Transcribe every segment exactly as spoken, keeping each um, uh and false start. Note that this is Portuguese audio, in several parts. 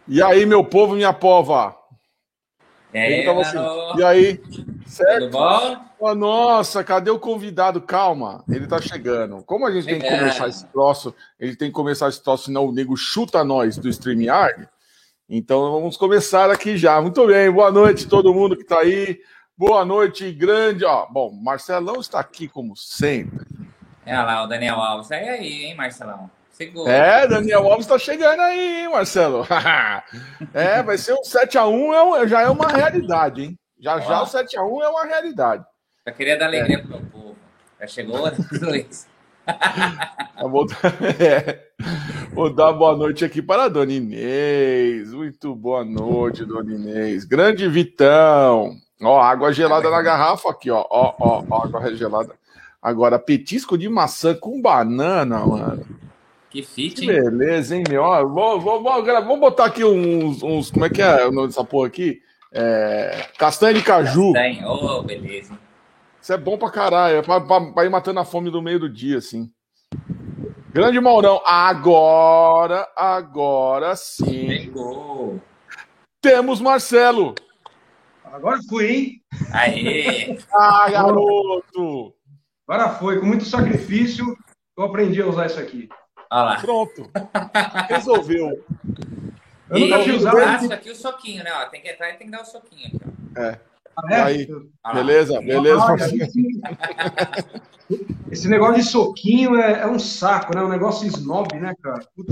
E aí, meu povo, minha pova? E aí, tava assim, e aí? Certo? Tudo bom? Oh, nossa, cadê o convidado? Calma, ele tá chegando. Como a gente tem que começar esse troço, ele tem que começar esse troço, senão o nego chuta nós do StreamYard. Então vamos começar aqui já. Muito bem, boa noite todo mundo que tá aí. Boa noite, grande. Ó, bom, Marcelão está aqui como sempre. É lá, o Daniel Alves. É aí, hein, Marcelão? Segura. É, Daniel Alves tá chegando aí, hein, Marcelo? É, vai ser um sete a um, é, já é uma realidade, hein? Já Ó. já o sete a um é uma realidade. Eu queria dar alegria é. pro meu povo. Já chegou, né, Luiz? Vou, é. Vou dar boa noite aqui para a Dona Inês. Muito boa noite, Dona Inês. Grande Vitão. Ó, água gelada na garrafa aqui, ó. Ó, ó, ó, água gelada. Agora, petisco de maçã com banana, mano. Que fit, hein? Beleza, hein, meu? Ó, vou, vou, vou, vou botar aqui uns, uns. Como é que é o nome dessa porra aqui? É, castanha de caju. Castanha, ô, oh, beleza. Isso é bom pra caralho. É pra, pra, pra ir matando a fome do meio do dia, assim. Grande Maurão. Agora, agora sim. Chegou. Temos Marcelo. Agora fui, hein? Aê! Ah, garoto! Agora foi. Com muito sacrifício, eu aprendi a usar isso aqui. Olha lá. Pronto. Resolveu. Eu nunca tinha usado. Acho aqui o soquinho, né? Ó, tem que entrar e tem que dar o soquinho aqui, ó. É. Ah, é? Aí, ah, beleza, beleza. Ah, esse negócio de soquinho é, é um saco, né? Um negócio snob, né, cara? Putz,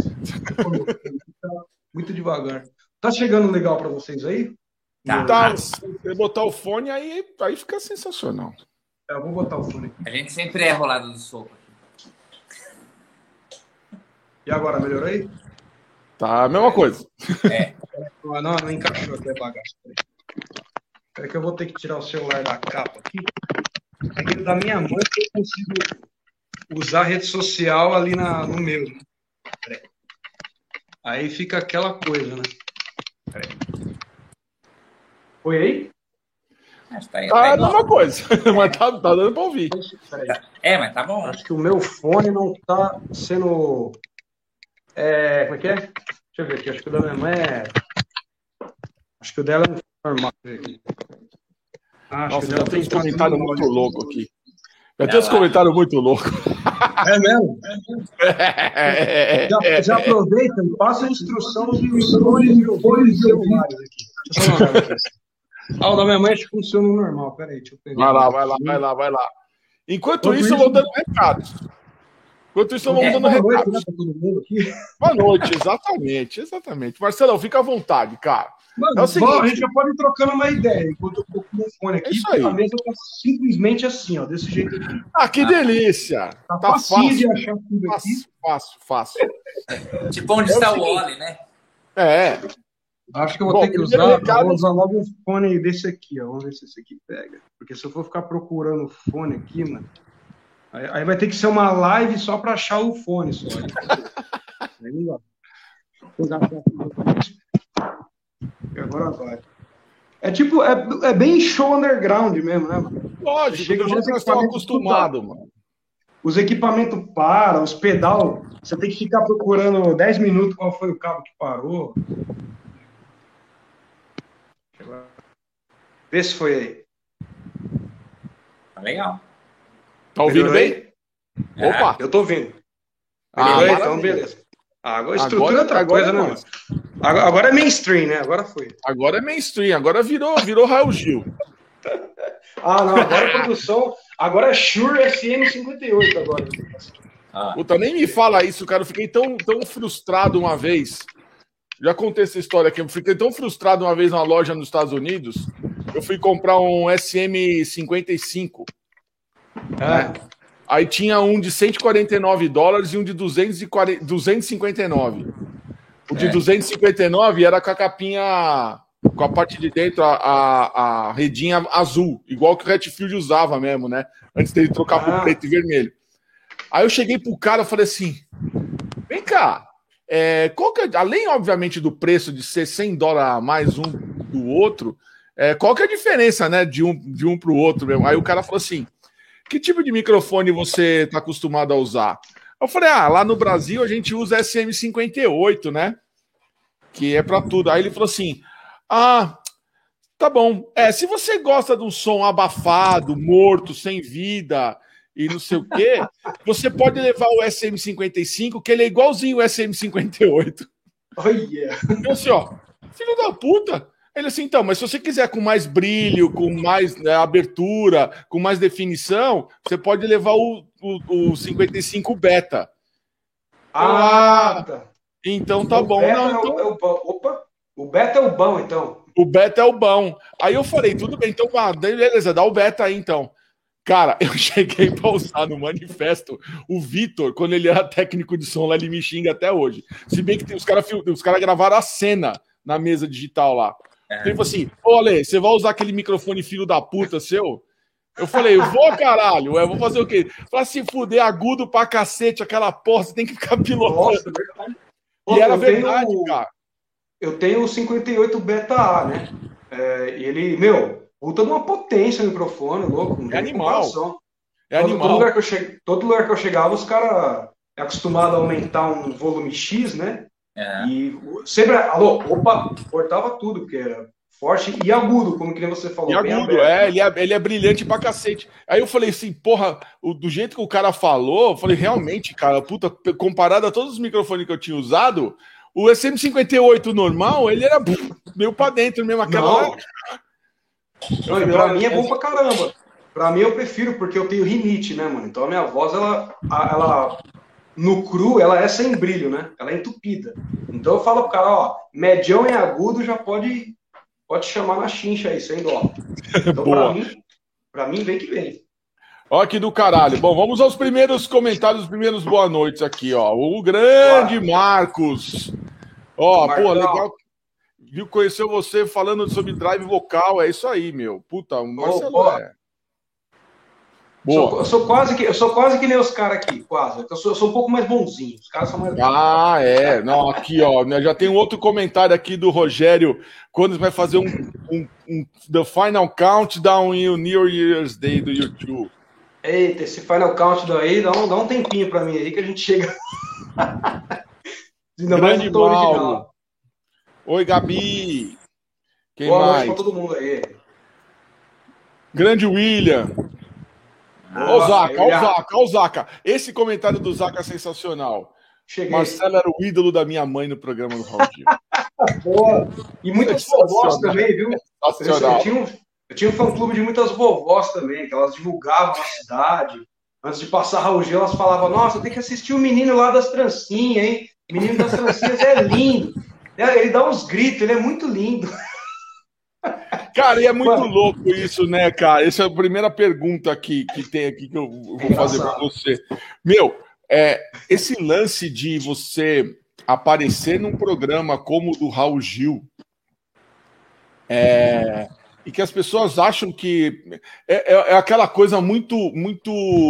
muito devagar. Tá chegando legal para vocês aí? Tá. tá. Se você botar o fone, aí, aí fica sensacional. É, eu vou botar o fone. A gente sempre é rolado do soco. E agora, melhorou aí? Tá a mesma coisa. É. Não, não, não encaixou até bagaço. Espera que eu vou ter que tirar o celular da capa aqui. É que da minha mão eu consigo usar a rede social ali na, no meu. Né? Aí fica aquela coisa, né? Foi aí? Acho que tá aí. Tá a mesma coisa, mas tá, tá dando pra ouvir. É, mas tá bom. Acho que o meu fone não tá sendo... É, como é que é? Deixa eu ver aqui. Acho que o da minha mãe é... Acho que o dela é normal. Ah, Nossa, já tem uns comentários muito loucos aqui. Já tem uns comentários muito loucos. É mesmo? É. Já, já aproveita e passa a instrução de milhões de horrores celulares aqui. Ah, o da minha mãe acho que funciona normal. Peraí, deixa eu pegar. Vai lá, vai lá, vai lá, vai lá. Enquanto isso, eu vou dando recados. Enquanto isso, eu vou é, dando boa recados. Noite, né, pra todo mundo aqui. Boa noite, exatamente, exatamente. Marcelão, fica à vontade, cara. Mano, é o seguinte, bom, a gente já pode ir trocando uma ideia enquanto eu tô com o fone aqui. Isso aí. A mesa tá simplesmente assim, ó, desse jeito aqui. Ah, que delícia! Tá, tá fácil de achar tudo fácil, aqui. Fácil, fácil. Tipo onde é está o Oli, né? É. Acho que eu vou Bom, ter que usar, recado... vou usar logo um fone desse aqui, ó. Vamos ver se esse aqui pega. Porque se eu for ficar procurando fone aqui, mano, aí, aí vai ter que ser uma live só para achar o fone só. Aí não dá. Vou pegar aqui. E agora vai. É tipo, é, é bem show underground mesmo, né, mano? Lógico, chega do jeito que nós estamos acostumados, mano. Os equipamentos param, os pedal, você tem que ficar procurando dez minutos qual foi o cabo que parou. Vê se foi aí. Tá legal. Tá ouvindo Melhorou bem? É. Opa! Eu tô ouvindo. Ah, aí, então beleza. Ah, agora a estrutura agora, é outra agora coisa, é né, mano? Agora, agora é mainstream, né? Agora foi. Agora é mainstream, agora virou, virou Raul Gil. Ah, não, agora é produção. Agora é Shure S M cinquenta e oito agora. Ah. Puta, nem me fala isso, cara. Eu fiquei tão, tão frustrado uma vez. Já contei essa história aqui. Eu fiquei tão frustrado uma vez na loja nos Estados Unidos. Eu fui comprar um S M cinquenta e cinco. Ah. Né? Aí tinha um de cento e quarenta e nove dólares e um de duzentos e quarenta, duzentos e cinquenta e nove. O de é. duzentos e cinquenta e nove era com a capinha, com a parte de dentro, a, a, a redinha azul, igual que o Redfield usava mesmo, né? Antes dele trocar ah. pro preto e vermelho. Aí eu cheguei pro cara e falei assim, vem cá, é, qual que é, além, obviamente, do preço de ser cem dólares a mais um do outro, é, qual que é a diferença, né, de um, de um pro outro mesmo? Aí o cara falou assim, que tipo de microfone você está acostumado a usar? Eu falei, ah, lá no Brasil a gente usa S M cinquenta e oito, né? que é pra tudo. Aí ele falou assim, ah, tá bom. É, se você gosta de um som abafado, morto, sem vida e não sei o quê, você pode levar o S M cinquenta e cinco, que ele é igualzinho o S M cinquenta e oito. Oh, yeah. Então assim, ó, filho da puta. Ele assim, então, mas se você quiser com mais brilho, com mais né, abertura, com mais definição, você pode levar o, o, o cinquenta e cinco Beta. Ah, tá. Então tá o bom. Beta Não, é o, então... é o bom. Opa, o Beta é o bom, então. O Beta é o bom. Aí eu falei, tudo bem, então ah, beleza, dá o Beta aí então. Cara, eu cheguei pra usar no manifesto. O Vitor, quando ele era técnico de som lá, ele me xinga até hoje. Se bem que tem, os caras os cara gravaram a cena na mesa digital lá. É. Ele falou assim, ô Ale, você vai usar aquele microfone filho da puta seu? Eu falei, eu vou, caralho, eu vou fazer o quê? Fala, se fuder, agudo pra cacete, aquela porra, você tem que ficar pilotando. Nossa, verdade. E Pô, era verdade, tenho, cara. Eu tenho o cinquenta e oito Beta A, né? É, e ele, meu, puta de uma potência no microfone, louco. Não é animal. Comparação. É todo, animal. Todo lugar, que eu che... todo lugar que eu chegava, os caras é acostumado a aumentar um volume X, né? É. E sempre, alô, opa, cortava tudo, porque era forte e agudo, como que nem você falou. E agudo, é ele, é, ele é brilhante pra cacete. Aí eu falei assim, porra, o, do jeito que o cara falou, eu falei, realmente, cara, puta, comparado a todos os microfones que eu tinha usado, o S M cinquenta e oito normal, ele era meio pra dentro mesmo, aquela... Não, Não e pra mim é bom pra caramba. Pra mim eu prefiro, porque eu tenho rinite, né, mano? Então a minha voz, ela... ela... no cru, ela é sem brilho, né? Ela é entupida. Então eu falo pro cara, ó, medião e agudo já pode, pode chamar na chincha aí, sem dó. Então pra mim, pra mim vem que vem. Ó que do caralho. Bom, vamos aos primeiros comentários, os primeiros boa noites aqui, ó. O grande Marcos. Ó, Marcão. Pô, legal. Viu, conheceu você falando sobre drive vocal, é isso aí, meu. Puta, o Marcelo oh, é... Sou, eu, sou quase que, eu sou quase que nem os caras aqui, quase. Eu sou, eu sou um pouco mais bonzinho. Os caras são mais. Ah, é. Não, aqui, ó. Já tem um outro comentário aqui do Rogério. Quando vai fazer um, um, um The Final Countdown e o New Year's Day do YouTube. Eita, esse Final Countdown aí, dá um, dá um tempinho pra mim aí que a gente chega. Ainda mais o original. Oi, Gabi. Quem Boa mais? Noite pra todo mundo aí. Grande William. Ó, o Zaca, ó, o Zaca, ó, o Zaca. Esse comentário do Zaca é sensacional. Cheguei. Marcelo era o ídolo da minha mãe no programa do Raul Gil. Boa. E muitas vovós também, viu? Eu tinha, um, eu tinha um fã-clube de muitas vovós também, que elas divulgavam na cidade. Antes de passar Raul Gil, elas falavam, nossa, tem que assistir o menino lá das trancinhas, hein? O menino das trancinhas é lindo. Ele dá uns gritos, ele é muito lindo. Cara, e é muito Mano. louco isso, né, cara? Essa é a primeira pergunta aqui que tem aqui que eu vou fazer para você. Meu, é, esse lance de você aparecer num programa como o do Raul Gil, é, e que as pessoas acham que é, é, é aquela coisa muito, muito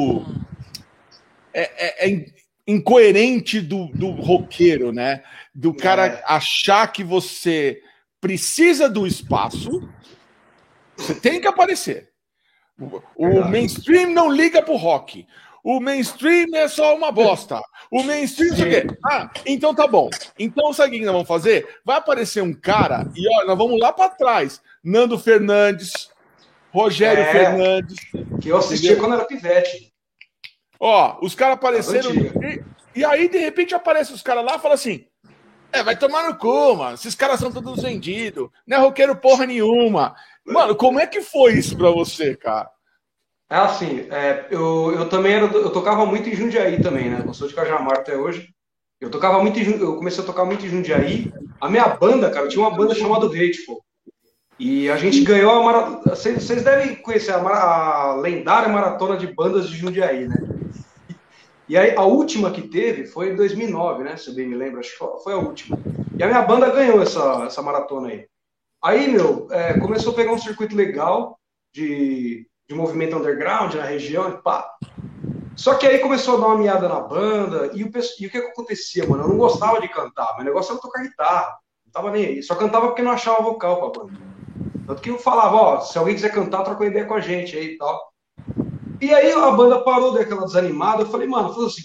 é, é, é incoerente do, do roqueiro, né? Do cara é. achar que você precisa do espaço. Você tem que aparecer. O, o mainstream não liga pro rock. O mainstream é só uma bosta. O mainstream não sei o quê. Ah, então tá bom. Então sabe o que nós vamos fazer? Vai aparecer um cara e olha, nós vamos lá para trás. Nando Fernandes, Rogério é, Fernandes. Que eu assistia entendeu? Quando era pivete. Ó, os caras apareceram. E, e aí, de repente, aparecem os caras lá e falam assim: é, vai tomar no cu, mano. Esses caras são todos vendidos. Não é roqueiro porra nenhuma. Mano, como é que foi isso pra você, cara? É assim, é, eu, eu também era, eu tocava muito em Jundiaí também, né? Eu sou de Cajamar até hoje. Eu tocava muito em, eu comecei a tocar muito em Jundiaí. A minha banda, cara, tinha uma banda chamada Hateful. E a gente ganhou a maratona. Vocês, vocês devem conhecer a, a lendária maratona de bandas de Jundiaí, né? E aí a última que teve foi em dois mil e nove, né? Se eu bem me lembro, acho que foi a última. E a minha banda ganhou essa, essa maratona aí. Aí, meu, é, começou a pegar um circuito legal de, de movimento underground na região e pá. Só que aí começou a dar uma miada na banda e o, e o que, que acontecia, mano? Eu não gostava de cantar, meu negócio era tocar guitarra. Não tava nem aí. Só cantava porque não achava vocal pra banda. Tanto que eu falava, ó, se alguém quiser cantar, troca uma ideia com a gente aí e tal. E aí a banda parou daquela desanimada. Eu falei, mano, vou fazer o seguinte,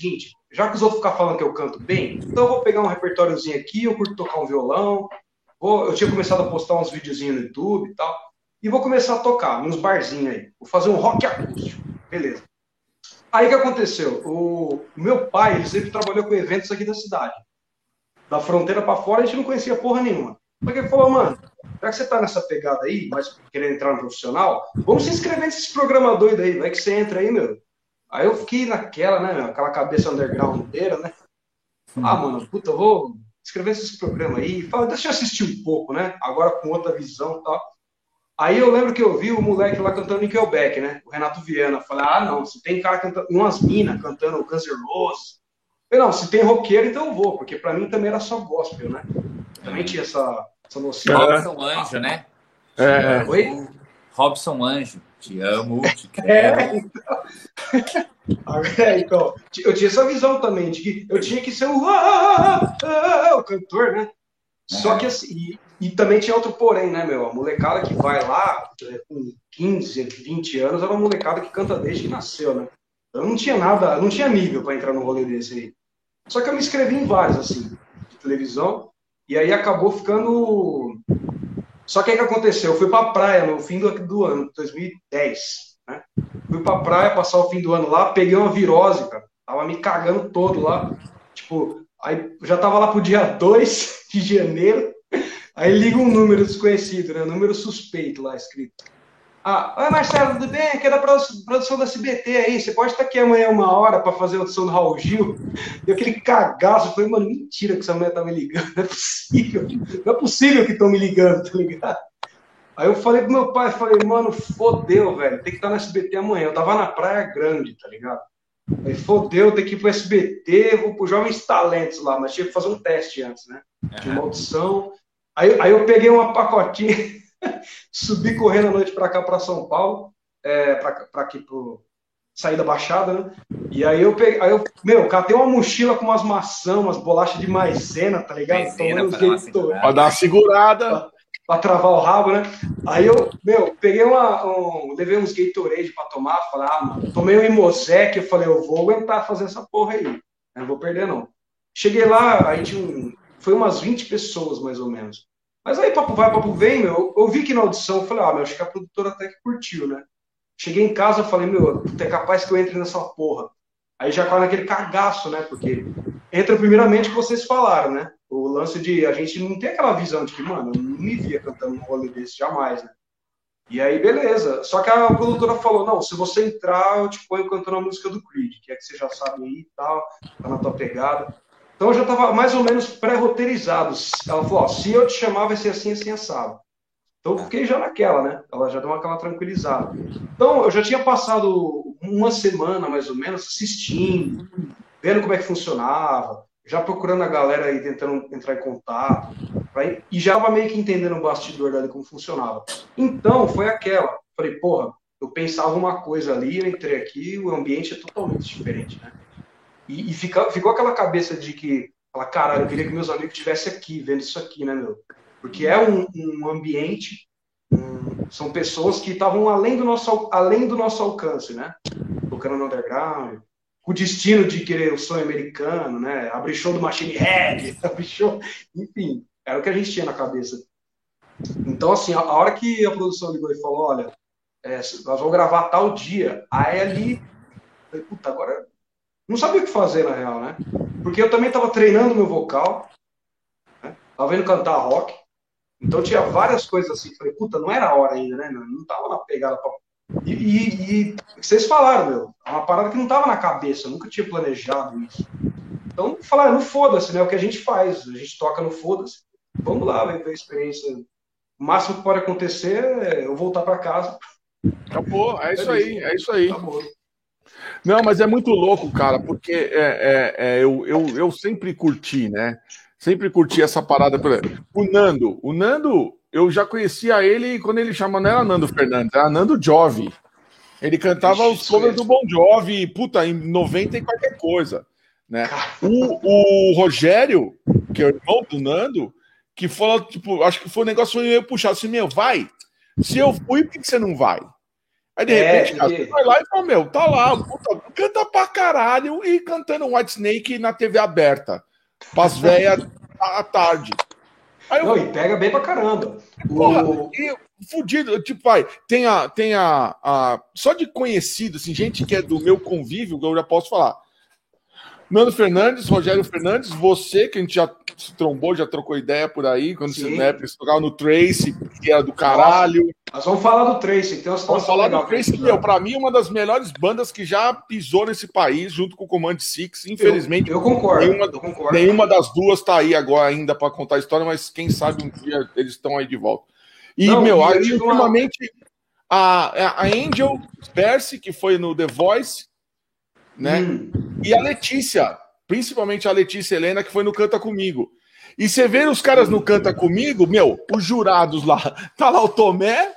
já que os outros ficam falando que eu canto bem, então eu vou pegar um repertóriozinho aqui, eu curto tocar um violão, vou, eu tinha começado a postar uns videozinhos no YouTube e tal, e vou começar a tocar nos barzinhos aí, vou fazer um rock acústico, beleza. Aí o que aconteceu? O meu pai, ele sempre trabalhou com eventos aqui da cidade. Da fronteira pra fora, a gente não conhecia porra nenhuma. Só que ele falou, mano, já que você tá nessa pegada aí, mas querendo entrar no profissional, vamos se inscrever nesses programas doidos aí, vai que você entra aí, meu. Aí eu fiquei naquela, né, meu, aquela cabeça underground inteira, né? Ah, mano, puta, eu vou escrever esses programas aí. Fala, deixa eu assistir um pouco, né? Agora com outra visão e tal. Aí eu lembro que eu vi o moleque lá cantando Nickelback, né? O Renato Viana. Falei, ah, não, se tem cara cantando, umas minas cantando Guns N' Roses. Falei, não, se tem roqueiro, então eu vou, porque pra mim também era só gospel, né? Também tinha essa, essa noção. Robson Anjo, né? É. Oi? Robson Anjo. Te amo, te quero. É, então... é, então, eu tinha essa visão também, de que eu tinha que ser o, ah, ah, o cantor, né? Só que assim, e, e também tinha outro porém, né, meu? A molecada que vai lá com quinze, vinte anos, era uma molecada que canta desde que nasceu, né? Eu não tinha nada, não tinha nível para entrar num rolê desse aí. Só que eu me inscrevi em vários, assim, de televisão, e aí acabou ficando... Só que aí o que aconteceu? Eu fui pra praia no fim do, do ano, dois mil e dez, né? Fui pra praia, passar o fim do ano lá, peguei uma virose, cara. Tava me cagando todo lá. Tipo, aí já tava lá pro dia dois de janeiro, aí liga um número desconhecido, né? Um número suspeito lá escrito. Ah, oi Marcelo, tudo bem? Aqui é da produção da S B T aí, você pode estar aqui amanhã uma hora para fazer a audição do Raul Gil? Deu aquele cagaço, eu falei, mano, mentira que essa mulher tá me ligando, não é possível, não é possível que estão me ligando, tá ligado? Aí eu falei pro meu pai, falei, mano, fodeu, velho, tem que estar no S B T amanhã, eu tava na Praia Grande, tá ligado? Aí fodeu, tem que ir pro S B T, vou pro Jovens Talentos lá, mas tinha que fazer um teste antes, né? Tinha uma audição, aí, aí eu peguei uma pacotinha, subi correndo à noite para cá, para São Paulo, é, para aqui, pro sair da Baixada, né? E aí eu peguei, aí eu, meu, catei uma mochila com umas maçãs, umas bolachas de maisena, tá ligado? Maisena, para dar uma segurada. Pra, pra travar o rabo, né? Aí eu, meu, peguei uma, um, levei uns Gatorade para tomar, falei, ah, mano, tomei um Imosec, eu falei, eu vou aguentar fazer essa porra aí, eu não vou perder não. Cheguei lá, aí tinha um, foi umas vinte pessoas, mais ou menos. Mas aí, papo vai, papo vem, meu, eu vi que na audição, eu falei, ah, meu, acho que a produtora até que curtiu, né? Cheguei em casa, eu falei, meu, é capaz que eu entre nessa porra. Aí já cai naquele cagaço, né? Porque entra primeiramente o que vocês falaram, né? O lance de, a gente não tem aquela visão de que, mano, eu não me via cantando um rolê desse, jamais, né? E aí, beleza. Só que a produtora falou, não, se você entrar, eu te ponho cantando a música do Creed, que é que você já sabe aí e tal, tá na tua pegada. Então eu já estava mais ou menos pré-roteirizado. Ela falou, ó, se eu te chamar vai ser assim, assim, assado. Então eu fiquei já naquela, né? Ela já deu aquela tranquilizada. Então eu já tinha passado uma semana, mais ou menos, assistindo, vendo como é que funcionava, já procurando a galera aí, tentando entrar em contato, aí, e já estava meio que entendendo o bastidor dali, como funcionava. Então foi aquela. Falei, porra, eu pensava uma coisa ali, eu entrei aqui, o ambiente é totalmente diferente, né? E, e fica, ficou aquela cabeça de que, fala, caralho, eu queria que meus amigos estivessem aqui, vendo isso aqui, né, meu? Porque é um, um ambiente, um, são pessoas que estavam além do nosso, além do nosso alcance, né? Tocando no underground, com o destino de querer o sonho americano, né? Abrir show do Machine Head, abrir show, enfim, era o que a gente tinha na cabeça. Então, assim, a, a hora que a produção ligou e falou, olha, é, nós vamos gravar tal dia, aí ali, eu falei, puta, agora... Não sabia o que fazer, na real, né? Porque eu também estava treinando meu vocal, né? Tava vendo cantar rock, então tinha várias coisas assim. Falei, puta, não era a hora ainda, né? Meu? Não tava na pegada. Pra... E, e, e vocês falaram, meu, é uma parada que não tava na cabeça, eu nunca tinha planejado isso. Então, falar, não foda-se, né? O que a gente faz, a gente toca no foda-se. Vamos lá, ver a experiência. O máximo que pode acontecer é eu voltar para casa. Acabou, é isso aí, é isso aí. Acabou. Não, mas é muito louco, cara, porque é, é, é, eu, eu, eu sempre curti, né? Sempre curti essa parada. O Nando, o Nando, eu já conhecia ele quando ele chama, não era Nando Fernandes, era Nando Jovi. Ele cantava os covers do Bon Jovi, puta, em noventa e qualquer coisa, né? O, o Rogério, que é o irmão do Nando, que falou, tipo, acho que foi um negócio meio puxado, assim, meu, vai. Se eu fui, por que você não vai? Aí, de É, repente, cara, porque- você vai lá e fala, meu, tá lá, puta, canta pra caralho e cantando White Snake na T V aberta. Pras velhas à tarde. Aí eu, Não, e pega bem pra caramba. porra, O... e fudido, tipo, vai, tem a, tem a, a, só de conhecido, assim, gente que é do meu convívio, que eu já posso falar. Nando Fernandes, Rogério Fernandes, você, que a gente já se trombou, já trocou ideia por aí, quando você, Sim. né, você tocava no Tracy, que era do caralho. Nós vamos falar do Tracy, que tem uma Vamos situação falar legal. do Tracy, que, meu, pra mim, é uma das melhores bandas que já pisou nesse país, junto com o Command Six. Infelizmente, Eu, eu concordo, nenhuma, eu concordo. nenhuma das duas tá aí agora ainda pra contar a história, mas quem sabe um dia eles estão aí de volta. E, Não, meu, e eu aí, tive uma- ultimamente, a, a Angel Percy, que foi no The Voice, né? Hum. E a Letícia, principalmente a Letícia Helena, que foi no Canta Comigo. E você vê os caras no Canta Comigo, meu, os jurados lá. Tá lá o Tomé,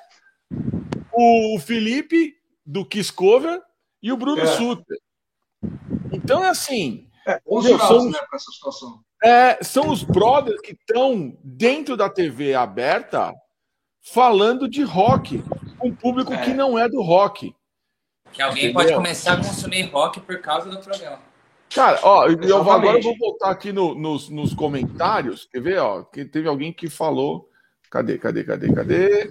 o Felipe, do Kiss Cover, e o Bruno É. Suter. Então é assim. É, os Meu, jurados, são- né, pra essa situação. É, são os brothers que estão dentro da T V aberta falando de rock, com um público É. que não é do rock. Que alguém Entendeu? pode começar a consumir rock por causa do programa. Cara, ó, eu vou, Exatamente. agora eu vou voltar aqui no- nos, nos comentários. Quer ver, ó? Que teve alguém que falou. Cadê, cadê, cadê, cadê?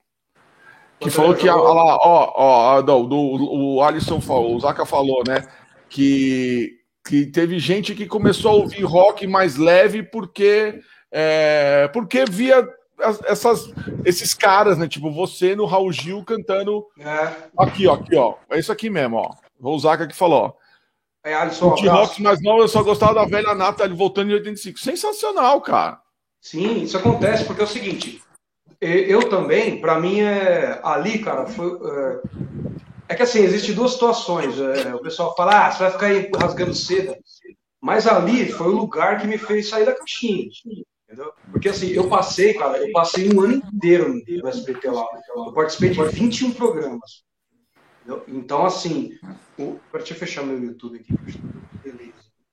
Que falou que, ó, lá, ó, ó, não, do, o Alisson falou, o Zaca falou, né? Que, que teve gente que começou a ouvir rock mais leve porque, é, porque via as- essas, esses caras, né? Tipo, você no Raul Gil cantando. É, Aqui, ó, aqui, ó. É isso aqui mesmo, ó. O Zaca que falou, ó. é Alisson, O um T-Rock abraço. mais novo, eu só gostava da velha Nata voltando em oitenta e cinco. Sensacional, cara. Sim, isso acontece porque é o seguinte, e- eu também, pra mim, é ali, cara, foi, é, é que assim, existem duas situações. É, o pessoal fala, ah, você vai ficar aí rasgando seda. Mas ali foi o lugar que me fez sair da caixinha. Entendeu? Porque assim, eu passei, cara, eu passei um ano inteiro no S B T lá. Eu participei de vinte e um programas. Entendeu? Então, assim, o... deixa eu fechar meu YouTube aqui. Beleza.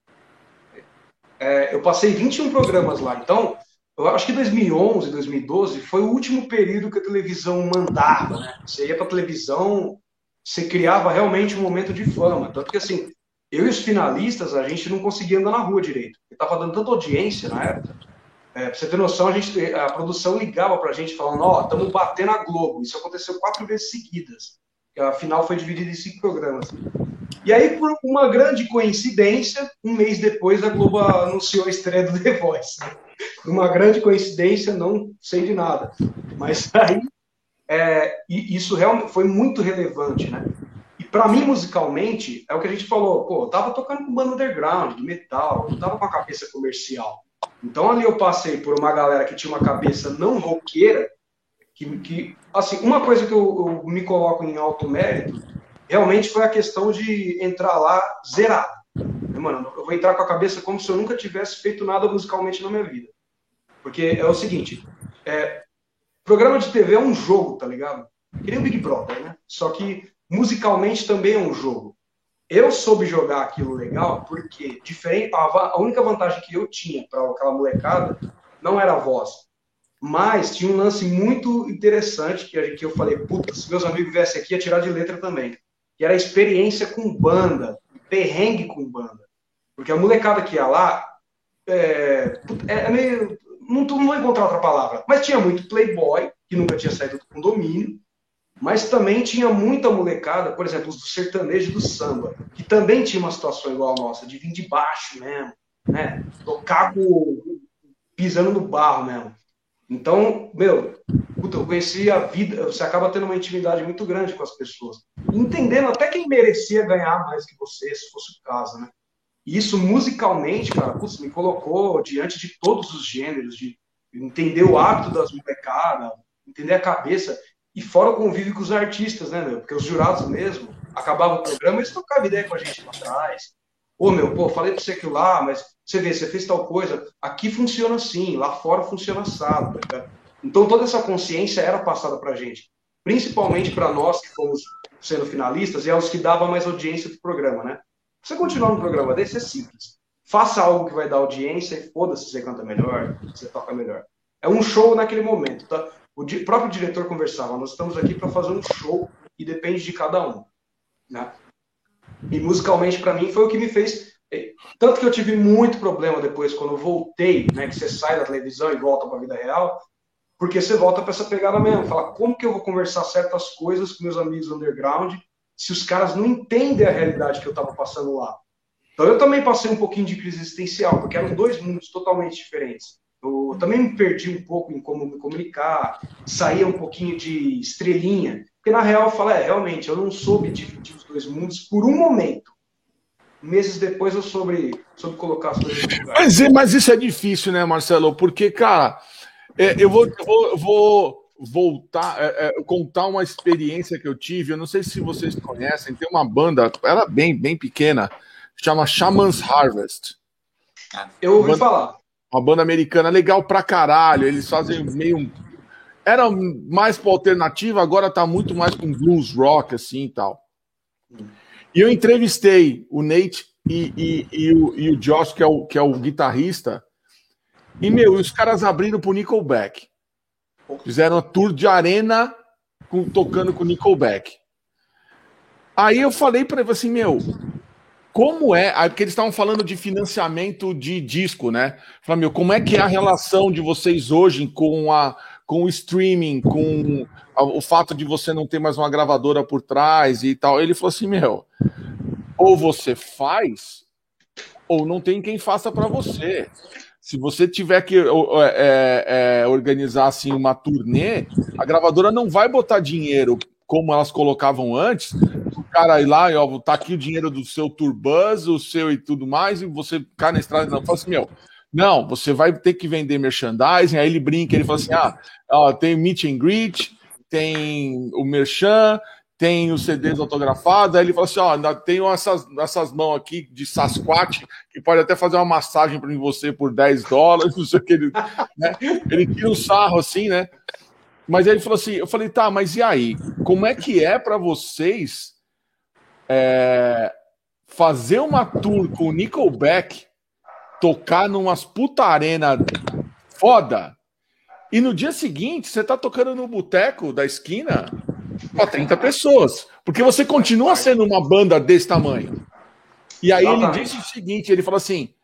É, eu passei vinte e um programas lá. Então, eu acho que dois mil e onze, dois mil e doze foi o último período que a televisão mandava, né? Você ia pra televisão, você criava realmente um momento de fama. Tanto que, assim, eu e os finalistas, a gente não conseguia andar na rua direito. Porque tava dando tanta audiência na época. É, pra você ter noção, a, gente, a produção ligava pra gente falando, ó, oh, estamos batendo a Globo. Isso aconteceu quatro vezes seguidas. A final foi dividida em cinco programas. E aí, por uma grande coincidência, um mês depois a Globo anunciou a estreia do The Voice. Por uma grande coincidência, não sei de nada. Mas aí, é, isso realmente foi muito relevante, né? E pra mim, musicalmente, é o que a gente falou, pô, eu tava tocando com banda underground, de metal, eu tava com a cabeça comercial. Então ali eu passei por uma galera que tinha uma cabeça não roqueira, que, que assim, uma coisa que eu, eu me coloco em alto mérito, realmente foi a questão de entrar lá zerado. Mano, eu vou entrar com a cabeça como se eu nunca tivesse feito nada musicalmente na minha vida. Porque é o seguinte, é, programa de T V é um jogo, tá ligado? Que nem o Big Brother, né? Só que musicalmente também é um jogo. Eu soube jogar aquilo legal porque diferente, a, a única vantagem que eu tinha para aquela molecada não era a voz, mas tinha um lance muito interessante que, que eu falei, puta, se meus amigos viessem aqui ia tirar de letra também, que era a experiência com banda, perrengue com banda, porque a molecada que ia lá é, é meio, não, não vou encontrar outra palavra, mas tinha muito playboy que nunca tinha saído do condomínio. Mas também tinha muita molecada, por exemplo, os do sertanejo e do samba, que também tinha uma situação igual a nossa, de vir de baixo mesmo, né? Tocar com, pisando no barro mesmo. Então, meu, puta, eu conheci a vida, você acaba tendo uma intimidade muito grande com as pessoas. Entendendo até quem merecia ganhar mais que você, se fosse o caso, né? E isso musicalmente, cara, putz, me colocou diante de todos os gêneros, de entender o hábito das molecadas, entender a cabeça. E fora o convívio com os artistas, né, meu? Porque os jurados mesmo acabavam o programa e eles trocavam ideia com a gente lá atrás. Ô, meu, pô, falei pra você aquilo lá, mas você vê, você fez tal coisa. Aqui funciona assim, lá fora funciona assado. Tá? Então toda essa consciência era passada pra gente. Principalmente para nós que fomos sendo finalistas e aos que dava mais audiência pro programa, né? Você continuar num programa desse é simples. Faça algo que vai dar audiência e foda-se se você canta melhor, se você toca melhor. É um show naquele momento, tá? O di- próprio diretor conversava, nós estamos aqui para fazer um show e depende de cada um, né? E musicalmente, para mim, foi o que me fez... Tanto que eu tive muito problema depois, quando eu voltei, né, que você sai da televisão e volta para a vida real, porque você volta para essa pegada mesmo. Fala, como que eu vou conversar certas coisas com meus amigos underground se os caras não entendem a realidade que eu estava passando lá? Então eu também passei um pouquinho de crise existencial, porque eram dois mundos totalmente diferentes. Eu também me perdi um pouco em como me comunicar, saía um pouquinho de estrelinha, porque na real eu falo, é, realmente, eu não soube dividir os dois mundos por um momento. Meses depois eu soube, soube colocar as coisas no lugar. Mas, mas isso é difícil, né, Marcelo? Porque, cara, é, eu, vou, eu, vou, eu vou voltar, é, é, contar uma experiência que eu tive. Eu não sei se vocês conhecem, tem uma banda, ela é bem, bem pequena, chama Shaman's Harvest. Eu ouvi banda, falar. Uma banda americana legal pra caralho. Eles fazem meio... Era mais pra alternativa, agora tá muito mais com blues rock, assim, e tal. E eu entrevistei o Nate e, e, e, o, e o Josh, que é o, que é o guitarrista. E, meu, os caras abriram pro Nickelback. Fizeram uma tour de arena com, tocando com o Nickelback. Aí eu falei pra ele assim, meu, como é... Aí, porque eles estavam falando de financiamento de disco, né? Falei, meu, como é que é a relação de vocês hoje com, a, com o streaming, com a, o fato de você não ter mais uma gravadora por trás e tal? Ele falou assim, meu, ou você faz, ou não tem quem faça para você. Se você tiver que é, é, organizar assim, uma turnê, a gravadora não vai botar dinheiro como elas colocavam antes, o cara ir lá e ó, tá aqui o dinheiro do seu tour bus, o seu e tudo mais, e você cai na estrada e não fala assim, meu, não, você vai ter que vender merchandising. Aí ele brinca, ele fala assim, ah, ó, tem meet and greet, tem o merchan, tem os C Ds autografados. Aí ele fala assim, ó, ainda tenho essas, essas mãos aqui de Sasquatch, que pode até fazer uma massagem para você por dez dólares, não sei o que ele, né? Ele tira um sarro assim, né? Mas aí ele falou assim, eu falei, tá, mas e aí? Como é que é para vocês é, fazer uma tour com o Nickelback, tocar numas puta arena foda, e no dia seguinte você tá tocando no boteco da esquina para trinta pessoas, porque você continua sendo uma banda desse tamanho. E aí ele disse o seguinte, ele falou assim,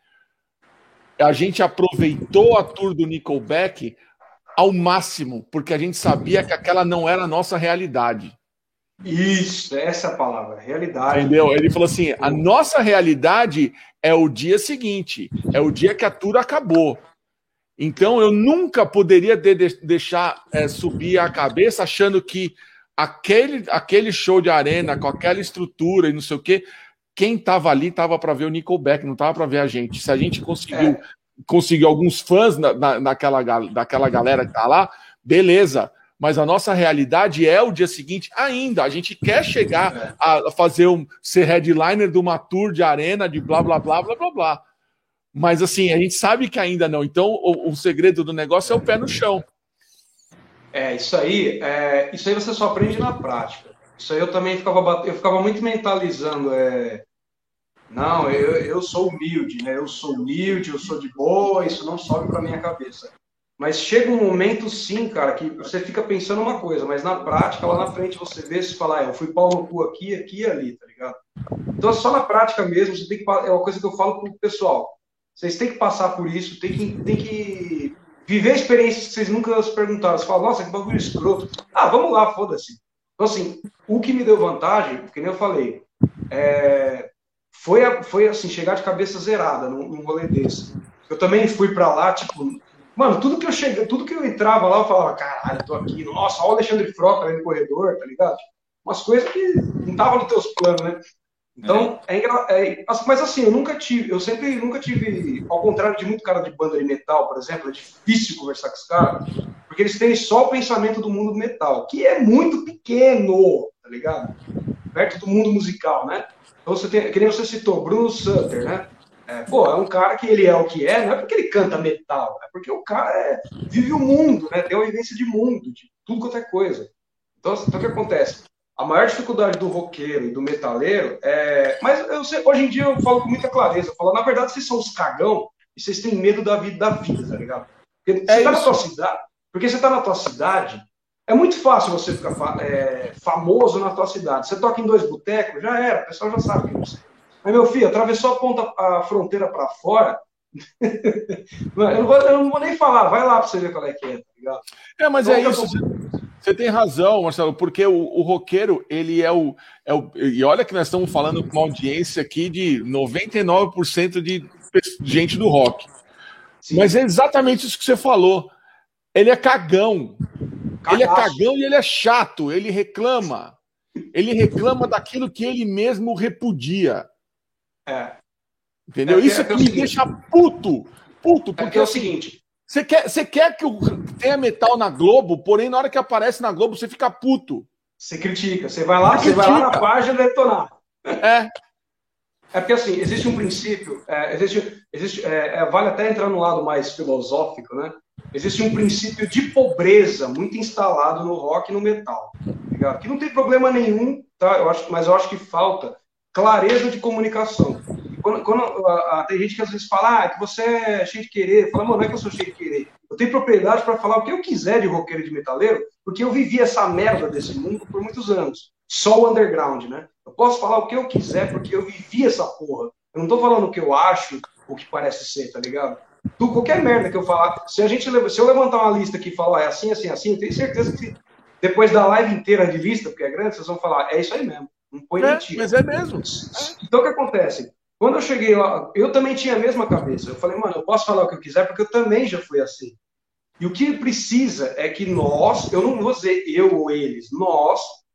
a gente aproveitou a tour do Nickelback ao máximo, porque a gente sabia que aquela não era a nossa realidade. Isso, essa é a palavra, realidade. Entendeu? Ele falou assim, a nossa realidade é o dia seguinte, é o dia que a tour acabou. Então eu nunca poderia de deixar é, subir a cabeça achando que aquele, aquele show de arena, com aquela estrutura e não sei o quê, quem estava ali estava para ver o Nickelback, não estava para ver a gente. Se a gente conseguiu, é. conseguiu alguns fãs na, na, naquela, daquela galera que está lá, beleza. Mas a nossa realidade é o dia seguinte ainda. A gente quer chegar a fazer um, ser headliner de uma tour de arena, de blá, blá, blá, blá, blá, blá. Mas assim, a gente sabe que ainda não. Então, o, o segredo do negócio é o pé no chão. É, isso aí, é, isso aí você só aprende na prática. Isso aí eu também ficava, eu ficava muito mentalizando. É, não, eu, eu sou humilde, né? Eu sou humilde, eu sou de boa, isso não sobe para minha cabeça. Mas chega um momento, sim, cara, que você fica pensando uma coisa, mas na prática, lá na frente, você vê, se fala, ah, eu fui pau no cu aqui, aqui e ali, tá ligado? Então, só na prática mesmo, você tem que, é uma coisa que eu falo pro pessoal, vocês têm que passar por isso, tem que, tem que viver experiências que vocês nunca se perguntaram. Você fala, nossa, que bagulho escroto. Ah, vamos lá, foda-se. Então, assim, o que me deu vantagem, que nem eu falei, é, foi, foi, assim, chegar de cabeça zerada num, num rolê desse. Eu também fui pra lá, tipo... Mano, tudo que eu cheguei, tudo que eu entrava lá, eu falava, caralho, tô aqui, nossa, olha o Alexandre Frota ali no corredor, tá ligado? Umas coisas que não estavam nos teus planos, né? Então, é, é, é mas assim, eu nunca tive, eu sempre nunca tive, ao contrário de muito cara de banda de metal, por exemplo, é difícil conversar com os caras, porque eles têm só o pensamento do mundo do metal, que é muito pequeno, tá ligado? Perto do mundo musical, né? Então, você tem, que nem você citou, Bruno Sutter, né? É, pô, é um cara que ele é o que é, não é porque ele canta metal, é porque o cara é, vive o mundo, né? Tem uma vivência de mundo, de tudo quanto é coisa. Então, então o que acontece? A maior dificuldade do roqueiro e do metaleiro é... Mas eu sei, hoje em dia eu falo com muita clareza, eu falo, na verdade, vocês são os cagão e vocês têm medo da vida, da vida, tá ligado? Porque você é tá na tua cidade, porque você tá na tua cidade, é muito fácil você ficar é, famoso na tua cidade. Você toca em dois botecos, já era, o pessoal já sabe quem você é. Mas, meu filho, atravessou a ponta, a fronteira para fora, eu, não vou, eu não vou nem falar, vai lá para você ver qual é que é, tá ligado? É, mas então, é isso. Você tem razão, Marcelo, porque o, o roqueiro, ele é o, é o... E olha que nós estamos falando com uma audiência aqui de noventa e nove por cento de gente do rock. Sim. Mas é exatamente isso que você falou. Ele é cagão. Cagaço. Ele é cagão e ele é chato. Ele reclama. Ele reclama daquilo que ele mesmo repudia. É. Entendeu? É, isso é que, é que me seguinte. deixa puto. Puto, porque é, é o seguinte... Você quer, você quer que tenha metal na Globo, porém, na hora que aparece na Globo, você fica puto. Você critica. Você vai lá, você, você vai lá na página detonar. É. É porque, assim, existe um princípio, é, existe, existe, é, é, vale até entrar no lado mais filosófico, né? Existe um princípio de pobreza muito instalado no rock e no metal. Tá, que não tem problema nenhum, tá? Eu acho, mas eu acho que falta clareza de comunicação. Quando, quando a, a, tem gente que às vezes fala ah, que você é cheio de querer, fala, mano, não é que eu sou cheio de querer. Eu tenho propriedade para falar o que eu quiser de roqueiro e de metaleiro, porque eu vivi essa merda desse mundo por muitos anos. Só o underground, né? Eu posso falar o que eu quiser porque eu vivi essa porra. Eu não tô falando o que eu acho, o que parece ser, tá ligado? Tu, qualquer merda que eu falar, se, a gente, se eu levantar uma lista aqui e falar é assim, assim, assim, eu tenho certeza que depois da live inteira de lista, porque é grande, vocês vão falar, é isso aí mesmo. Não põe é, mentira. Mas é mesmo. Então o que acontece? Quando eu cheguei lá, eu também tinha a mesma cabeça. Eu falei, mano, eu posso falar o que eu quiser, porque eu também já fui assim. E o que precisa é que nós, eu não vou dizer eu ou eles, nós,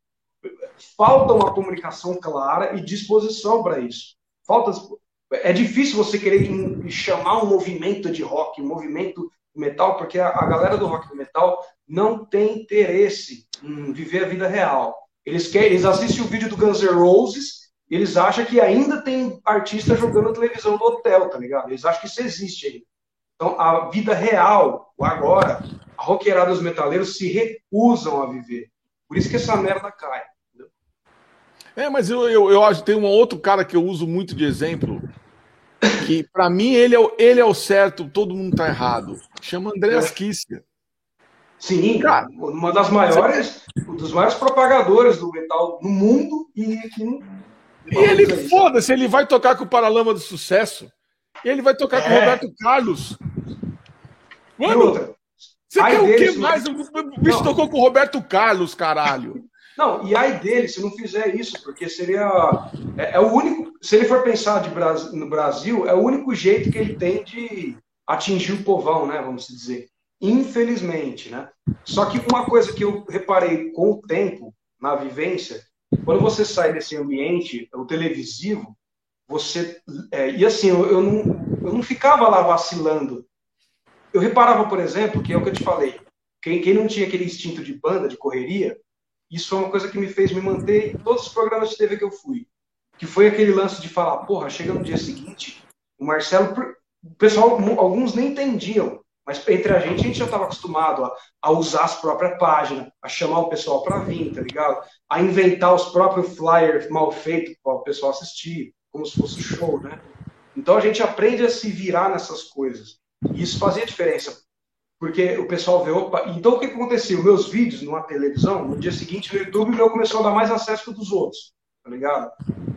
falta uma comunicação clara e disposição para isso. Falta, é difícil você querer chamar um movimento de rock, um movimento metal, porque a, a galera do rock e do metal não tem interesse em viver a vida real. Eles, querem, eles assistem o vídeo do Guns N' Roses e eles acham que ainda tem artista jogando a televisão do hotel, tá ligado? Eles acham que isso existe ainda. Então, a vida real, o agora, a roqueirada dos metaleiros se recusam a viver. Por isso que essa merda cai. Entendeu? É, mas eu, eu, eu acho que tem um outro cara que eu uso muito de exemplo, que pra mim ele é, o, ele é o certo, todo mundo tá errado. Chama Andreas Kisser. Sim, cara, uma das maiores, um dos maiores propagadores do metal no mundo e aqui no... E ele, foda-se, ele vai tocar com o Paralama do Sucesso. Ele vai tocar é. com o Roberto Carlos. Mano, você quer o que mais? O bicho não. tocou com o Roberto Carlos, caralho. Não, e ai dele se não fizer isso, porque seria... É, é o único... Se ele for pensar de Bras... no Brasil, é o único jeito que ele tem de atingir o povão, né, vamos dizer. Infelizmente, né? Só que uma coisa que eu reparei com o tempo, na vivência, quando você sai desse ambiente, o televisivo, você... É, e assim, eu, eu, não, eu não ficava lá vacilando. Eu reparava, por exemplo, que é o que eu te falei, quem, quem não tinha aquele instinto de banda, de correria, isso foi uma coisa que me fez me manter em todos os programas de T V que eu fui. Que foi aquele lance de falar, porra, chega no dia seguinte, o Marcelo... O pessoal, alguns nem entendiam, mas entre a gente, a gente já estava acostumado a, a usar as próprias páginas, a chamar o pessoal para vir, tá ligado? A inventar os próprios flyers mal feitos para o pessoal assistir, como se fosse show, né? Então a gente aprende a se virar nessas coisas. E isso fazia diferença. Porque o pessoal vê, opa, então o que aconteceu? Meus vídeos numa televisão, no dia seguinte no YouTube, o meu começou a dar mais acesso que o dos outros, tá ligado?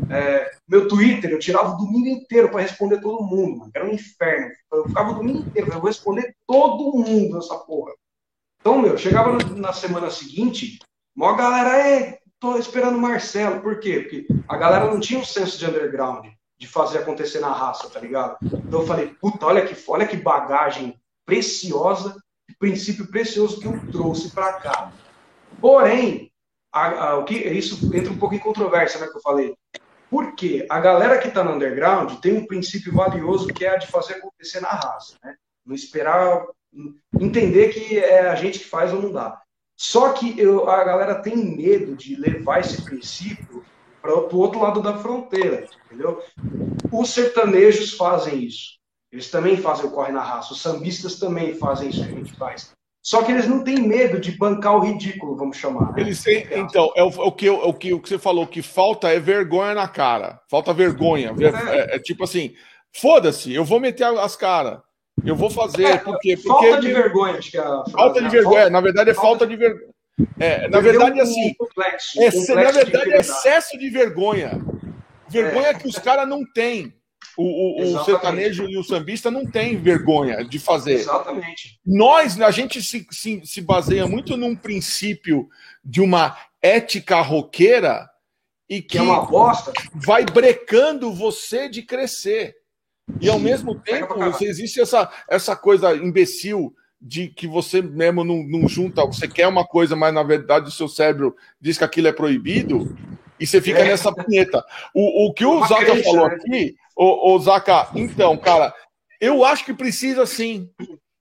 É, meu Twitter, eu tirava o domingo inteiro para responder todo mundo, mano. Era um inferno. Eu ficava o domingo inteiro, eu vou responder todo mundo nessa porra. Então, meu, chegava na semana seguinte, maior galera, é, tô esperando o Marcelo. Por quê? Porque a galera não tinha um senso de underground, de fazer acontecer na raça, tá ligado? Então eu falei, puta, olha que, olha que bagagem preciosa, princípio precioso que eu trouxe para cá. Porém, a, a, o que, isso entra um pouco em controvérsia, né, que eu falei. Porque a galera que está no underground tem um princípio valioso que é a de fazer acontecer na raça, né? Não esperar, entender que é a gente que faz ou não dá. Só que eu, a galera tem medo de levar esse princípio para o outro lado da fronteira, entendeu? Os sertanejos fazem isso. Eles também fazem o corre na raça. Os sambistas também fazem isso que a gente faz. Só que eles não têm medo de bancar o ridículo, vamos chamar. Né? Eles têm, então, é o, o, que, o, que, o que você falou, o que falta é vergonha na cara. Falta vergonha. Ver, é. É, é tipo assim, foda-se, eu vou meter as caras. Eu vou fazer, é, por quê? Porque falta de vergonha, acho que é a frase. Falta de vergonha, falta, na verdade é falta, falta de vergonha. É, na verdade, assim, complexo, é, complexo na verdade, é de excesso de vergonha. Vergonha É. que os caras não têm. O, o, o Exatamente. sertanejo e o sambista não tem vergonha de fazer. Exatamente. Nós, a gente se, se, se baseia muito num princípio de uma ética roqueira e que, Que é uma bosta. vai brecando você de crescer. E ao Sim, mesmo pega pra tempo, caralho. você, existe essa, essa coisa imbecil de que você mesmo não, não junta, você quer uma coisa, mas na verdade o seu cérebro diz que aquilo é proibido, e você fica É. nessa punheta. O, o que o Uma Zaca crença, falou né? aqui, o, o Zaca, então, cara, eu acho que precisa sim.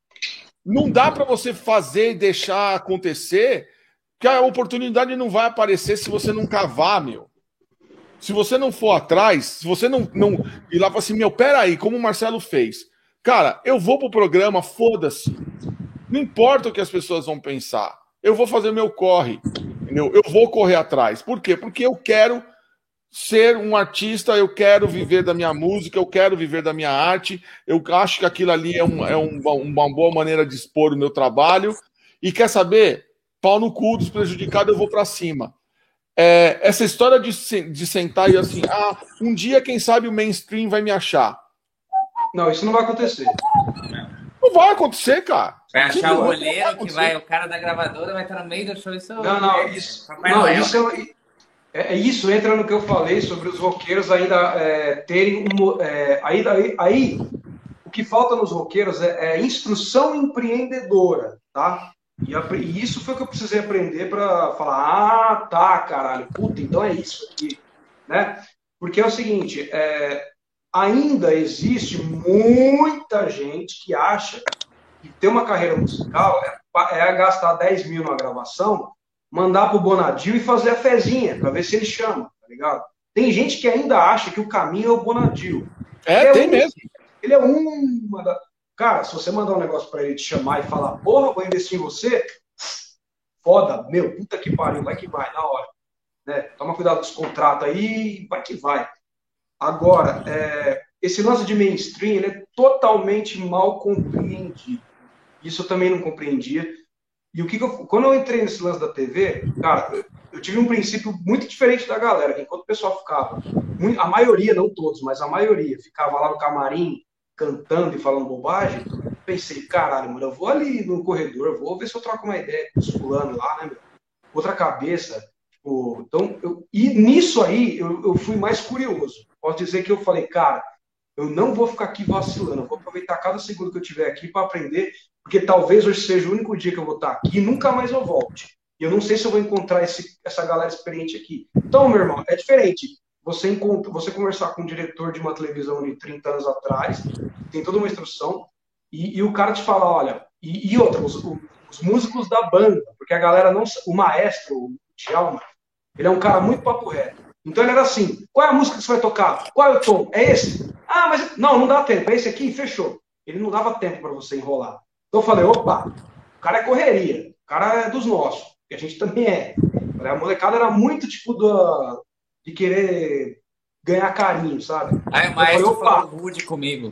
Não dá para você fazer e deixar acontecer, que a oportunidade não vai aparecer se você não cavar, meu. Se você não for atrás, se você não, não ir lá e falar assim, meu, peraí, como o Marcelo fez. Cara, eu vou pro programa, foda-se. Não importa o que as pessoas vão pensar. Eu vou fazer meu corre. Entendeu? Eu vou correr atrás. Por quê? Porque eu quero ser um artista, eu quero viver da minha música, eu quero viver da minha arte. Eu acho que aquilo ali é, um, é um, uma boa maneira de expor o meu trabalho. E quer saber? Pau no cu dos prejudicados, eu vou para cima. É, essa história de, de sentar e assim, ah, um dia, quem sabe, o mainstream vai me achar. Não, isso não vai acontecer. Não vai acontecer, cara. Vai achar Não o vai roleiro que acontecer. vai, o cara da gravadora vai estar no meio do show. Isso Não, não, é- isso. Papai Não, Noel. isso é, é, isso entra no que eu falei sobre os roqueiros ainda é, terem um. É, aí, aí, aí, o que falta nos roqueiros é, é instrução empreendedora, tá? E, a, e isso foi o que eu precisei aprender para falar, ah, tá, caralho, puta, então é isso aqui, né? Porque é o seguinte, é, ainda existe muita gente que acha que ter uma carreira musical é, é gastar dez mil numa gravação, mandar pro Bonadil e fazer a fezinha, para ver se ele chama, tá ligado? Tem gente que ainda acha que o caminho é o Bonadil. É, Ele tem um, mesmo. Ele é uma da... Cara, se você mandar um negócio para ele te chamar e falar, porra, vou investir em você, foda, meu, puta que pariu, vai que vai, na hora. Né? Toma cuidado com os contratos aí, vai que vai. Agora, é, esse lance de mainstream, ele é totalmente mal compreendido. Isso eu também não compreendia. E o que, que eu, quando eu entrei nesse lance da T V, cara, eu, eu tive um princípio muito diferente da galera, que enquanto o pessoal ficava, muito, a maioria, não todos, mas a maioria, ficava lá no camarim, cantando e falando bobagem, pensei, caralho, mano, eu vou ali no corredor, vou ver se eu troco uma ideia com os fulano lá, né, meu? Outra cabeça. Tipo, então, eu, e nisso aí, eu, eu fui mais curioso. Posso dizer que eu falei, cara, eu não vou ficar aqui vacilando, eu vou aproveitar cada segundo que eu tiver aqui para aprender, porque talvez hoje seja o único dia que eu vou estar aqui e nunca mais eu volte. E eu não sei se eu vou encontrar esse, essa galera experiente aqui. Então, meu irmão, é diferente. Você, encontra, você conversar com um diretor de uma televisão de trinta anos atrás, tem toda uma instrução, e, e o cara te fala, olha, e, e outra, os, os músicos da banda, porque a galera não... O maestro, o Djalma, ele é um cara muito papo reto. Então ele era assim, qual é a música que você vai tocar? Qual é o tom? É esse? Ah, mas não, não dá tempo, é esse aqui? Fechou. Ele não dava tempo para você enrolar. Então eu falei, opa, o cara é correria, o cara é dos nossos, e a gente também é. A molecada era muito tipo da... de querer ganhar carinho, sabe? Aí o maestro falou rude comigo.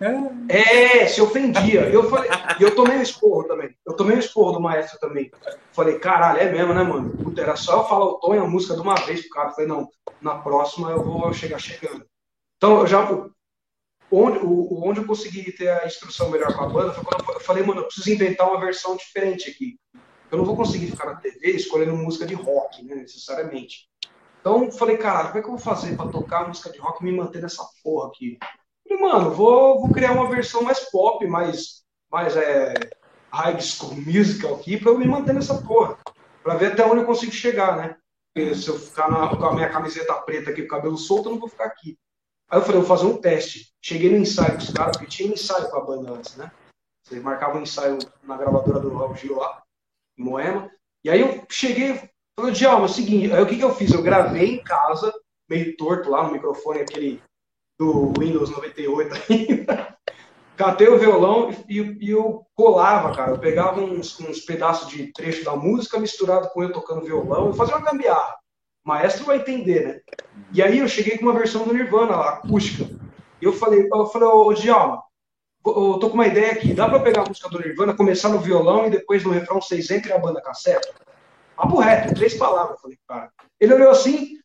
É, se ofendia. Eu falei, e eu tomei um esporro também. Eu tomei um esporro do maestro também. Falei, caralho, é mesmo, né, mano? Puta, era só eu falar o tom e a música de uma vez pro cara. Falei, não, na próxima eu vou chegar chegando. Então, eu já. Onde, onde eu consegui ter a instrução melhor com a banda foi quando eu falei, mano, eu preciso inventar uma versão diferente aqui. Eu não vou conseguir ficar na T V escolhendo música de rock, né, necessariamente. Então, falei, caralho, como é que eu vou fazer pra tocar música de rock e me manter nessa porra aqui? Falei, mano, vou, vou criar uma versão mais pop, mais, mais é, high school musical aqui, pra eu me manter nessa porra. Pra ver até onde eu consigo chegar, né? Porque se eu ficar na, com a minha camiseta preta aqui, com o cabelo solto, eu não vou ficar aqui. Aí eu falei, vou fazer um teste. Cheguei no ensaio com os caras, porque tinha ensaio com a banda antes, né? Vocês marcavam um ensaio na gravadora do Raul Gil lá, em Moema. E aí eu cheguei, falei, Djalma, é o seguinte, aí o que que eu fiz? Eu gravei em casa, meio torto lá no microfone, aquele do Windows noventa e oito ainda. Catei o violão e, e eu colava, cara. Eu pegava uns, uns pedaços de trecho da música misturado com eu tocando violão e fazia uma gambiarra. O maestro vai entender, né? E aí eu cheguei com uma versão do Nirvana lá, acústica. E eu falei, eu falei, ô Djalma, eu tô com uma ideia aqui. Dá pra pegar a música do Nirvana, começar no violão e depois no refrão vocês entrem a banda casseta? Papo reto, três palavras. Eu falei, cara. Ele olhou assim,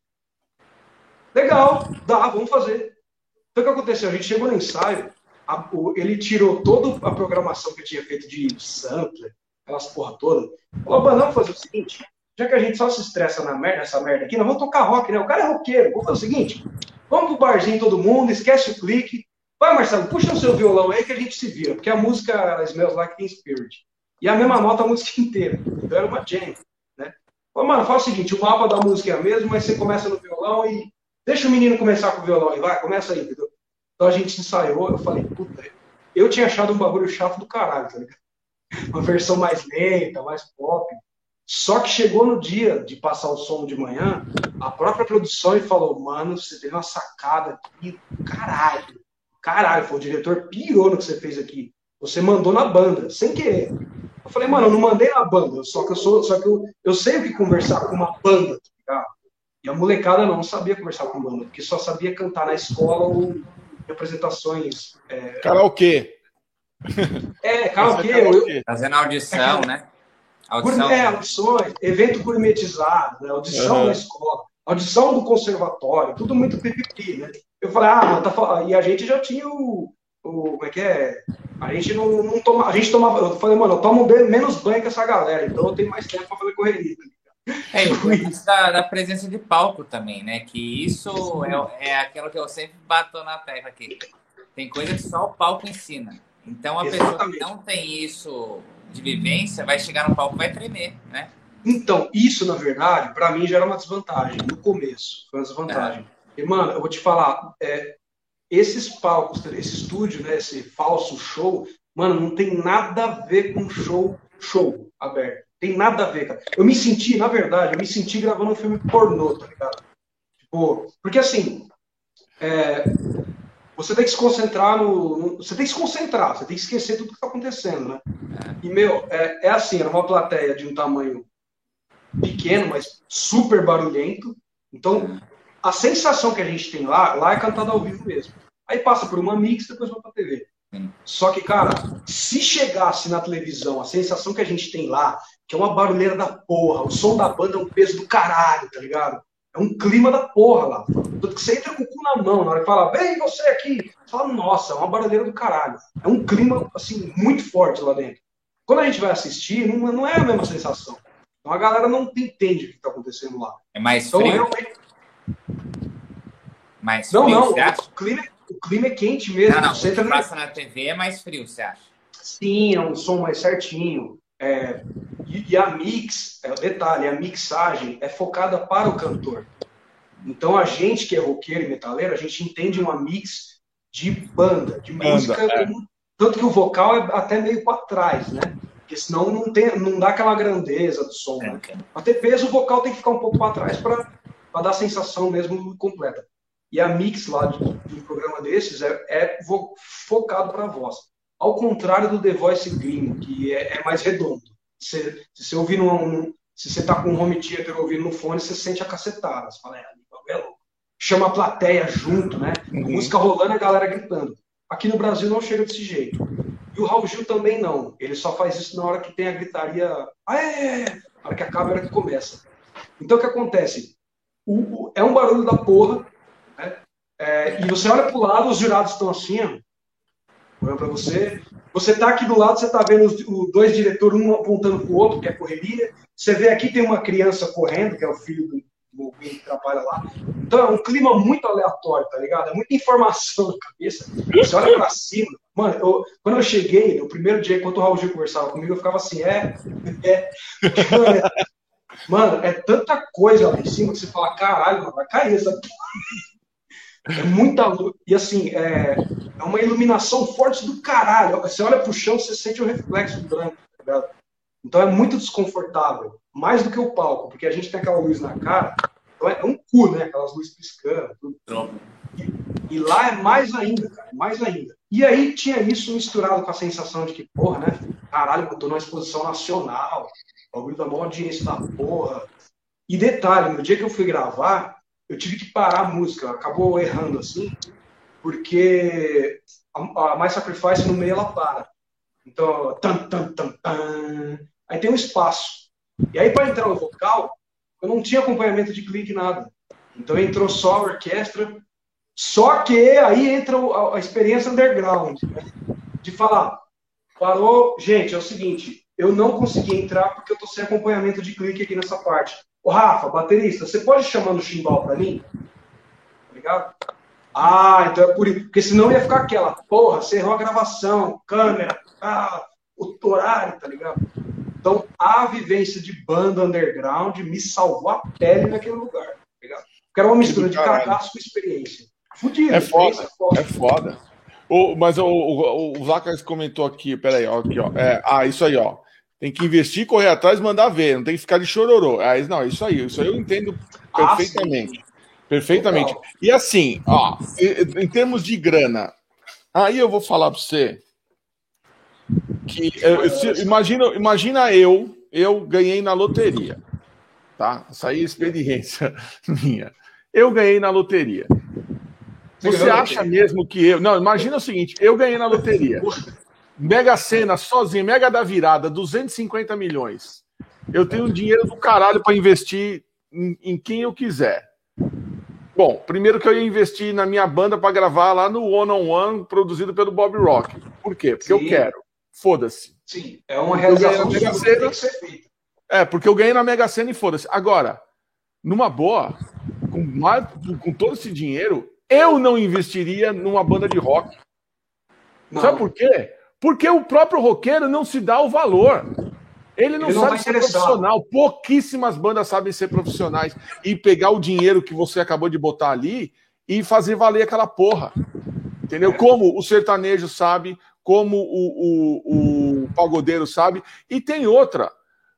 legal, dá, vamos fazer. Então o que aconteceu? A gente chegou no ensaio, a, o, ele tirou toda a programação que eu tinha feito de sampler, aquelas porra toda. Falou, mano, vamos fazer o seguinte, já que a gente só se estressa na merda, nessa merda aqui, nós vamos tocar rock, né? O cara é roqueiro. Vamos fazer o seguinte, vamos pro barzinho todo mundo, esquece o clique. Vai, Marcelo, puxa o seu violão aí que a gente se vira, porque a música Smells Like Teen Spirit. E a mesma nota a música inteira. Então era uma jam, né? Falei, mano, fala o seguinte, o mapa da música é a mesma, mas você começa no violão e deixa o menino começar com o violão e vai, começa aí, entendeu? Então a gente ensaiou, eu falei, puta, eu tinha achado um bagulho chato do caralho, tá ligado? Uma versão mais lenta, mais pop. Só que chegou no dia de passar o som de manhã, a própria produção e falou, mano, você teve uma sacada aqui, caralho. Caralho, foi o diretor pirou no que você fez aqui. Você mandou na banda, sem querer. Eu falei, mano, eu não mandei na banda, só que eu sou, só que eu, eu sei o que conversar com uma banda, tá ligado? E a molecada não sabia conversar com banda, porque só sabia cantar na escola ou em apresentações. É... Karaokê. É, karaokê. Eu... Fazendo audição, né? Audição. É, audições, evento gourmetizado, né? Audição uhum. na escola, audição do conservatório, tudo muito pipipi, né? Eu falei, ah, mano, tá falando. E a gente já tinha o. o como é que é? A gente não, não toma, a gente tomava. Eu falei, mano, eu tomo menos banho que essa galera, então eu tenho mais tempo pra fazer correria. É, isso da, da presença de palco também, né? Que isso é, é aquilo que eu sempre bato na tecla aqui. Tem coisa que só o palco ensina. Então a Exatamente. pessoa que não tem isso de vivência vai chegar no palco e vai tremer, né? Então, isso, na verdade, pra mim já era uma desvantagem. No começo, foi uma desvantagem. É. E, mano, eu vou te falar, é, esses palcos, esse estúdio, né, esse falso show, mano, não tem nada a ver com show, show aberto. Tem nada a ver, cara. Eu me senti, na verdade, eu me senti gravando um filme pornô, tá ligado? Tipo, porque assim, é, você tem que se concentrar no, no... Você tem que se concentrar, você tem que esquecer tudo que tá acontecendo, né? E, meu, é, é assim, era uma plateia de um tamanho pequeno, mas super barulhento. Então, a sensação que a gente tem lá, lá é cantada ao vivo mesmo. Aí passa por uma mix, depois vai pra T V. Só que, cara, se chegasse na televisão, a sensação que a gente tem lá, que é uma barulheira da porra, o som da banda é um peso do caralho, tá ligado? É um clima da porra lá. Tanto que você entra com o cu na mão, na hora que fala, vem você aqui, você fala, nossa, é uma barulheira do caralho. É um clima, assim, muito forte lá dentro. Quando a gente vai assistir, não, não é a mesma sensação. Então a galera não entende o que está acontecendo lá. É mais então, frio? Realmente... Mais não, frio, não, você acha? O clima, o clima é quente mesmo. Não, não, você o que também... passa na T V é mais frio, você acha? Sim, é um som mais certinho. É... E, e a mix, é, detalhe, a mixagem é focada para o cantor. Então a gente que é roqueiro e metaleiro, a gente entende uma mix de banda, de banda, música, é. como... tanto que o vocal é até meio para trás, né? Porque senão não, tem, não dá aquela grandeza do som, né? Para ter peso, o vocal tem que ficar um pouco para trás para dar a sensação mesmo completa. E a mix lá de, de um programa desses é, é focado para a voz. Ao contrário do The Voice Gringo, que é, é mais redondo. Se, se você ouvir num, se você tá com um home theater ouvindo no fone, você sente a cacetada. Você fala, é, é louco. Chama a plateia junto, né? Uhum. A música rolando e a galera gritando. Aqui no Brasil não chega desse jeito. E o Raul Gil também não. Ele só faz isso na hora que tem a gritaria. Aê! Na hora que acaba, é a hora que começa. Então o que acontece? O, o, é um barulho da porra, né? É, e você olha pro lado, os jurados estão assim, ó, olhando pra você. Você tá aqui do lado, você tá vendo os, os dois diretores, um apontando pro outro, que é correria. Você vê aqui tem uma criança correndo, que é o filho do, do que trabalha lá. Então é um clima muito aleatório, tá ligado? É muita informação na cabeça. Você olha pra cima. Mano, eu, quando eu cheguei, no primeiro dia, enquanto o Raul Gil conversava comigo, eu ficava assim, é, é. Mano, é tanta coisa lá em cima que você fala, caralho, mano, vai cair essa porra. É muita luz. E assim, é, é uma iluminação forte do caralho. Você olha pro chão, você sente o reflexo branco, tá ligado? Então é muito desconfortável. Mais do que o palco, porque a gente tem aquela luz na cara, então é um cu, né? Aquelas luzes piscando. Tudo. E, e lá é mais ainda, cara, mais ainda. E aí tinha isso misturado com a sensação de que, porra, né? Caralho, eu tô numa exposição nacional, o bagulho da maior audiência da porra. E detalhe, no dia que eu fui gravar, eu tive que parar a música, acabou errando assim, porque a, a My Sacrifice no meio ela para. Então, tan, tan, tan, tan. Aí tem um espaço. E aí, para entrar no vocal, eu não tinha acompanhamento de clique, nada. Então entrou só a orquestra. Só que aí entra a, a experiência underground, né? De falar, parou, gente, é o seguinte, eu não consegui entrar porque eu tô sem acompanhamento de clique aqui nessa parte. Ô, Rafa, baterista, você pode chamar no chimbal para mim? Tá ligado? Ah, então é por isso. Porque senão ia ficar aquela, porra, você errou a gravação, câmera, ah, o horário, tá ligado? Então, a vivência de banda underground me salvou a pele naquele lugar, tá ligado? Porque era uma mistura de cagaço com experiência. Fudido. É foda, é foda. O, mas o, o, o Zacas comentou aqui, peraí, ó, aqui, ó. É, ah, isso aí, ó. Tem que investir, correr atrás, mandar ver, não tem que ficar de chororô. Ah, não, isso aí, isso aí eu entendo perfeitamente. Ah, perfeitamente. Legal. E assim, ó, em, em termos de grana, aí eu vou falar para você que eu, se, imagina, imagina eu, eu ganhei na loteria, tá? Essa aí é experiência minha. Eu ganhei na loteria. Você acha mesmo que eu... Não, imagina o seguinte, eu ganhei na loteria. Mega Sena, sozinho, Mega da Virada, duzentos e cinquenta milhões. Eu tenho dinheiro do caralho para investir em, em quem eu quiser. Bom, primeiro que eu ia investir na minha banda para gravar lá no One on One, produzido pelo Bob Rock. Por quê? Porque Sim. eu quero. Foda-se. Sim, é uma realização que tem que ser feita. É, porque eu ganhei na Mega Sena e foda-se. Agora, numa boa, com, mais, com todo esse dinheiro, eu não investiria numa banda de rock. Não. Sabe por quê? Porque o próprio roqueiro não se dá o valor. Ele não, Ele não sabe ser profissional. Pouquíssimas bandas sabem ser profissionais e pegar o dinheiro que você acabou de botar ali e fazer valer aquela porra. Entendeu? Como o sertanejo sabe, como o, o, o pagodeiro sabe. E tem outra.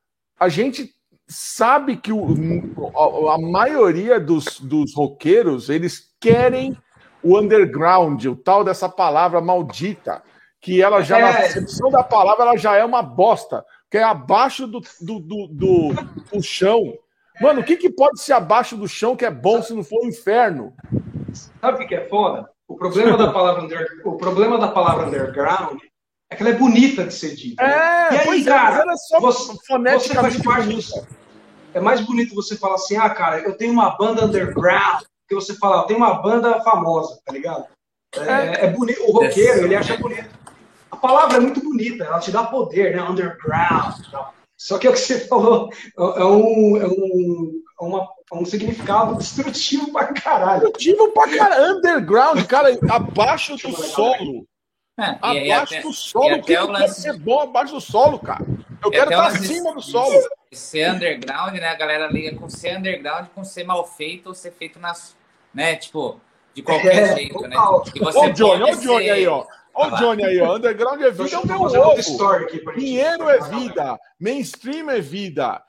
A gente sabe que o, a, a maioria dos, dos roqueiros, eles querem o underground, o tal dessa palavra maldita, que ela já, é. na percepção da palavra, ela já é uma bosta, que é abaixo do, do, do, do, do chão. Mano, o que, que pode ser abaixo do chão que é bom se não for o inferno? Sabe o que é foda? O problema da palavra, under, o problema da palavra underground é que ela é bonita de ser dita. É, e aí, pois cara, é, era só você, você faz parte disso. É mais bonito você falar assim, ah, cara, eu tenho uma banda underground, que você fala, eu tenho uma banda famosa, tá ligado? É, é bonito, o roqueiro, ele acha bonito. A palavra é muito bonita, ela te dá poder, né? Underground. Tal. Só que é o que você falou, é um, é um, é uma, é um significado destrutivo pra caralho. Destrutivo pra caralho. Underground, cara, abaixo do solo. É, abaixo até, do solo. O que pode lance... ser bom abaixo do solo, cara? Eu e quero estar acima do solo. Ser underground, né? A galera liga com ser underground, com ser mal feito ou ser feito nas. Né? Tipo, de qualquer é, jeito, né? Olha o Johnny, olha o Johnny aí, ó. Olha o Johnny aí, ó. Underground é vida, é o meu ovo. Dinheiro é vida. Mainstream é vida.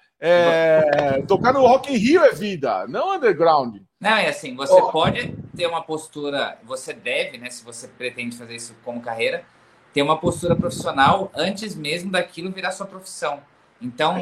É... Tocar no Rock in Rio é vida, não underground. Não, é assim, você oh. pode ter uma postura, você deve, né? Se você pretende fazer isso como carreira, ter uma postura profissional antes mesmo daquilo virar sua profissão. Então,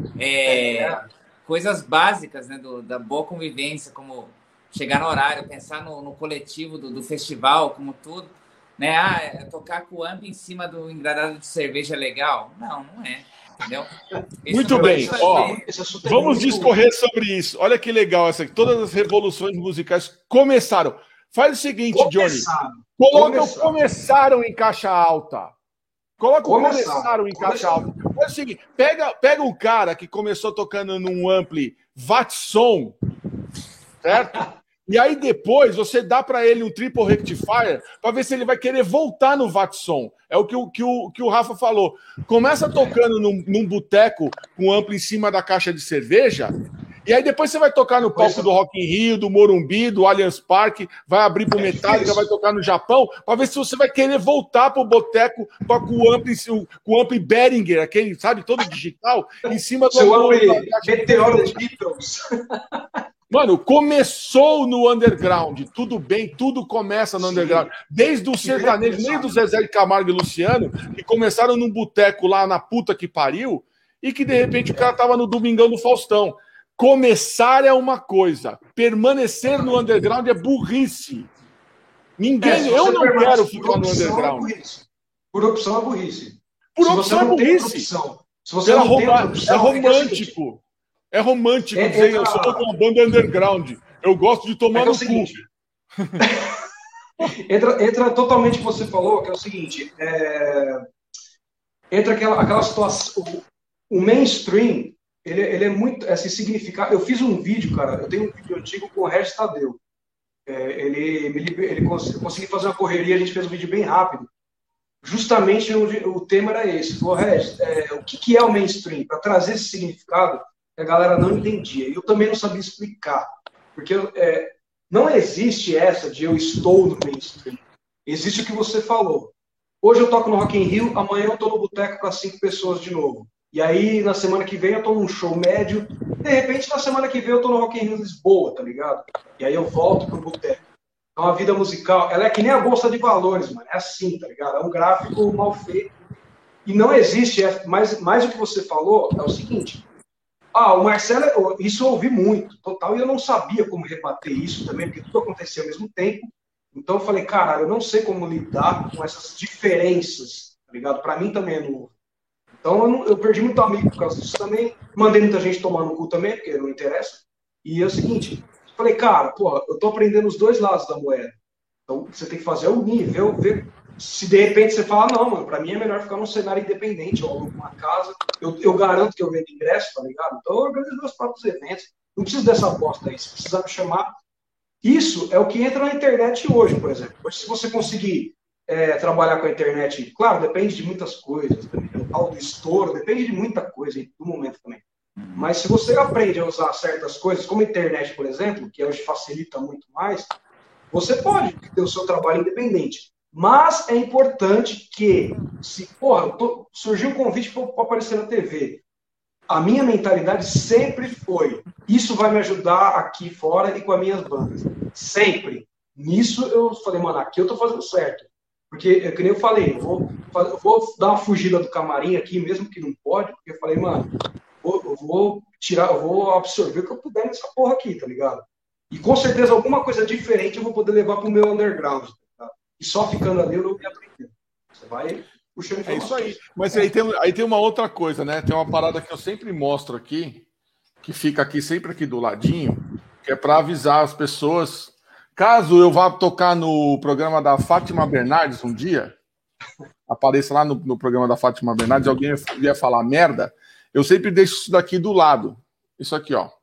é é, coisas básicas, né, do, da boa convivência, como chegar no horário, pensar no, no coletivo do, do festival, como tudo. Né? Ah, é, tocar com o amp em cima do engradado de cerveja é legal? Não, não é. Entendeu? Isso muito bem. Ó, vamos discorrer sobre isso. Olha que legal essa aqui. Todas as revoluções musicais começaram. Faz o seguinte, começaram. Johnny. Coloca começaram. o começaram em caixa alta. Coloca o começaram, começaram em caixa alta. Faz o seguinte, pega, pega um cara que começou tocando num ampli Watson, certo? E aí depois você dá para ele um triple rectifier para ver se ele vai querer voltar no Watson. É o que o, que o, que o Rafa falou. Começa tocando num, num boteco com amplo em cima da caixa de cerveja, e aí depois você vai tocar no palco do Rock in Rio, do Morumbi, do Allianz Parque, vai abrir pro Metallica, vai tocar no Japão, para ver se você vai querer voltar pro boteco com o ampli, com o ampli Behringer, aquele, sabe, todo digital, em cima do... Seu ampli Meteoro de Beatles. Mano, começou no underground, tudo bem, tudo começa no Sim. underground. Desde o sertanejo, desde o Zezé de Camargo e Luciano, que começaram num boteco lá na puta que pariu, e que de repente o cara tava no Domingão do Faustão. Começar é uma coisa, permanecer no underground é burrice. Ninguém, é, eu não quero ficar no underground. É por opção é burrice. Por opção é burrice. Se Se você não tem outra opção, é romântico. É, é romântico é, dizer, é, eu sou uma banda underground. Eu gosto de tomar é no seguinte, cu. entra, entra totalmente o que você falou, que é o seguinte, é, entra aquela, aquela situação, o, o mainstream, ele, ele é muito, esse significado, eu fiz um vídeo, cara, eu tenho um vídeo antigo com o Regis Tadeu, é, ele, ele, ele consegui, consegui fazer uma correria, a gente fez um vídeo bem rápido, justamente o, o tema era esse, falou, Regis, é, o que, que é o mainstream? Para trazer esse significado, a galera não entendia, e eu também não sabia explicar, porque é, não existe essa de eu estou no mainstream. Existe o que você falou. Hoje eu toco no Rock in Rio, amanhã eu estou no boteco com as cinco pessoas de novo. E aí, na semana que vem, eu estou num show médio. De repente, na semana que vem, eu estou no Rock in Rio Lisboa, tá ligado? E aí eu volto pro boteco. Então, a vida musical, ela é que nem a bolsa de valores, mano. É assim, tá ligado? É um gráfico mal feito. E não existe, é, mais, mais o que você falou, é o seguinte... Ah, o Marcelo, isso eu ouvi muito, total, e eu não sabia como rebater isso também, porque tudo acontecia ao mesmo tempo. Então eu falei, caralho, eu não sei como lidar com essas diferenças, tá ligado? Pra mim também é novo. Então eu, não, eu perdi muito amigo por causa disso também, mandei muita gente tomar no cu também, porque não interessa. E é o seguinte, eu falei, cara, porra, eu tô aprendendo os dois lados da moeda. Então você tem que fazer o nível, ver... Se de repente você fala, não, mano, pra mim é melhor ficar num cenário independente, eu alugo uma casa, eu, eu garanto que eu vendo ingresso, tá ligado? Então eu organizo meus próprios eventos, não preciso dessa aposta aí, se precisar me chamar. Isso é o que entra na internet hoje, por exemplo. Hoje, se você conseguir é, trabalhar com a internet, claro, depende de muitas coisas, o tal do estouro, depende de muita coisa, do momento também. Mas se você aprende a usar certas coisas, como a internet, por exemplo, que hoje facilita muito mais, você pode ter o seu trabalho independente. Mas é importante que, se porra, tô, surgiu um convite para aparecer na T V, a minha mentalidade sempre foi, isso vai me ajudar aqui fora e com as minhas bandas. Sempre. Nisso eu falei, mano, aqui eu tô fazendo certo. Porque, é que nem eu falei, eu vou, eu vou dar uma fugida do camarim aqui, mesmo que não pode, porque eu falei, mano, eu, eu vou tirar, eu vou absorver o que eu puder nessa porra aqui, tá ligado? E com certeza alguma coisa diferente eu vou poder levar pro meu underground. E só ficando ali eu não ia aprender. Você vai puxando informação. É isso aí. Mas aí tem, aí tem uma outra coisa, né? Tem uma parada que eu sempre mostro aqui, que fica aqui sempre aqui do ladinho, que é para avisar as pessoas. Caso eu vá tocar no programa da Fátima Bernardes um dia, apareça lá no, no programa da Fátima Bernardes, alguém ia falar merda, eu sempre deixo isso daqui do lado. Isso aqui, ó.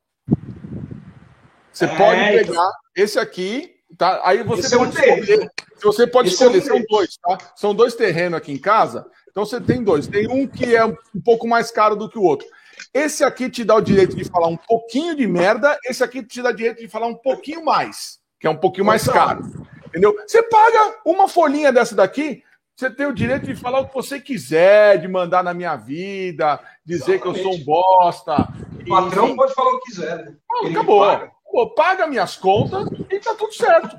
Você é, pode pegar então... esse aqui, tá? Aí você esse pode é um escolher. Você pode esse escolher, é um são dois, tá? São dois terrenos aqui em casa. Então você tem dois. Tem um que é um pouco mais caro do que o outro. Esse aqui te dá o direito de falar um pouquinho de merda, esse aqui te dá o direito de falar um pouquinho mais, que é um pouquinho mais caro. Entendeu? Você paga uma folhinha dessa daqui, você tem o direito de falar o que você quiser, de mandar na minha vida, dizer Exatamente. Que eu sou um bosta. O patrão enfim. Pode falar o que quiser. Né? Acabou. Paga. Pô, paga minhas contas e tá tudo certo.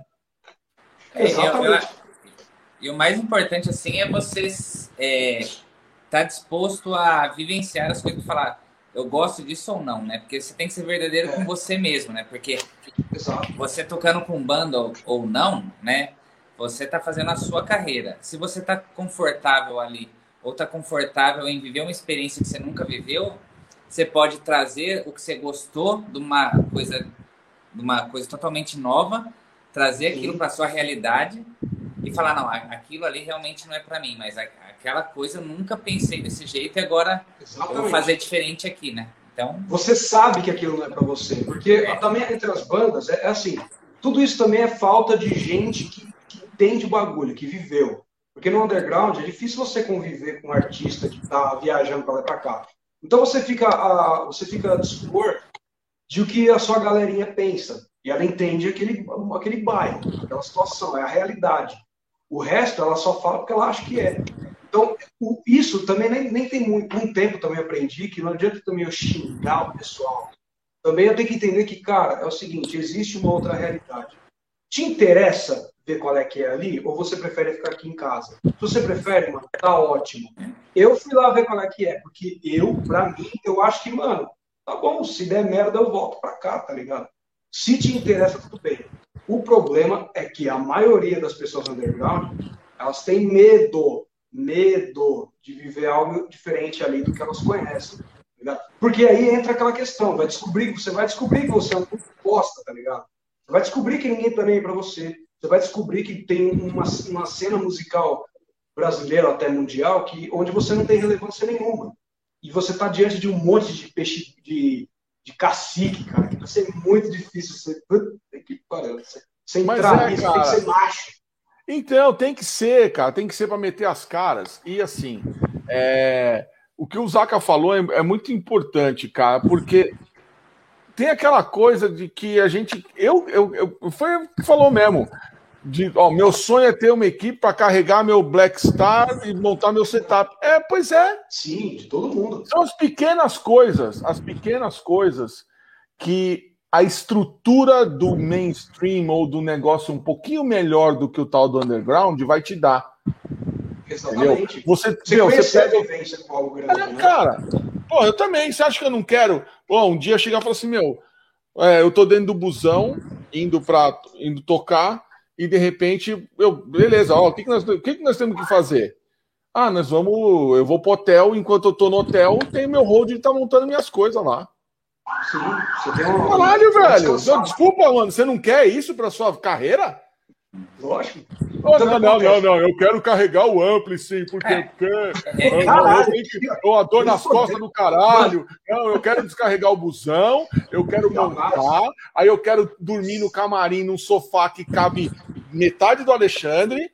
É, Exatamente. Eu, eu, e o mais importante, assim, é você estar é, tá disposto a vivenciar as coisas e falar, eu gosto disso ou não, né? Porque você tem que ser verdadeiro é. Com você mesmo, né? Porque Exato. Você tocando com banda ou, ou não, né? Você tá fazendo a sua carreira. Se você tá confortável ali, ou tá confortável em viver uma experiência que você nunca viveu, você pode trazer o que você gostou de uma coisa, de uma coisa totalmente nova, trazer aquilo para sua realidade e falar, não, aquilo ali realmente não é para mim, mas aquela coisa eu nunca pensei desse jeito e agora Exatamente. Eu vou fazer diferente aqui, né? Então... Você sabe que aquilo não é para você, porque é. Também entre as bandas, é, é assim, tudo isso também é falta de gente que, que entende o bagulho, que viveu. Porque no underground é difícil você conviver com um artista que tá viajando para lá e para cá. Então você fica a, você fica a dispor de o que a sua galerinha pensa. E ela entende aquele, aquele bairro, aquela situação, é a realidade. O resto ela só fala porque ela acha que é. Então, o, isso também nem, nem tem muito. Um tempo também aprendi que não adianta também eu xingar o pessoal. Também eu tenho que entender que, cara, é o seguinte, existe uma outra realidade. Te interessa ver qual é que é ali? Ou você prefere ficar aqui em casa? Se você prefere, mano, tá ótimo. Eu fui lá ver qual é que é, porque eu, pra mim, eu acho que, mano, tá bom, se der merda eu volto pra cá, tá ligado? Se te interessa, tudo bem. O problema é que a maioria das pessoas underground, elas têm medo medo de viver algo diferente ali do que elas conhecem. Tá ligado? Porque aí entra aquela questão, vai descobrir, você vai descobrir que você é um bosta, tá ligado? Você vai descobrir que ninguém tá nem aí pra você. Você vai descobrir que tem uma, uma cena musical brasileira até mundial que, onde você não tem relevância nenhuma. E você tá diante de um monte de peixe, de, de cacique, cara, que vai ser muito difícil você, que, cara, você, você entrar é, nisso, cara, tem que ser macho. Então, tem que ser, cara, tem que ser para meter as caras. E assim, é, o que o Zaca falou é, é muito importante, cara, porque tem aquela coisa de que a gente. Eu, eu, eu foi o que falou mesmo. De, ó, meu sonho é ter uma equipe para carregar meu Black Star e montar meu setup. É, pois é. Sim, de todo mundo. São as pequenas coisas, as pequenas coisas que a estrutura do mainstream ou do negócio um pouquinho melhor do que o tal do underground vai te dar. Exatamente. Entendeu? Você, você meu, você pega... a vivência com algo grande, é, né? Cara, pô, eu também. Você acha que eu não quero? Pô, um dia chegar e falar assim, meu, é, eu tô dentro do busão, indo para indo tocar, e de repente, eu, beleza, ó, o que, que, nós, o que, que nós temos que fazer? Ah, nós vamos, eu vou pro hotel, enquanto eu tô no hotel, tem meu hold e tá montando minhas coisas lá. Sim, você tem uma... Caralho, velho. Desculpa, mano, você não quer isso pra sua carreira? Lógico. Oh, não, não, não, não, eu quero carregar o ampli, sim, porque é. eu, eu, eu, eu a dor nas costas do caralho. Não, eu quero descarregar o busão, eu quero montar, aí eu quero dormir no camarim, num sofá que cabe metade do Alexandre,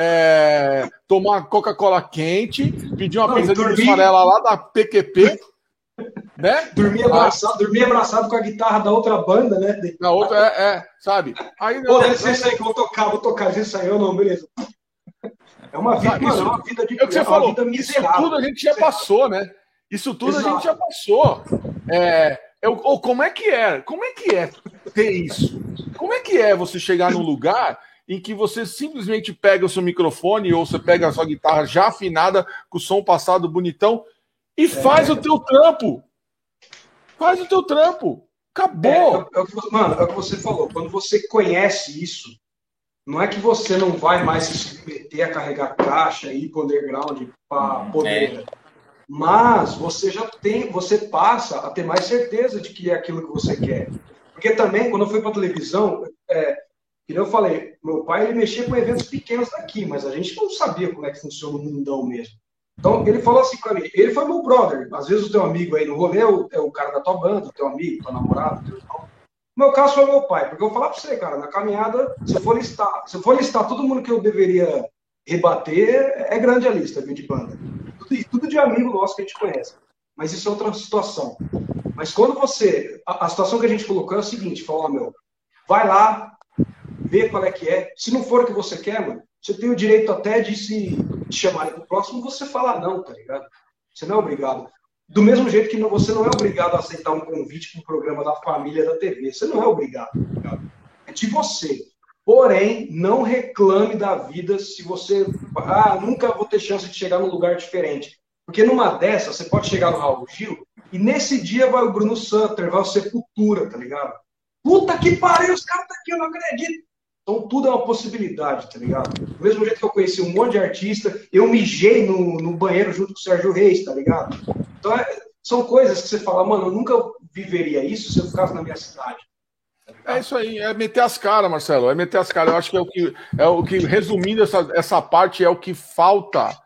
é, tomar Coca-Cola quente, pedir uma pizza de mussarela lá da P Q P, né? Dormir abraçado, dormir abraçado com a guitarra da outra banda, né? Na outra, é, é sabe? Aí, Pô, deve ser isso aí que eu vou tocar, vou tocar, isso aí ou não, beleza. É uma vida, mano, é uma vida de é o que você falou, vida miserável. Isso tudo a gente já passou, né? Isso tudo Exato. a gente já passou. É, eu, ou como é que é? Como é que é ter isso? Como é que é você chegar num lugar em que você simplesmente pega o seu microfone ou você pega a sua guitarra já afinada, com o som passado bonitão, e faz é. o teu trampo? Faz o teu trampo. Acabou. É, é, é o que, mano, é o que você falou. Quando você conhece isso, não é que você não vai mais se submeter a carregar caixa e ir pro underground para poder. É. Mas você já tem, você passa a ter mais certeza de que é aquilo que você quer. Porque também, quando eu fui para televisão, é, que eu falei, meu pai ele mexia com eventos pequenos daqui, mas a gente não sabia como é que funciona o mundão mesmo. Então, ele falou assim pra mim, ele foi meu brother, às vezes o teu amigo aí no rolê é o, é o cara da tua banda, o teu amigo, teu namorado, teu irmão. No meu caso foi meu pai, porque eu vou falar pra você, cara, na caminhada, se eu for listar, se eu for listar todo mundo que eu deveria rebater, é grande a lista, viu, de banda. Tudo, tudo de amigo nosso que a gente conhece. Mas isso é outra situação. Mas quando você, a, a situação que a gente colocou é o seguinte, fala, meu, vai lá, vê qual é que é, se não for o que você quer, mano, você tem o direito até de se te chamarem pro próximo, você falar não, tá ligado? Você não é obrigado. Do mesmo jeito que não, você não é obrigado a aceitar um convite para um programa da família da T V. Você não é obrigado, tá ligado? É de você. Porém, não reclame da vida se você... Ah, nunca vou ter chance de chegar num lugar diferente. Porque numa dessas, você pode chegar no Raul Gil e nesse dia vai o Bruno Sutter, vai o Sepultura, tá ligado? Puta que pariu, os caras tá aqui, eu não acredito. Então, tudo é uma possibilidade, tá ligado? Do mesmo jeito que eu conheci um monte de artista, eu mijei no, no banheiro junto com o Sérgio Reis, tá ligado? Então, é, são coisas que você fala, mano, eu nunca viveria isso se eu ficasse na minha cidade. Tá é isso aí, é meter as caras, Marcelo, é meter as caras. Eu acho que é o que, é o que resumindo essa, essa parte, é o que falta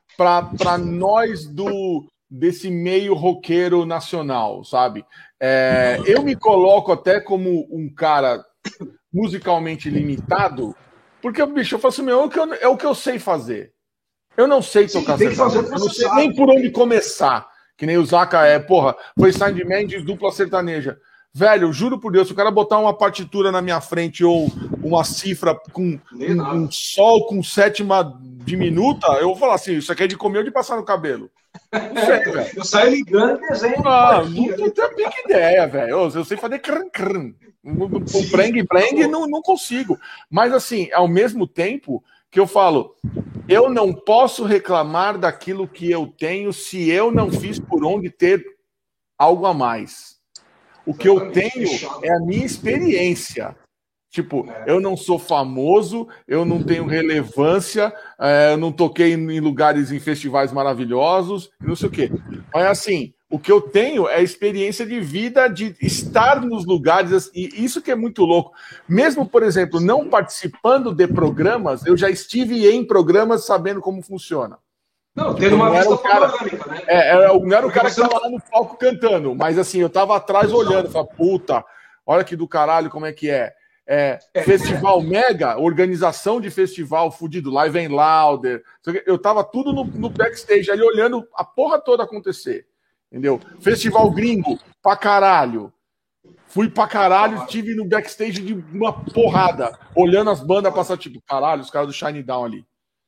para nós do desse meio roqueiro nacional, sabe? É, eu me coloco até como um cara musicalmente limitado, porque, bicho, eu falo assim, meu, é o que eu, é o que eu sei fazer. Eu não sei tocar sertanejo, eu não sei nem por onde começar. Que nem o Zaca é, porra, foi Sandman de dupla sertaneja. Velho, juro por Deus, se o cara botar uma partitura na minha frente ou uma cifra com um, um sol com sétima diminuta, eu vou falar assim, isso aqui é de comer ou de passar no cabelo. Não sei, velho. Eu saio ligando e desenho. Ah, não, não tenho a pica ideia, velho. Eu, eu sei fazer crã, crã. Um preng, preng, não, não consigo. Mas, assim, ao mesmo tempo que eu falo, eu não posso reclamar daquilo que eu tenho se eu não fiz por onde ter algo a mais. O que eu tenho é a minha experiência. Tipo, é. eu não sou famoso, eu não tenho relevância, é, eu não toquei em lugares, em festivais maravilhosos, não sei o quê. Mas, assim, o que eu tenho é a experiência de vida, de estar nos lugares, e isso que é muito louco. Mesmo, por exemplo, não participando de programas, eu já estive em programas sabendo como funciona. Não, tendo uma vista panorâmica, né? É, eu não era o cara que estava lá no palco cantando, mas, assim, eu estava atrás olhando, falei, puta, olha que do caralho, como é que é. É, festival mega, organização de festival fudido, Live and Louder. Eu tava tudo no, no backstage, ali olhando a porra toda acontecer. Entendeu? Festival gringo, pra caralho. Fui pra caralho, estive no backstage de uma porrada, olhando as bandas passar, tipo, caralho, os caras do Shine Down ali.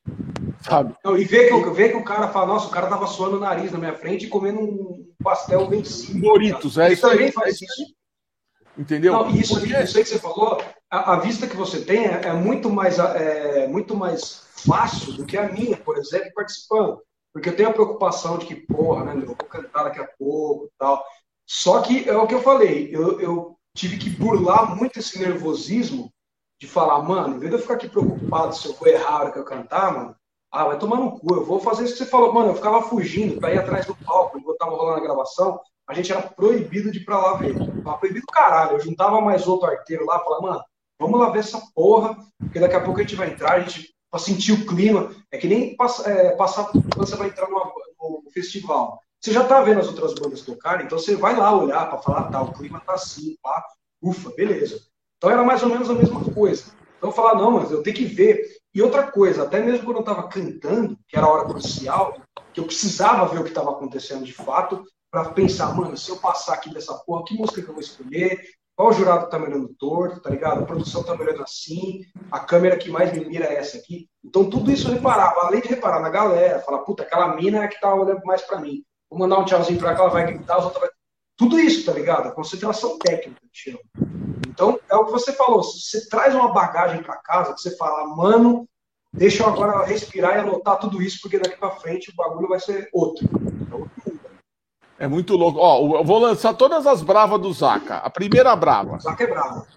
Sabe? Não, e ver que, ver que o cara fala, nossa, o cara tava suando o nariz na minha frente e comendo um pastel vencido. Doritos, é isso aí. Também faz isso. Entendeu? Não, isso, isso aí que você falou, a, a vista que você tem é, é, muito mais, é muito mais fácil do que a minha, por exemplo, participando. Porque eu tenho a preocupação de que, porra, né, meu, eu vou cantar daqui a pouco e tal. Só que é o que eu falei, eu, eu tive que burlar muito esse nervosismo de falar, mano, em vez de eu ficar aqui preocupado se eu vou errar a hora que eu cantar, mano, ah, vai tomar no cu, eu vou fazer isso que você falou. Mano, eu ficava fugindo pra ir atrás do palco, enquanto tava rolando a gravação. A gente era proibido de ir pra lá ver. Tava proibido caralho. Eu juntava mais outro arteiro lá, falava, mano, vamos lá ver essa porra, porque daqui a pouco a gente vai entrar, a gente pra sentir o clima. É que nem passa, é, passar quando você vai entrar numa, no festival. Você já tá vendo as outras bandas tocarem, então você vai lá olhar pra falar, tá, o clima tá assim, pá, ufa, beleza. Então era mais ou menos a mesma coisa. Então eu falava, não, mas eu tenho que ver. E outra coisa, até mesmo quando eu tava cantando, que era a hora crucial, que eu precisava ver o que estava acontecendo de fato, para pensar, mano, se eu passar aqui dessa porra, que música que eu vou escolher? Qual jurado tá me olhando torto, tá ligado? A produção tá me olhando assim, a câmera que mais me mira é essa aqui. Então tudo isso eu reparava, além de reparar na galera, falar, puta, aquela mina é que tá olhando mais para mim. Vou mandar um tchauzinho pra ela, que ela vai gritar, as outras vai... Tudo isso, tá ligado? A concentração técnica, que chama. Então, é o que você falou, se você traz uma bagagem para casa, que você fala, mano, deixa eu agora respirar e anotar tudo isso, porque daqui para frente o bagulho vai ser outro. É outro mundo. É muito louco. Ó, eu vou lançar todas as bravas do Zaca. A primeira brava. Zaca é brava.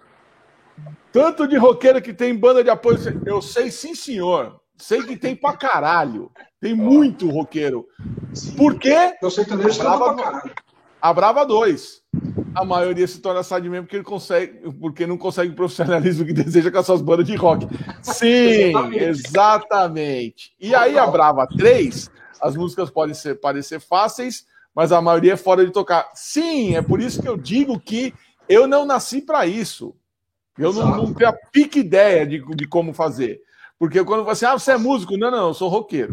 Tanto de roqueiro que tem banda de apoio. Eu sei, sim, senhor. Sei que tem pra caralho. Tem muito roqueiro. Sim. Por quê? Eu sei também que pra caralho. A Brava dois. A maioria se torna sideman porque ele consegue, porque não consegue o profissionalismo que deseja com as suas bandas de rock. Sim, exatamente. exatamente. E aí a Brava três, as músicas podem ser, parecer fáceis, mas a maioria é fora de tocar. Sim, é por isso que eu digo que eu não nasci para isso. Eu não, não tenho a pique ideia de, de como fazer. Porque quando você, ah, você é músico? Não, não, eu sou roqueiro.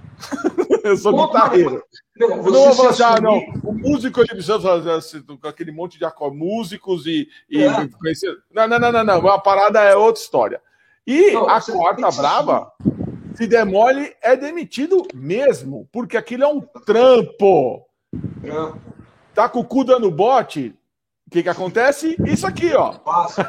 Eu sou Pô, guitarreiro. Não, eu não vou falar assim, ah, não, o músico ele precisa fazer com aquele monte de acordes, músicos e. e é. conhecer... Não, não, não, não, não. A parada é outra história. E não, a quarta brava, se demole, é demitido mesmo, porque aquilo é um trampo. Trampo. Tá com o cu dando bote, o que que acontece? Isso aqui, ó. Passa.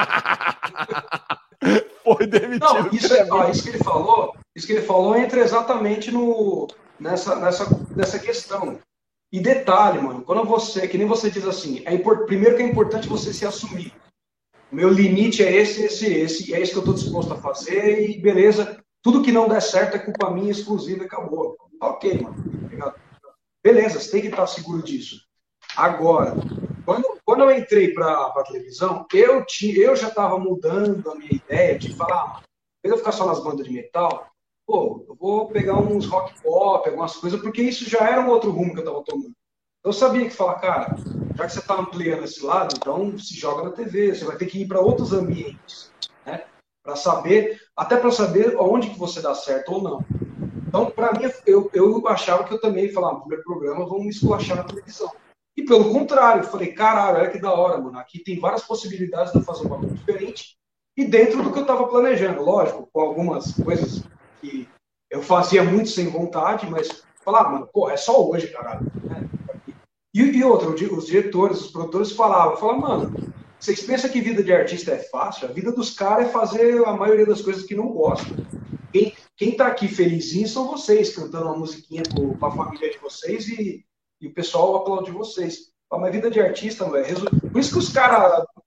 Foi demitido. Não, isso, é, ó, isso que ele falou, isso que ele falou entra exatamente no, nessa, nessa, nessa questão. E detalhe, mano, quando você, que nem você diz assim, é import, primeiro que é importante você se assumir. O meu limite é esse, esse, esse, é esse que eu estou disposto a fazer e beleza, tudo que não der certo é culpa minha exclusiva e acabou. Ok, mano. Beleza, você tem que estar seguro disso. Agora, quando, quando eu entrei para a televisão, eu, tinha, eu já estava mudando a minha ideia de falar, ah, em vez de eu ficar só nas bandas de metal, pô, eu vou pegar uns rock pop, algumas coisas, porque isso já era um outro rumo que eu estava tomando. Eu sabia que falar, cara, já que você está ampliando esse lado, então se joga na T V, você vai ter que ir para outros ambientes, né? Para saber, até para saber onde que você dá certo ou não. Então, para mim, eu, eu achava que eu também ia falar, no primeiro programa, vamos me esculachar na televisão. E pelo contrário, eu falei, caralho, olha que da hora, mano. Aqui tem várias possibilidades de eu fazer um bagulho diferente e dentro do que eu tava planejando. Lógico, com algumas coisas que eu fazia muito sem vontade, mas falar, mano, pô, é só hoje, caralho. E, e outra, os diretores, os produtores falavam, falavam, mano, vocês pensam que vida de artista é fácil? A vida dos caras é fazer a maioria das coisas que não gostam. Quem, quem tá aqui felizinho são vocês, cantando uma musiquinha para a família de vocês e E o pessoal aplaude vocês. Mas vida de artista, não é? Por isso que os caras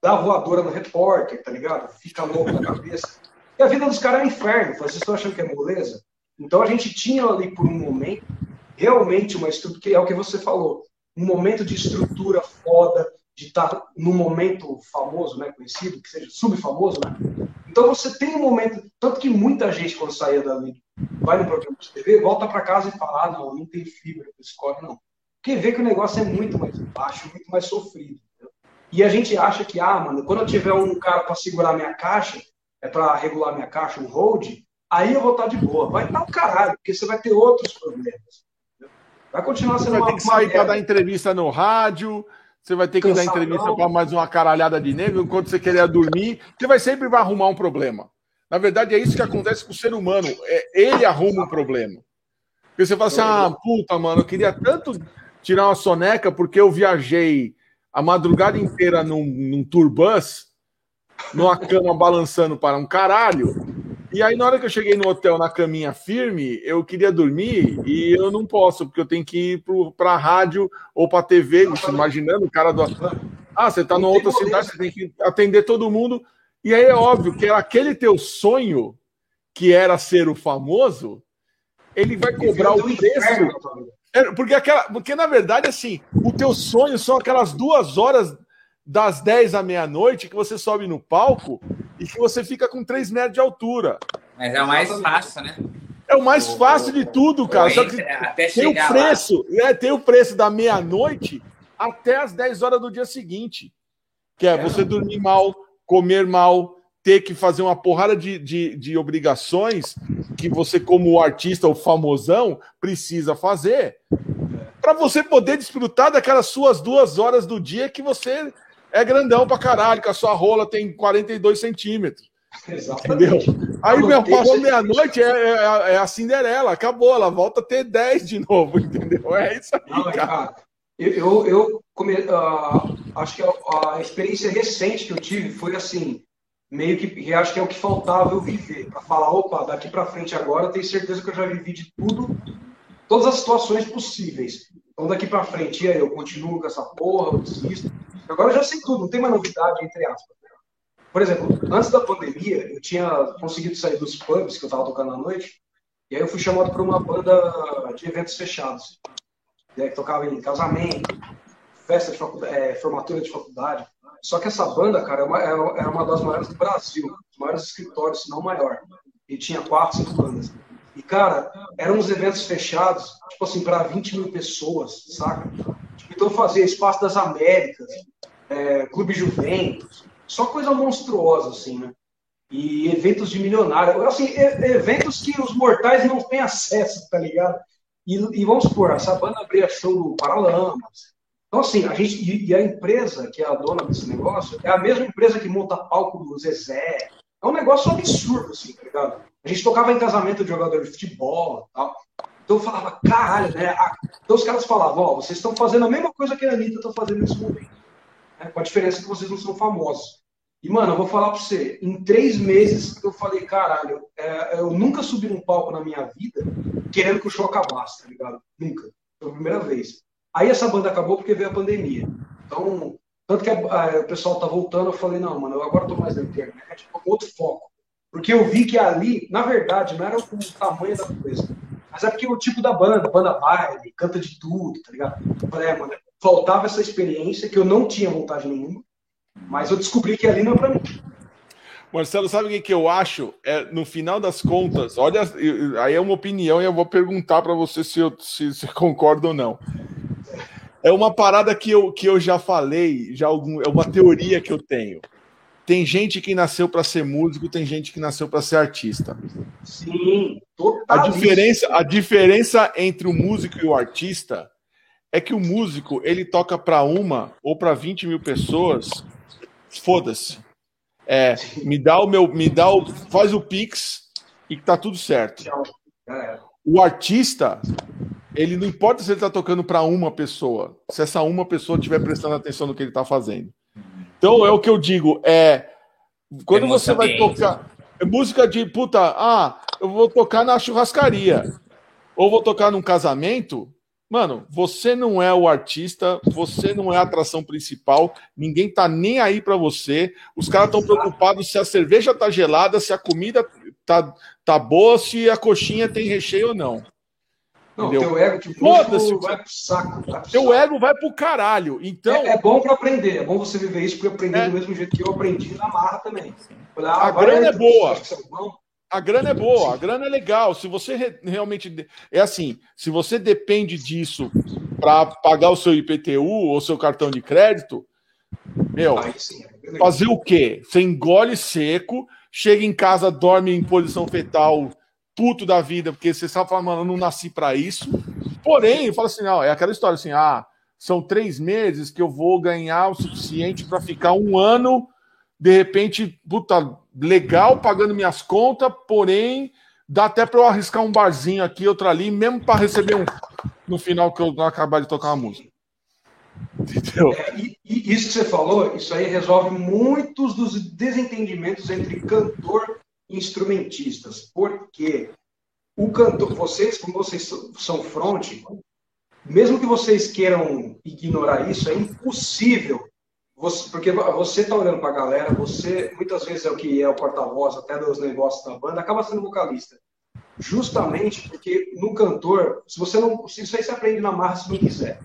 dá voadora no repórter, tá ligado? Fica louco na cabeça. E a vida dos caras é um inferno. Vocês estão achando que é moleza? Então a gente tinha ali por um momento, realmente uma estrutura, que é o que você falou, um momento de estrutura foda, de estar num momento famoso, né, conhecido, que seja subfamoso, né? Então você tem um momento, tanto que muita gente quando saía dali, vai no programa de T V, volta para casa e fala, ah, não, não tem fibra para escolhe, não. Porque vê que o negócio é muito mais baixo, muito mais sofrido. Entendeu? E a gente acha que, ah, mano, quando eu tiver um cara para segurar minha caixa, é para regular minha caixa, um hold, aí eu vou estar de boa. Vai estar o caralho, porque você vai ter outros problemas. Entendeu? Vai continuar sendo uma... Você vai ter que sair para dar entrevista no rádio, você vai ter que Cansadão. dar entrevista para mais uma caralhada de negro, enquanto você queria dormir, você vai sempre vai arrumar um problema. Na verdade, é isso que acontece com o ser humano. É, ele arruma um problema. Porque você fala assim, ah, puta, mano, eu queria tanto tirar uma soneca porque eu viajei a madrugada inteira num, num tour bus, numa cama balançando para um caralho, e aí na hora que eu cheguei no hotel na caminha firme, eu queria dormir e eu não posso, porque eu tenho que ir para a rádio ou para a T V, imaginando o cara do... Ah, você está numa outra cidade, você tem que atender todo mundo, e aí é óbvio que aquele teu sonho, que era ser o famoso, ele vai cobrar o preço... Porque, aquela, porque, na verdade, assim, o teu sonho são aquelas duas horas das dez à meia-noite que você sobe no palco e que você fica com três metros de altura. Mas é o mais fácil, né? É o mais fácil de tudo, cara. Só que até tem o preço, é, tem o preço da meia-noite até as dez horas do dia seguinte. Que é você dormir mal, comer mal, ter que fazer uma porrada de, de, de obrigações que você, como artista ou famosão, precisa fazer para você poder desfrutar daquelas suas duas horas do dia que você é grandão pra caralho, que a sua rola tem quarenta e dois centímetros. Exatamente. Entendeu? Aí meu, passou meia-noite, é, é, é a Cinderela, acabou, ela volta a ter dez de novo, entendeu? É isso aí, Não, cara. cara. Eu, eu come, uh, acho que a, a experiência recente que eu tive foi assim, meio que acho que é o que faltava eu viver, para falar, opa, daqui para frente agora eu tenho certeza que eu já vivi de tudo, todas as situações possíveis. Então daqui para frente, aí eu continuo com essa porra, eu desisto. Agora eu já sei tudo, não tem mais novidade, entre aspas. Por exemplo, antes da pandemia, eu tinha conseguido sair dos pubs que eu estava tocando à noite, e aí eu fui chamado para uma banda de eventos fechados, né, que tocava em casamento, festa de faculdade, é, formatura de faculdade. Só que essa banda, cara, era uma das maiores do Brasil, os maiores escritórios, se não maior. E tinha quatro, cinco bandas. E, cara, eram uns eventos fechados, tipo assim, para vinte mil pessoas, saca? Então eu fazia Espaço das Américas, é, Clube Juventus, só coisa monstruosa, assim, né? E eventos de milionário, assim, eventos que os mortais não têm acesso, tá ligado? E, e vamos supor, essa banda abria show do Paralamas. Então, assim, a gente, e, e a empresa que é a dona desse negócio é a mesma empresa que monta palco do Zezé. É um negócio absurdo, assim, tá ligado? A gente tocava em casamento de jogador de futebol e tal. Então eu falava, caralho, né? Então os caras falavam, ó, vocês estão fazendo a mesma coisa que a Anitta está fazendo nesse momento. Né? Com a diferença que vocês não são famosos. E, mano, eu vou falar pra você, em três meses eu falei, caralho, é, eu nunca subi num palco na minha vida querendo que o show acabasse, tá ligado? Nunca. Foi a primeira vez. Aí essa banda acabou porque veio a pandemia. Então, tanto que a, a, o pessoal tá voltando, eu falei, não, mano, eu agora tô mais na internet, tô com outro foco. Porque eu vi que ali, na verdade, não era o tamanho da coisa, mas é porque o tipo da banda, banda baile, canta de tudo, tá ligado? Eu falei, é, mano, faltava essa experiência que eu não tinha vontade nenhuma, mas eu descobri que ali não é pra mim. Marcelo, sabe o que, que eu acho? É, no final das contas, olha, aí é uma opinião e eu vou perguntar para você se eu se, se concorda ou não. É uma parada que eu, que eu já falei, já algum, é uma teoria que eu tenho. Tem gente que nasceu para ser músico, tem gente que nasceu para ser artista. Sim, total. A diferença, a diferença entre o músico e o artista é que o músico, ele toca para uma ou para vinte mil pessoas, foda-se. É, me dá o meu, me dá o, faz o Pix e tá tudo certo. O artista, ele não importa se ele tá tocando para uma pessoa, se essa uma pessoa estiver prestando atenção no que ele tá fazendo. Então é o que eu digo, é quando você vai tocar é música de puta, ah, eu vou tocar na churrascaria ou vou tocar num casamento, Mano, você não é o artista, você não é a atração principal, ninguém tá nem aí pra você. Os caras estão preocupados se a cerveja tá gelada, se a comida tá, tá boa, se a coxinha tem recheio ou não. Não, entendeu? Teu ego de músico vai pro saco. Vai pro teu saco. ego vai pro caralho. Então, é, é bom para aprender, é bom você viver isso, porque eu aprendi é. do mesmo jeito que eu aprendi na marra também. Falei, ah, a grana é boa. Bom. A grana é boa, Sim. a grana é legal. Se você re- realmente. É assim, se você depende disso para pagar o seu I P T U ou seu cartão de crédito, meu, Aí, sim, é fazer o quê? Você engole seco, chega em casa, dorme em posição fetal, puto da vida, porque você sabe falar, mano, eu não nasci para isso. Porém, fala assim, não, é aquela história assim, ah, são três meses que eu vou ganhar o suficiente para ficar um ano, de repente, puta, legal, pagando minhas contas, porém, dá até para eu arriscar um barzinho aqui, outro ali, mesmo para receber um no final que eu acabar de tocar uma música. Entendeu? É, e, e isso que você falou, isso aí resolve muitos dos desentendimentos entre cantor e instrumentistas. Porque o cantor, vocês, como vocês são front, mesmo que vocês queiram ignorar isso, é impossível. Você, porque você está olhando para a galera, você muitas vezes é o que é o porta-voz até dos negócios da banda, acaba sendo vocalista. Justamente porque no cantor, se você não, se isso aí você aprende na marra se não quiser,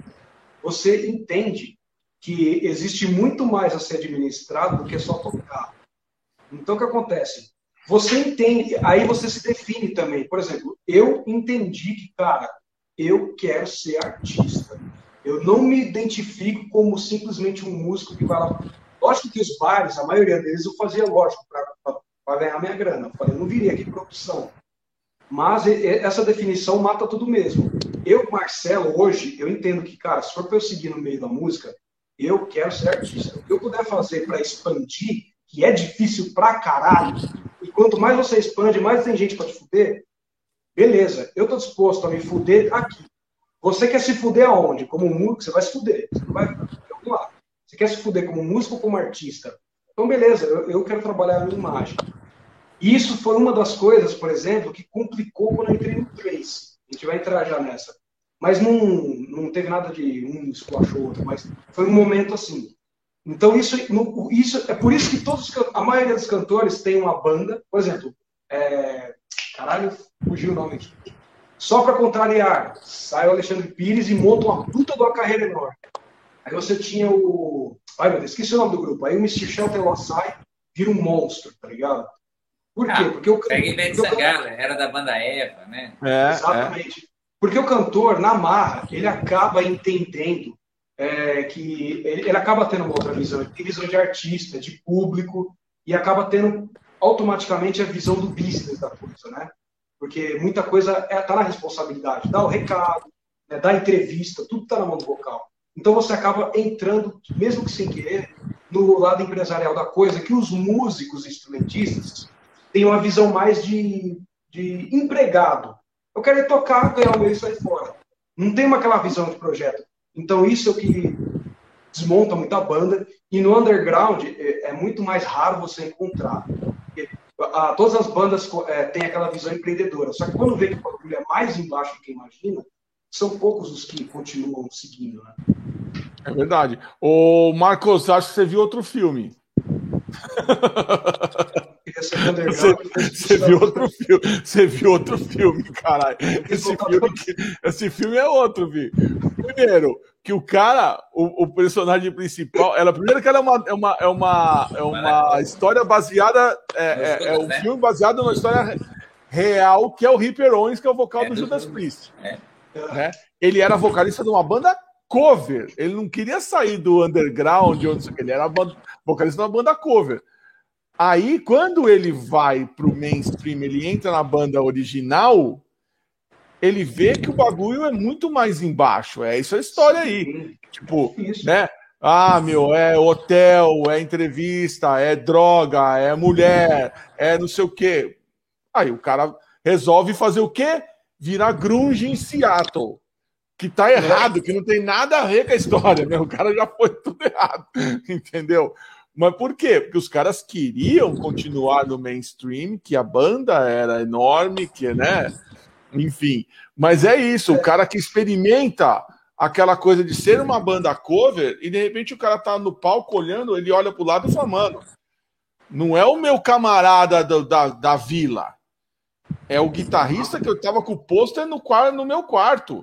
você entende que existe muito mais a ser administrado do que só tocar. Então o que acontece? Você entende, aí você se define também. Por exemplo, eu entendi que, cara, eu quero ser artista. Eu não me identifico como simplesmente um músico que vai lá. Lógico que os bares, a maioria deles, eu fazia, lógico, para ganhar minha grana. Eu falei, eu não viria aqui por opção. Mas essa definição mata tudo mesmo. Eu, Marcelo, hoje, eu entendo que, cara, se for para eu seguir no meio da música, eu quero ser artista. O que eu puder fazer para expandir, que é difícil pra caralho, e quanto mais você expande, mais tem gente para te fuder, beleza, eu tô disposto a me fuder aqui. Você quer se fuder aonde? Como músico, você vai se fuder. Você não vai algum lado. Você quer se fuder como músico ou como artista? Então, beleza, eu, eu quero trabalhar a minha imagem. E isso foi uma das coisas, por exemplo, que complicou quando eu entrei no Trace. A gente vai entrar já nessa. Mas não, não teve nada de um esculachou outro, mas foi um momento assim. Então, isso, isso é por isso que todos, a maioria dos cantores tem uma banda. Por exemplo, é, caralho, fugiu o nome aqui. Só para contrariar, sai o Alexandre Pires e monta uma puta de uma carreira enorme. Aí você tinha o... Ai, meu Deus, esqueci o nome do grupo. Aí o mister Shelter lá sai, vira um monstro, tá ligado? Por ah, quê? Porque o Pega Ivete Sangalo, era da banda Eva, né? É, exatamente. É. Porque o cantor, na marra, ele acaba entendendo é, que... Ele, ele acaba tendo uma outra visão. Ele tem visão de artista, de público, e acaba tendo automaticamente a visão do business da coisa, né? Porque muita coisa está é, na responsabilidade. Dá o recado, né, dá a entrevista, tudo está na mão do vocal. Então você acaba entrando, mesmo que sem querer, no lado empresarial da coisa, que os músicos instrumentistas têm uma visão mais de, de empregado. Eu quero ir tocar, ganhar o meu e sair fora. Não tem uma, aquela visão de projeto. Então isso é o que desmonta muita banda. E no underground é, é muito mais raro você encontrar. Porque, a, todas as bandas é, têm aquela visão empreendedora. Só que quando vê que o bagulho é mais embaixo do que imagina, são poucos os que continuam seguindo, né? É verdade. Ô, Marcos, acho que você viu outro filme. Você, você viu outro filme, você viu outro filme, caralho. Esse filme, esse filme é outro, Vi. Primeiro, que o cara, o, o personagem principal, ela primeiro que ela é uma, é uma, é uma, é uma história baseada, é, é, é um filme baseado numa história real, que é o Ripper Owens, que é o vocal do Judas Priest. Né? Ele era vocalista de uma banda cover. Ele não queria sair do underground, ou não sei o que. Ele era vocalista de uma banda cover. Aí, quando ele vai pro mainstream, ele entra na banda original, ele vê que o bagulho é muito mais embaixo. É isso a história aí. Tipo, né? Ah, meu, é hotel, é entrevista, é droga, é mulher, é não sei o quê. Aí o cara resolve fazer o quê? Virar grunge em Seattle. Que tá errado, que não tem nada a ver com a história, né? O cara já foi tudo errado, entendeu? Mas por quê? Porque os caras queriam continuar no mainstream, que a banda era enorme, que, né? Enfim. Mas é isso, o cara que experimenta aquela coisa de ser uma banda cover e de repente o cara tá no palco olhando, ele olha pro lado e fala, mano, não é o meu camarada do, da, da vila, é o guitarrista que eu tava com o pôster no, no meu quarto,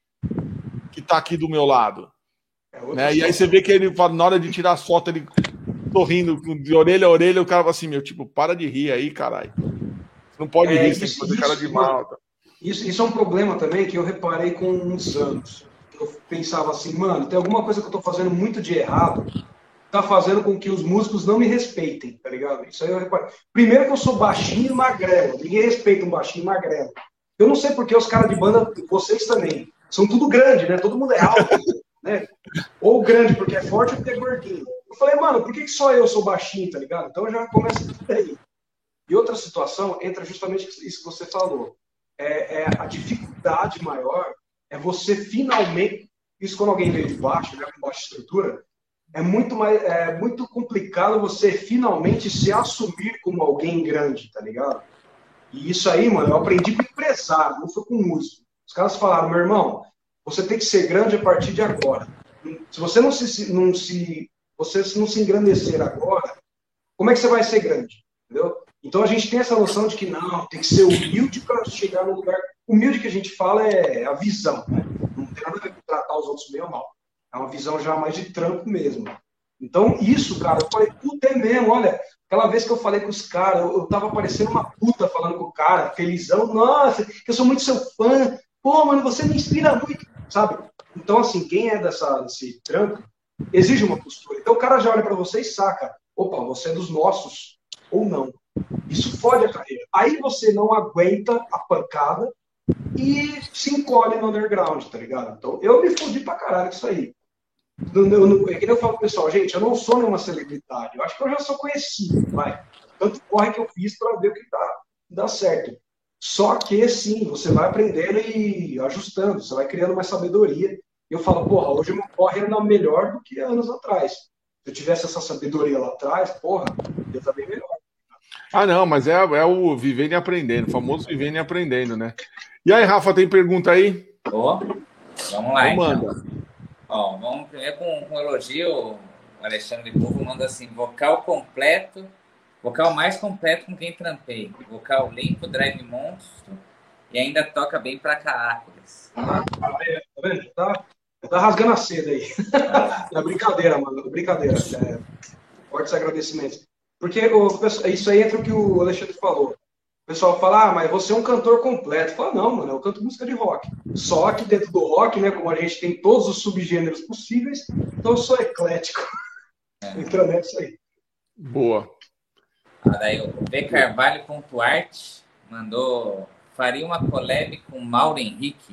que tá aqui do meu lado. É né? E aí você vê que ele, na hora de tirar as fotos, ele sorrindo de orelha a orelha, o cara fala assim, meu, tipo, para de rir aí, caralho. Você não pode é, rir, você tem que fazer isso, cara de mal. Isso, isso é um problema também que eu reparei com uns anos. Eu pensava assim, mano, tem alguma coisa que eu tô fazendo muito de errado, tá fazendo com que os músicos não me respeitem, tá ligado? Isso aí eu reparei. Primeiro que eu sou baixinho e magrelo, ninguém respeita um baixinho e magrelo. Eu não sei porque os caras de banda, vocês também, são tudo grande, né? Todo mundo é alto, né? Ou grande porque é forte ou porque é gordinho. Eu falei, mano, por que só eu sou baixinho, tá ligado? Então já começa tudo aí. E outra situação entra justamente isso que você falou. É, é a dificuldade maior é você finalmente, isso quando alguém veio de baixo, né, com baixa estrutura, é muito, mais, é muito complicado você finalmente se assumir como alguém grande, tá ligado? E isso aí, mano, eu aprendi com empresário, não foi com músico. Os caras falaram, meu irmão, você tem que ser grande a partir de agora. Se você não se, não se, você não se engrandecer agora, como é que você vai ser grande? Entendeu? Então a gente tem essa noção de que não, tem que ser humilde para chegar no lugar. Humilde que a gente fala é a visão, né? Não tem nada a ver com tratar os outros bem ou mal. É uma visão já mais de trampo mesmo. Então, isso, cara, eu falei, puta, é mesmo, olha, aquela vez que eu falei com os caras, eu, eu tava parecendo uma puta falando com o cara, felizão, nossa, que eu sou muito seu fã, pô, mano, você me inspira muito, sabe? Então, assim, quem é dessa, desse trampo, exige uma postura. Então, o cara já olha pra você e saca, opa, você é dos nossos, ou não. Isso fode a carreira. Aí você não aguenta a pancada e se encolhe no underground, tá ligado? Então, eu me fodi pra caralho com isso aí. Eu, eu, é que eu falo pro pessoal, gente, eu não sou nenhuma celebridade, eu acho que eu já sou conhecido, vai. Tanto corre que eu fiz pra ver o que dá, dá certo. Só que, sim, você vai aprendendo e ajustando, você vai criando mais sabedoria. Eu falo, porra, hoje o meu corre era melhor do que anos atrás. Se eu tivesse essa sabedoria lá atrás, porra, eu estar bem melhor. Ah, não, mas é, é o vivendo e aprendendo, o famoso vivendo e aprendendo, né? E aí, Rafa, tem pergunta aí? Oh, vamos lá, então. Manda. Ó, vamos primeiro com, com elogio. O Alexandre Povo manda assim: vocal completo, vocal mais completo com quem trampei. Vocal limpo, drive monstro e ainda toca bem pra caracoles. Ah, é, tá vendo? Tá, tá rasgando a seda aí. Ah. É brincadeira, mano, brincadeira. É, fortes agradecimentos. Porque o, isso aí entra o que o Alexandre falou. O pessoal fala, ah, mas você é um cantor completo. Fala, não, mano, eu canto música de rock. Só que dentro do rock, né, como a gente tem todos os subgêneros possíveis, então eu sou eclético. É. Entrando nisso aí. Boa. Ah, daí o B Carvalho.art mandou, faria uma collab com Mauro Henrique?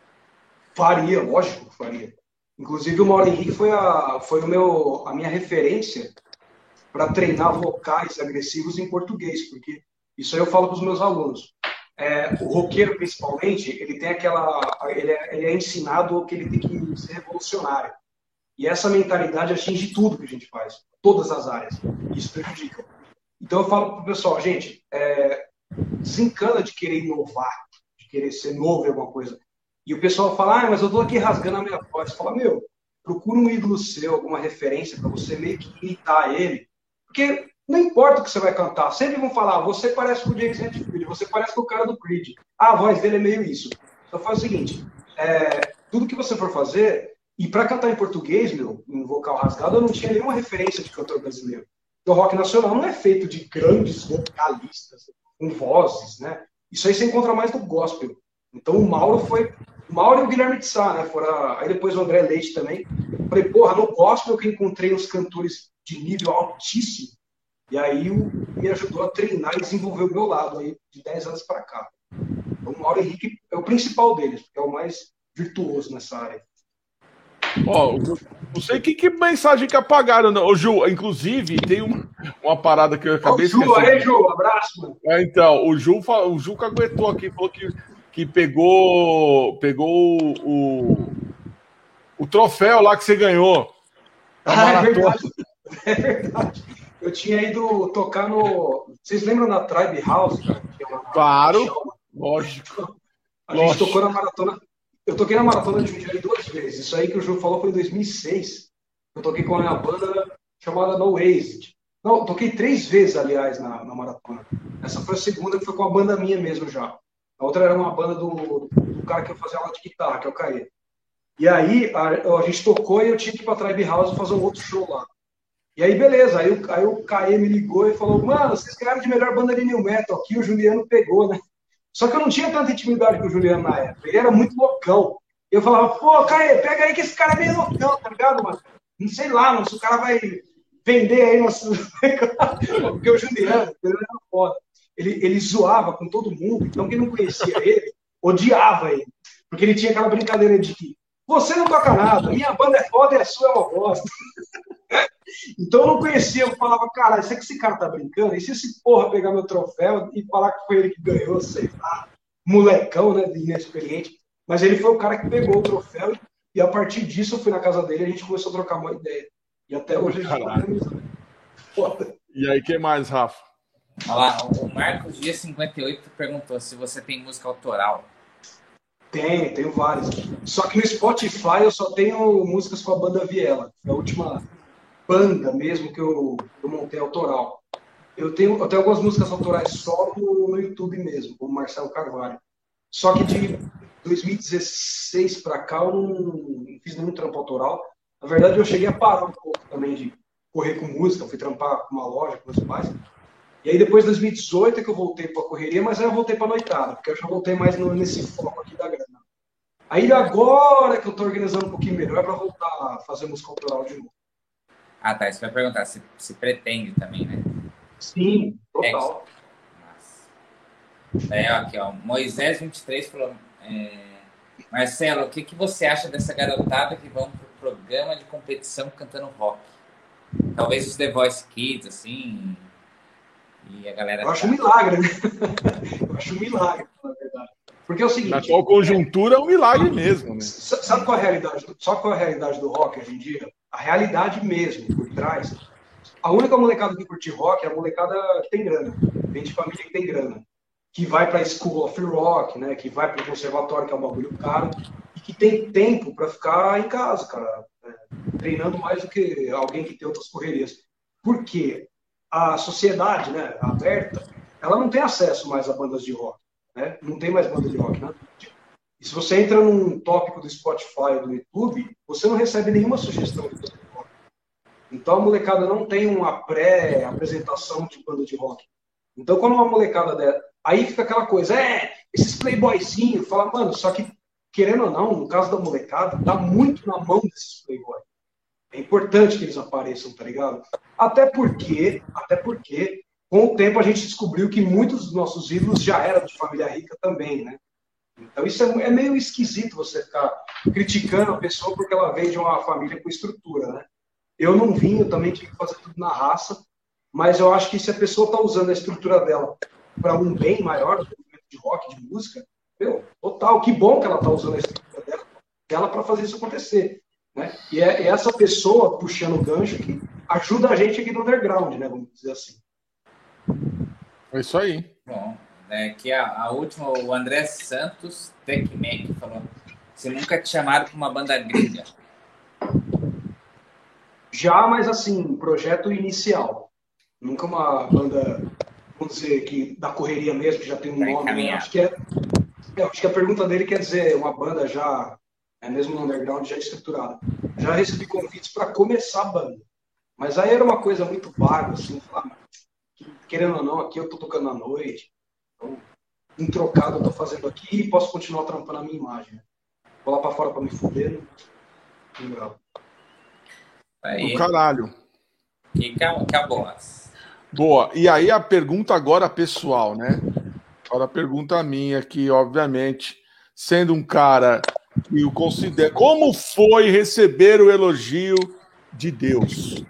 Faria, lógico que faria. Inclusive o Mauro Henrique foi a, foi o meu, a minha referência para treinar vocais agressivos em português, porque isso aí eu falo para os meus alunos. É, o roqueiro, principalmente, ele tem aquela, ele é, ele é ensinado que ele tem que ser revolucionário. E essa mentalidade atinge tudo que a gente faz, todas as áreas. Isso prejudica. Então eu falo para o pessoal, gente, é, desencana de querer inovar, de querer ser novo em alguma coisa. E o pessoal fala, ah, mas eu estou aqui rasgando a minha voz. Fala, meu, procura um ídolo seu, alguma referência para você meio que imitar ele. Porque não importa o que você vai cantar, sempre vão falar, você parece com o James Hetfield, você parece com o cara do Creed. Ah, a voz dele é meio isso. Então faz o seguinte, é, tudo que você for fazer, e para cantar em português, meu, em vocal rasgado, eu não tinha nenhuma referência de cantor brasileiro. O rock nacional não é feito de grandes vocalistas, com vozes, né? Isso aí você encontra mais no gospel. Então o Mauro foi... O Mauro e o Guilherme de Sá, né? Fora, aí depois o André Leite também. Eu falei, porra, no gospel que eu encontrei uns cantores de nível altíssimo. E aí me ajudou a treinar e desenvolver o meu lado aí de dez anos para cá. Então, o Mauro Henrique é o principal deles, porque é o mais virtuoso nessa área. Ó, oh, não sei que, que mensagem que apagaram, não. Ô, Ju, inclusive, tem uma, uma parada que eu acabei de esquecendo. Ju, aí, Ju, abraço, mano. É, então, o Ju, o Ju caguetou aqui, falou que, que pegou, pegou o, o troféu lá que você ganhou. Ah, é verdade. É verdade. Eu tinha ido tocar no... Vocês lembram da Tribe House, cara? Claro, lógico. A gente tocou na maratona. Eu toquei na maratona de Jundiaí duas vezes. Isso aí que o Ju falou foi em dois mil e seis. Eu toquei com a minha banda chamada No Wasted. Não, eu toquei três vezes, aliás, na, na maratona. Essa foi a segunda, que foi com a banda minha mesmo já. A outra era uma banda do, do cara que eu fazia aula de guitarra, que é o Caê. E aí a, a gente tocou e eu tinha que ir pra Tribe House fazer um outro show lá. E aí, beleza. Aí, aí o Caê me ligou e falou: mano, vocês ganharam de melhor banda de New Metal aqui, o Juliano pegou, né? Só que eu não tinha tanta intimidade com o Juliano na época. Ele era muito loucão. Eu falava: pô, Caê, pega aí que esse cara é meio loucão, tá ligado, mano? Não sei lá, mano, se o cara vai vender aí nosso... Porque o Juliano, ele era foda. Ele, ele zoava com todo mundo, então quem não conhecia ele, odiava ele. Porque ele tinha aquela brincadeira de que você não toca nada, minha banda é foda e a sua é uma bosta. Então eu não conhecia, eu falava: cara, será que esse cara tá brincando? E se esse porra pegar meu troféu e falar que foi ele que ganhou, sei lá, molecão, né, inexperiente. Mas ele foi o cara que pegou o troféu e a partir disso eu fui na casa dele e a gente começou a trocar uma ideia. E até hoje a gente tá foda. E aí, quem mais, Rafa? Olha lá, o Marcos Dia cinquenta e oito perguntou se você tem música autoral. Tenho, tenho várias. Só que no Spotify eu só tenho músicas com a banda Viela. Foi a última banda mesmo que eu, eu montei autoral. Eu tenho, eu tenho algumas músicas autorais só no, no YouTube mesmo, como Marcelo Carvalho. Só que de dois mil e dezesseis para cá eu não, não fiz nenhum trampo autoral. Na verdade, eu cheguei a parar um pouco também de correr com música. Fui trampar com uma loja com meus pais. E aí depois de dois mil e dezoito é que eu voltei para a correria, mas aí eu voltei para a noitada, porque eu já voltei mais no, nesse foco aqui da grana. Aí agora que eu estou organizando um pouquinho melhor para voltar a fazer música autoral de novo. Ah, tá. Isso vai perguntar se, se pretende também, né? Sim, total. É, aqui, ó. Moisés vinte e três falou: é, Marcelo, o que, que você acha dessa garotada que vão pro programa de competição cantando rock? Talvez os The Voice Kids, assim. E a galera. Eu acho um milagre, né? Eu acho um milagre, na verdade. Porque é o seguinte. Na atual conjuntura é um milagre mesmo, né? Sabe qual é a realidade? Só qual é a realidade do rock hoje em dia? A realidade mesmo, por trás. A única molecada que curte rock é a molecada que tem grana. Vem de família que tem grana. Que vai para a School of Rock, né? Que vai para o conservatório, que é um bagulho caro. E que tem tempo para ficar em casa, cara. Né? Treinando mais do que alguém que tem outras correrias. Por quê? A sociedade, né, aberta, ela não tem acesso mais a bandas de rock, né? Não tem mais banda de rock, né? E se você entra num tópico do Spotify ou do YouTube, você não recebe nenhuma sugestão de banda de rock. Então a molecada não tem uma pré-apresentação de banda de rock. Então quando uma molecada der, aí fica aquela coisa, é, esses playboyzinhos, fala, mano, só que querendo ou não, no caso da molecada, tá muito na mão desses playboys. É importante que eles apareçam, tá ligado? Até porque, até porque, com o tempo a gente descobriu que muitos dos nossos ídolos já eram de família rica também, né? Então isso é, é meio esquisito você ficar criticando a pessoa porque ela veio de uma família com estrutura, né? Eu não vim, eu também tive que fazer tudo na raça, mas eu acho que se a pessoa está usando a estrutura dela para um bem maior, do movimento de rock, de música, meu, total, que bom que ela está usando a estrutura dela, dela para fazer isso acontecer. Né? E é essa pessoa puxando o gancho que ajuda a gente aqui no underground, né? Vamos dizer assim. É isso aí. Bom, é que a, a última, o André Santos Tecmac falou: você nunca te chamaram para uma banda gringa? Já, mas assim, projeto inicial. Nunca uma banda, vamos dizer, que da correria mesmo, que já tem um Tá nome. Né? Acho que é, eu acho que a pergunta dele quer dizer uma banda já. É mesmo no underground já estruturado. Já recebi convites para começar a banda. Mas aí era uma coisa muito vaga, assim, falar, querendo ou não, aqui eu tô tocando à noite, então, um trocado eu tô fazendo aqui e posso continuar trampando a minha imagem. Vou lá para fora para me fuder. Legal. Do caralho. Que acabou. Boa. E aí a pergunta agora pessoal, né? Agora a pergunta minha, que obviamente, sendo um cara que o considera. Como foi receber o elogio de Deus?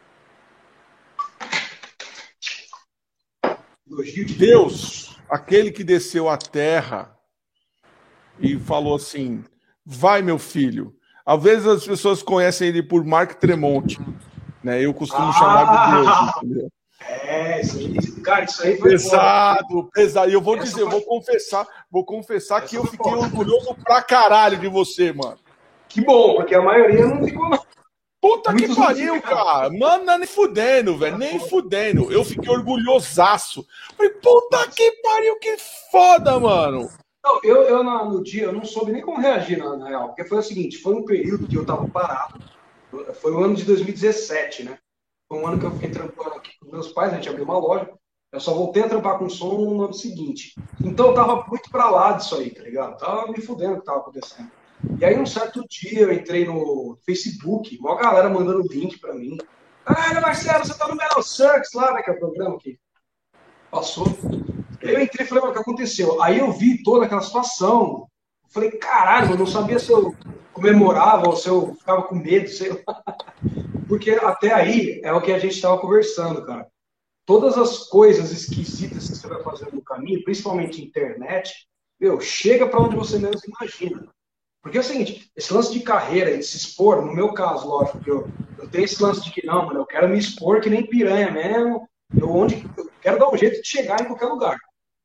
Elogio de Deus, aquele que desceu à terra e falou assim: vai, meu filho. Às vezes as pessoas conhecem ele por Mark Tremonti, né? Eu costumo ah, chamar de Deus, entendeu? É, isso aí, cara, isso aí foi pesado, foda. pesado. E eu vou Essa dizer, foi... eu vou confessar, vou confessar Essa que eu fiquei foda. orgulhoso pra caralho de você, mano. Que bom, porque a maioria não ficou, não. Puta Muitos que pariu, cara. Mano, nem fudendo, velho. Nem fudendo. Eu fiquei orgulhosaço. Falei, puta que pariu, que foda, mano. Não, eu, eu no dia, eu não soube nem como reagir, na, na real. Porque foi o seguinte, foi um período que eu tava parado. Foi o ano de dois mil e dezessete, né? Foi um ano que eu fiquei trampando aqui com meus pais, a gente abriu uma loja. Eu só voltei a trampar com som no ano seguinte. Então eu tava muito pra lá disso aí, tá ligado? Tava me fudendo o que tava acontecendo. E aí, um certo dia, eu entrei no Facebook, uma galera mandando link pra mim. Ah, Marcelo, você tá no Metal Sucks lá, né, que é o programa que passou. Eu entrei e falei, o que aconteceu? Aí eu vi toda aquela situação. Eu falei, caralho, eu não sabia se eu comemorava ou se eu ficava com medo, sei lá. Porque até aí é o que a gente tava conversando, cara. Todas as coisas esquisitas que você vai fazendo no caminho, principalmente internet, meu, chega pra onde você menos imagina. Porque é o seguinte, esse lance de carreira, de se expor, no meu caso, lógico, eu, eu tenho esse lance de que não, mano, eu quero me expor que nem piranha mesmo, eu, onde, eu quero dar um jeito de chegar em qualquer lugar.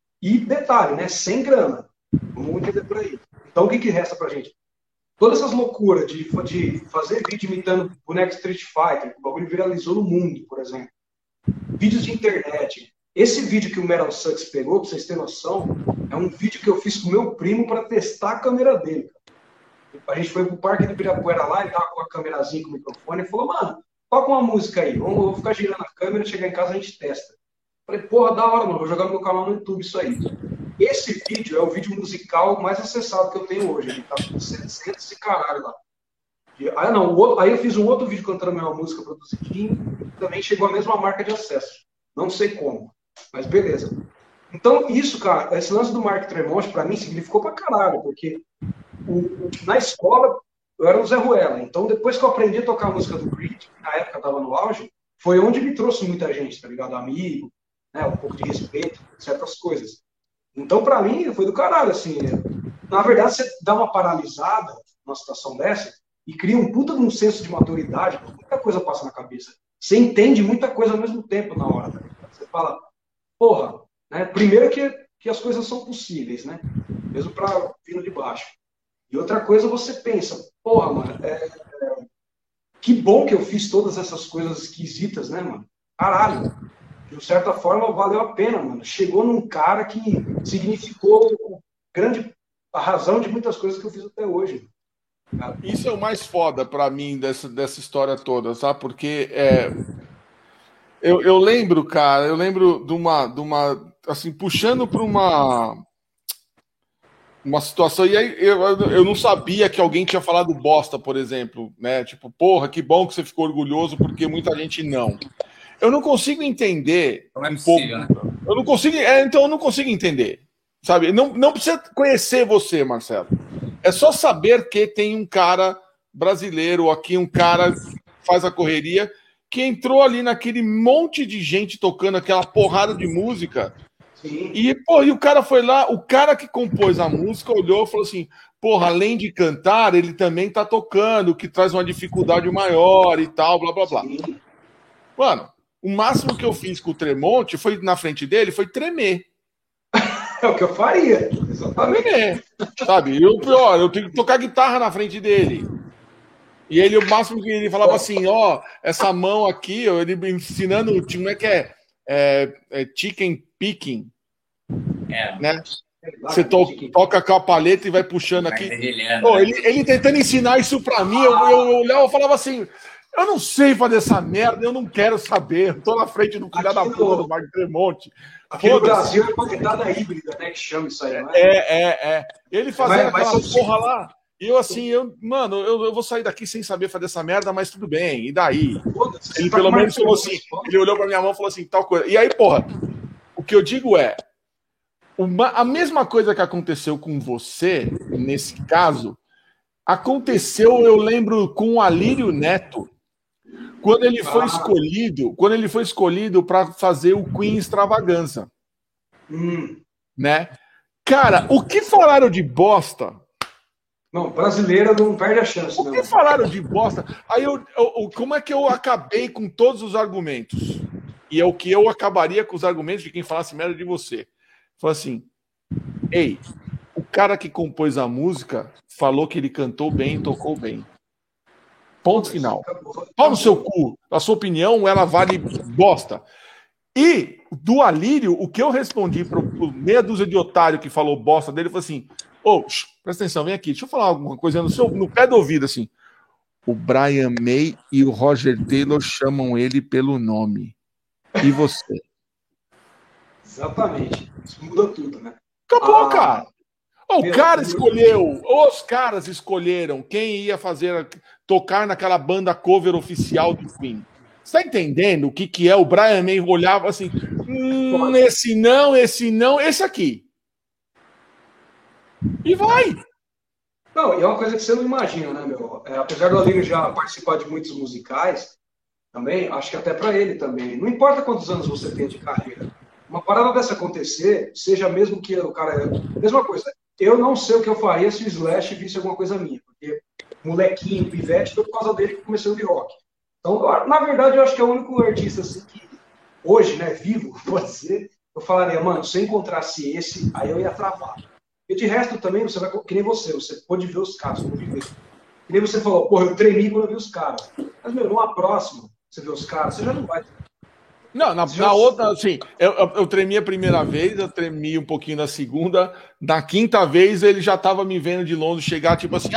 E detalhe, né, sem grana, vamos entender por aí. Então o que, que resta pra gente? Todas essas loucuras de, de fazer vídeo imitando boneco Street Fighter, que o bagulho viralizou no mundo, por exemplo. Vídeos de internet. Esse vídeo que o Metal Sucks pegou, pra vocês terem noção, é um vídeo que eu fiz com o meu primo para testar a câmera dele, cara. A gente foi pro Parque do Ibirapuera lá, ele tava com a câmerazinha com o microfone, e falou, mano, toca uma música aí, vamos, eu vou ficar girando a câmera, chegar em casa a gente testa. Falei, porra, da hora, mano, vou jogar no meu canal no YouTube isso aí. Esse vídeo é o vídeo musical mais acessado que eu tenho hoje, ele tá com setecentos e caralho lá. E, aí, não, outro, aí eu fiz um outro vídeo cantando a mesma música produzidinho, e também chegou a mesma marca de acesso. Não sei como, mas beleza. Então, isso, cara, esse lance do Mark Tremonti, pra mim, significou pra caralho, porque O, o, na escola, eu era o Zé Ruela. Então, depois que eu aprendi a tocar a música do Creed, que na época estava no auge, foi onde me trouxe muita gente, tá ligado? Amigo, né? Um pouco de respeito, certas coisas. Então, para mim, foi do caralho, assim. Na verdade, você dá uma paralisada numa situação dessa e cria um puta de um senso de maturidade, porque muita coisa passa na cabeça. Você entende muita coisa ao mesmo tempo na hora, tá ligado? Você fala, porra, né? Primeiro que, que as coisas são possíveis, né? Mesmo para vindo de baixo. E outra coisa, você pensa, porra, mano, é, é, que bom que eu fiz todas essas coisas esquisitas, né, mano? Caralho. De certa forma, valeu a pena, mano. Chegou num cara que significou grande, a razão de muitas coisas que eu fiz até hoje. Cara. Isso é o mais foda pra mim dessa, dessa história toda, sabe? Porque é, eu, eu lembro, cara, eu lembro de uma, de uma assim, puxando pra uma... uma situação, e aí eu, eu não sabia que alguém tinha falado bosta, por exemplo, né? Tipo, porra, que bom que você ficou orgulhoso, porque muita gente não. Eu não consigo entender não é um possível, pouco. Né? Eu não consigo, é, então eu não consigo entender. Sabe? Não, não precisa conhecer você, Marcelo. É só saber que tem um cara brasileiro aqui, um cara que faz a correria, que entrou ali naquele monte de gente tocando aquela porrada de música. Sim. E, pô, e o cara foi lá, o cara que compôs a música olhou e falou assim, porra, além de cantar, ele também tá tocando, o que traz uma dificuldade maior e tal, blá, blá, blá. Sim. Mano, o máximo que eu fiz com o Tremonti foi, na frente dele, foi tremer. É o que eu faria, exatamente. Tremer, sabe? E o pior, eu tenho que tocar guitarra na frente dele. E ele, o máximo que ele falava assim, ó, essa mão aqui, ele me ensinando, como é que é? É, é chicken picking, é. Né? Você to toca com a paleta e vai puxando aqui. Oh, ele, ele tentando ensinar isso pra mim, eu, eu olhava e falava assim, eu não sei fazer essa merda, eu não quero saber, eu tô na frente do filho da porra do Mark Tremonti. Aqui no Brasil é paquetada híbrida, né, que chama isso aí, não é? É, é, é. Ele fazendo aquela porra lá, e eu assim, eu, mano, eu, eu vou sair daqui sem saber fazer essa merda, mas tudo bem, e daí? Ele pelo menos falou assim, ele olhou pra minha mão e falou assim, tal coisa. E aí, porra, o que eu digo é, uma, a mesma coisa que aconteceu com você, nesse caso, aconteceu, eu lembro, com o Alírio Neto, quando ele foi ah. escolhido, quando ele foi escolhido para fazer o Queen Extravaganza. Hum. Né? Cara, o que falaram de bosta? Não, brasileira não perde a chance. O não. que falaram de bosta? Aí eu, eu, como é que eu acabei com todos os argumentos? e é o que eu acabaria com os argumentos de quem falasse merda de você. Fala assim, ei, o cara que compôs a música falou que ele cantou bem, tocou bem. Ponto final. Pau no seu cu. A sua opinião, ela vale bosta. E do Alírio, o que eu respondi para meia dúzia de otário que falou bosta dele, foi assim, ô, oh, presta atenção, vem aqui, deixa eu falar alguma coisa no, seu, no pé do ouvido, assim. O Brian May e o Roger Taylor chamam ele pelo nome. E você? Exatamente. Isso muda tudo, né? Acabou, ah, cara. O meu, cara escolheu, os caras escolheram quem ia fazer, tocar naquela banda cover oficial do Queen. Você tá entendendo o que, que é? O Brian May olhava assim, hum, esse não, esse não, esse aqui. E vai. Não, e é uma coisa que você não imagina, né, meu? É, apesar do Alírio já participar de muitos musicais, também, acho que até para ele também. Não importa quantos anos você tem de carreira. Uma parada dessa acontecer, seja mesmo que o cara... Mesma coisa, eu não sei o que eu faria se o Slash visse alguma coisa minha, porque molequinho, pivete, foi por causa dele que comecei a ouvir rock. Então, na verdade, eu acho que é o único artista assim, que hoje, né, vivo, pode ser, eu falaria, mano, se eu encontrasse esse, aí eu ia travar. E de resto também, você vai, que nem você, você pode ver os caras, não ver. Que nem você falou, porra, eu tremi quando eu vi os caras. Mas, meu, numa próxima, você vê os caras, você já não vai. Não, na, na outra, assim, eu, eu, eu tremi a primeira vez, eu tremi um pouquinho na segunda, na quinta vez ele já tava me vendo de longe chegar, tipo assim,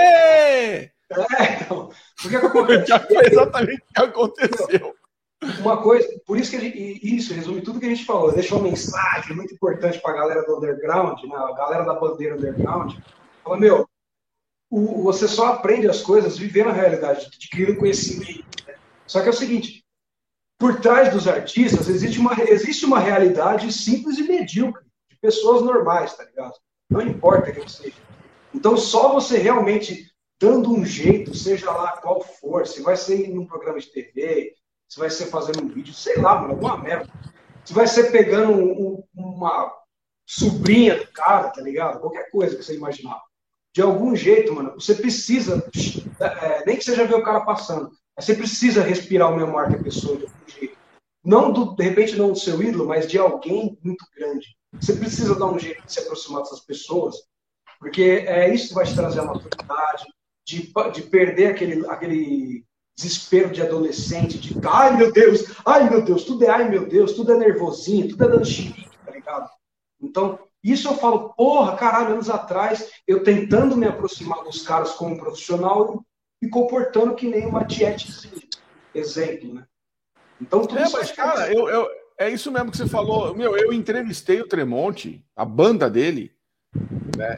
aê! É, então, o que, é que acontece? Já foi exatamente o que aconteceu. Uma coisa, por isso que a gente, isso resume tudo que a gente falou, deixou uma mensagem muito importante para a galera do underground, né, a galera da bandeira underground. Fala, meu, o, você só aprende as coisas vivendo a realidade, adquirindo conhecimento. Né? Só que é o seguinte, por trás dos artistas existe uma, existe uma realidade simples e medíocre, de pessoas normais, tá ligado? Não importa quem seja. Então, só você realmente dando um jeito, seja lá qual for, se vai ser num programa de T V, se vai ser fazendo um vídeo, sei lá, mano, alguma merda. Se vai ser pegando um, um, uma sobrinha do cara, tá ligado? Qualquer coisa que você imaginar. De algum jeito, mano, você precisa, é, nem que seja ver o cara passando, mas você precisa respirar o mesmo ar que a pessoa de algum jeito. Não, do, de repente, não do seu ídolo, mas de alguém muito grande. Você precisa dar um jeito de se aproximar dessas pessoas, porque é isso que vai te trazer a maturidade, de, de perder aquele, aquele desespero de adolescente, de ai meu Deus, ai meu Deus, tudo é ai meu Deus, tudo é nervosinho, tudo é dando xerique, tá ligado? Então, isso eu falo, porra, caralho, anos atrás, eu tentando me aproximar dos caras como profissional e comportando que nem uma tietezinha, exemplo, né? Então, tudo é, isso mas, cara, eu, eu, é isso mesmo que você falou. Meu, eu entrevistei o Tremonti, a banda dele, né?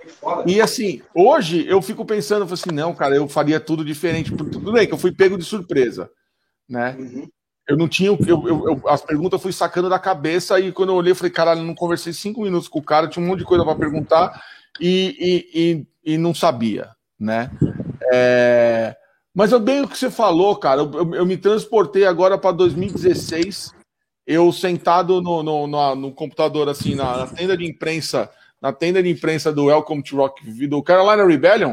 E assim, hoje eu fico pensando, eu falo assim, não, cara, eu faria tudo diferente. Tudo bem que eu fui pego de surpresa, né? Uhum. Eu não tinha, eu, eu, eu, as perguntas eu fui sacando da cabeça e quando eu olhei, eu falei, caralho, eu não conversei cinco minutos com o cara, tinha um monte de coisa para perguntar e, e, e, e não sabia, né? É, mas eu bem o que você falou, cara, eu, eu, eu me transportei agora para dois mil e dezesseis, eu sentado no, no, no, no computador, assim, na, na tenda de imprensa, na tenda de imprensa do Welcome to Rock, do Carolina Rebellion.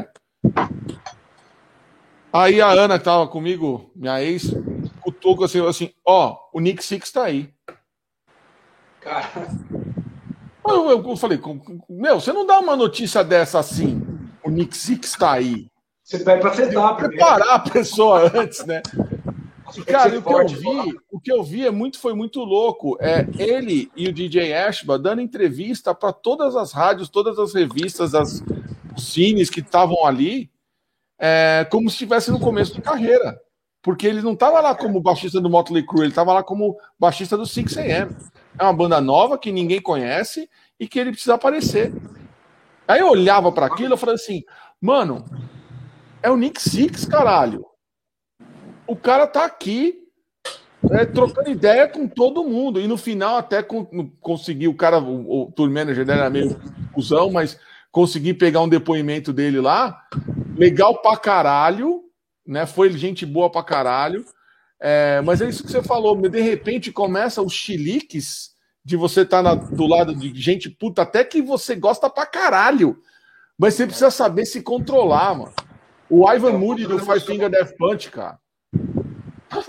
Aí a Ana que tava comigo, minha ex, cutucou assim, assim, ó, o Nick Six tá aí. Cara. Eu, eu, eu falei, meu, você não dá uma notícia dessa assim, o Nick Six tá aí. Você pede pra sentar primeiro. Preparar a pessoa antes, né? E, cara, o que eu vi, o que eu vi é muito, foi muito louco. É ele e o D J Ashba dando entrevista para todas as rádios, todas as revistas, as, os cines que estavam ali, é, como se estivesse no começo de carreira. Porque ele não estava lá como baixista do Motley Crue, ele estava lá como baixista do six A M. É uma banda nova que ninguém conhece e que ele precisa aparecer. Aí eu olhava para aquilo e falei assim, mano, é o Nick Six, caralho. O cara tá aqui é, trocando ideia com todo mundo. E no final até con consegui, o cara, o, o tour manager dele era meio cuzão, mas consegui pegar um depoimento dele lá. Legal pra caralho, né? Foi gente boa pra caralho. É, mas é isso que você falou. De repente começa os chiliques de você estar tá do lado de gente puta, até que você gosta pra caralho. Mas você precisa saber se controlar, mano. O Ivan Moody do Five Finger Death Punch, cara.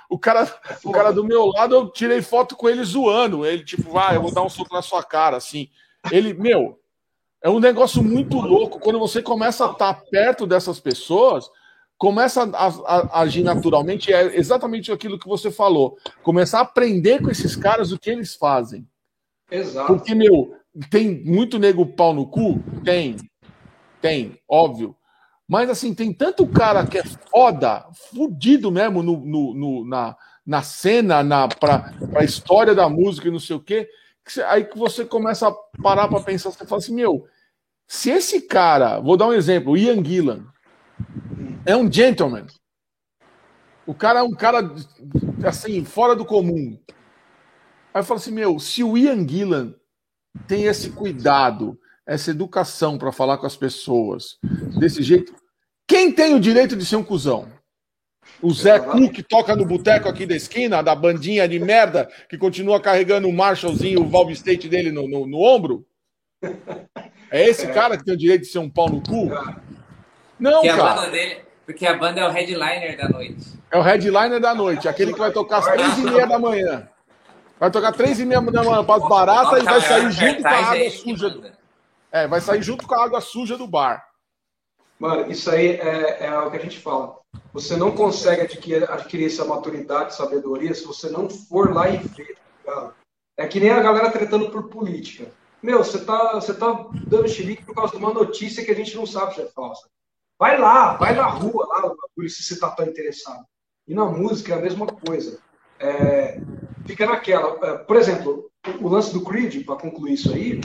O cara, o cara do meu lado, eu tirei foto com ele zoando. Ele, tipo, vai, ah, eu vou dar um soco na sua cara, assim. Ele, meu, é um negócio muito louco. Quando você começa a estar perto dessas pessoas, começa a, a, a agir naturalmente. É exatamente aquilo que você falou. Começar a aprender com esses caras o que eles fazem. Exato. Porque, meu, tem muito nego pau no cu? Tem. Tem, óbvio. Mas, assim, tem tanto cara que é foda, fudido mesmo no, no, no, na, na cena, na, pra, pra história da música e não sei o quê, que você, aí que você começa a parar pra pensar, você fala assim, meu, se esse cara, vou dar um exemplo, o Ian Gillan, é um gentleman. O cara é um cara, assim, fora do comum. Aí eu falo assim, meu, se o Ian Gillan tem esse cuidado, essa educação para falar com as pessoas desse jeito, quem tem o direito de ser um cuzão? O Zé Cu, que toca no boteco aqui da esquina, da bandinha de merda, que continua carregando o Marshallzinho, o Valve State dele no, no, no ombro? É esse cara que tem o direito de ser um pau no cu? Não, porque cara. A banda dele, porque a banda é o headliner da noite. É o headliner da noite, aquele que vai tocar às três e meia da manhã. Vai tocar três e meia da manhã para as baratas e vai sair junto com a água suja. É, vai sair junto com a água suja do bar. Mano, isso aí é, é o que a gente fala. Você não consegue adquirir, adquirir essa maturidade, sabedoria, se você não for lá e ver. Tá? É que nem a galera tretando por política. Meu, você tá, você tá dando xilique por causa de uma notícia que a gente não sabe se é falsa. Vai lá, vai na rua, lá no bagulho, se você tá tão interessado. E na música é a mesma coisa. É, fica naquela. Por exemplo, o lance do Creed, para concluir isso aí,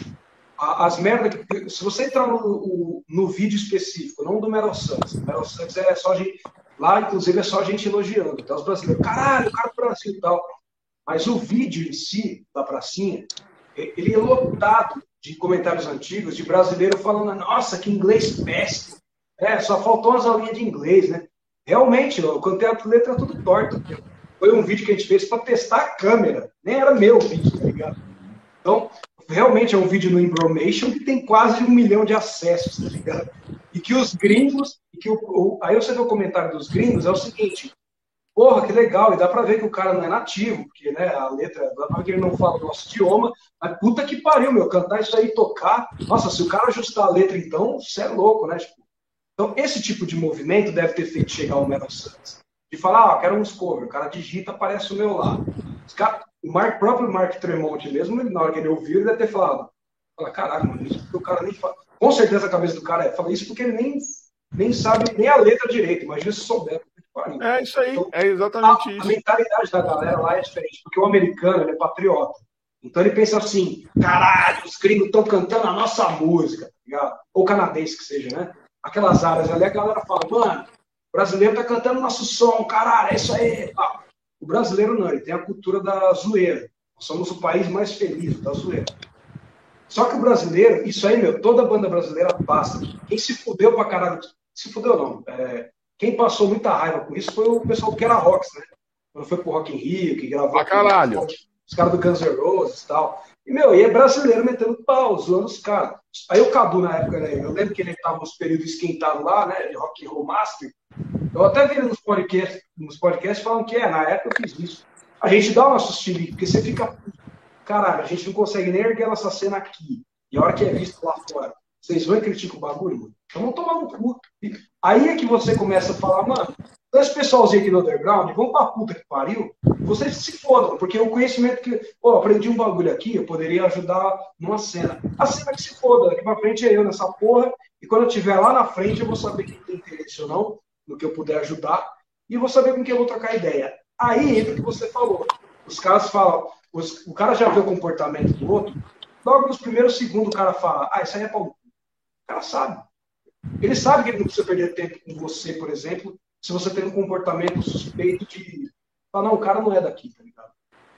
as merdas que. Se você entrar no, no vídeo específico, não do Metal Sucks, o Metal Sucks é só gente. Lá, inclusive, é só gente elogiando. Então, os brasileiros, caralho, o cara do Brasil e tal. Mas o vídeo em si, da pracinha, ele é lotado de comentários antigos, de brasileiro falando, nossa, que inglês péssimo. É, só faltou umas aulinhas de inglês, né? Realmente, eu cantei a letra tudo torto. Foi um vídeo que a gente fez para testar a câmera. Nem era meu vídeo, tá ligado? Então, realmente é um vídeo no Embromation que tem quase um milhão de acessos, tá ligado? E que os gringos, e que o, o, aí você vê o comentário dos gringos, é o seguinte, porra, que legal, e dá pra ver que o cara não é nativo, porque, né, a letra, dá pra ver que ele não fala o nosso idioma, mas puta que pariu, meu, cantar isso aí, tocar, nossa, se o cara ajustar a letra, então, você é louco, né, tipo, então, esse tipo de movimento deve ter feito chegar ao Metal Sucks, de falar, ah, quero uns covers, o cara digita, aparece o meu lá, os cara, o Mark, próprio Mark Tremonti mesmo, na hora que ele ouviu, ele deve ter falado, fala, caralho, mano, isso porque o cara nem fala, com certeza a cabeça do cara é, fala isso porque ele nem, nem sabe nem a letra direito, imagina se souber. É isso aí, então, é exatamente a, isso. A mentalidade da galera lá é diferente, porque o americano ele é patriota. Então ele pensa assim, caralho, os gringos estão cantando a nossa música, tá ligado? Ou canadense que seja, né? Aquelas áreas ali, a galera fala, mano, o brasileiro tá cantando nosso som, caralho, é isso aí. Ah, o brasileiro não, ele tem a cultura da zoeira. Nós somos o país mais feliz da zoeira. Só que o brasileiro, isso aí, meu, toda banda brasileira passa. Quem se fudeu pra caralho, se fudeu não, é... Quem passou muita raiva com isso foi o pessoal do Kera Rocks, né? Quando foi pro Rock in Rio, que gravou... Ah, caralho! Com os caras do Guns N' Roses e tal. E, meu, e é brasileiro metendo pau, zoando os caras. Aí o Cadu, na época, né, eu lembro que ele tava nos períodos esquentados lá, né? De Rock and Roll Master. Eu até vi ele nos podcasts, nos podcasts falando que, é, na época eu fiz isso. A gente dá o nosso estilo, porque você fica... Caralho, a gente não consegue nem erguer nossa cena aqui. E a hora que é visto lá fora, vocês vão e criticam o bagulho, mano? Então vão tomar no cu. Aí é que você começa a falar, mano, então esse pessoalzinho aqui no underground, vão pra puta que pariu, vocês se fodam, porque o conhecimento que, pô, eu aprendi um bagulho aqui, eu poderia ajudar numa cena. A cena que se foda, daqui pra frente é eu nessa porra, e quando eu estiver lá na frente, eu vou saber quem tem interesse ou não, no que eu puder ajudar, e eu vou saber com quem eu vou trocar ideia. Aí entra o que você falou. Os caras falam, os, o cara já vê o comportamento do outro, logo nos primeiros segundos o cara fala, ah, isso aí é pau. O cara sabe. Ele sabe que ele não precisa perder tempo com você, por exemplo, se você tem um comportamento suspeito de falar, não, o cara não é daqui, tá ligado?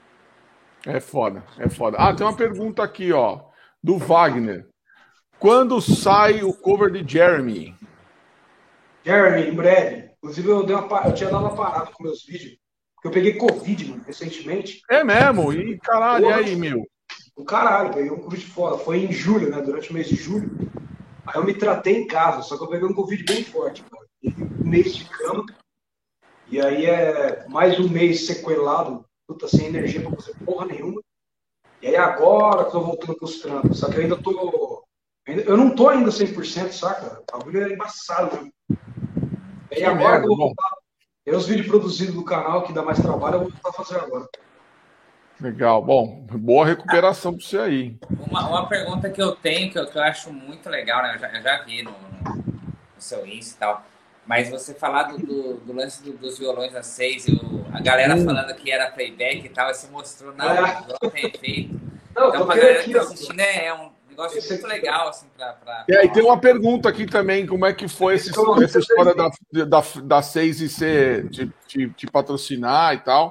É foda, é foda. Ah, tem uma pergunta aqui, ó, do Wagner. Quando sai o cover de Jeremy? Jeremy, em breve. Inclusive, eu, dei uma, eu tinha dado uma parada com meus vídeos, porque eu peguei Covid, mano, recentemente. É mesmo? E caralho, Porra, e aí, meu? O caralho, peguei um Covid foda. Foi em julho, né, durante o mês de julho. Aí eu me tratei em casa, só que eu peguei um Covid bem forte, cara. Um mês de cama. E E aí é mais um mês sequelado, puta, sem energia pra fazer porra nenhuma. E aí agora que eu tô voltando pros trampos, só que eu ainda tô... Eu não tô ainda cem por cento, saca? O bagulho é embaçado mesmo. E aí Que agora merda, que eu vou bom. voltar, e os vídeos produzidos do canal, que dá mais trabalho, eu vou voltar a fazer agora. Legal. Bom, boa recuperação para você aí. Uma, uma pergunta que eu tenho, que eu, que eu acho muito legal, né? Eu já, eu já vi no, no, no seu Insta e tal. Mas você falar do, do, do lance do, dos violões a seis, e o, a galera Hum. falando que era playback e tal, e você mostrou na hora que o violão tem efeito. Não, Então, tô pra querendo galera aqui, que tá ó. assistindo, é, é um negócio Esse muito aqui, legal, assim, pra... pra, E aí pra... tem uma pergunta aqui também, como é que foi esse, Esse que eu não essa história da, da, da seis e C te, te, te patrocinar e tal?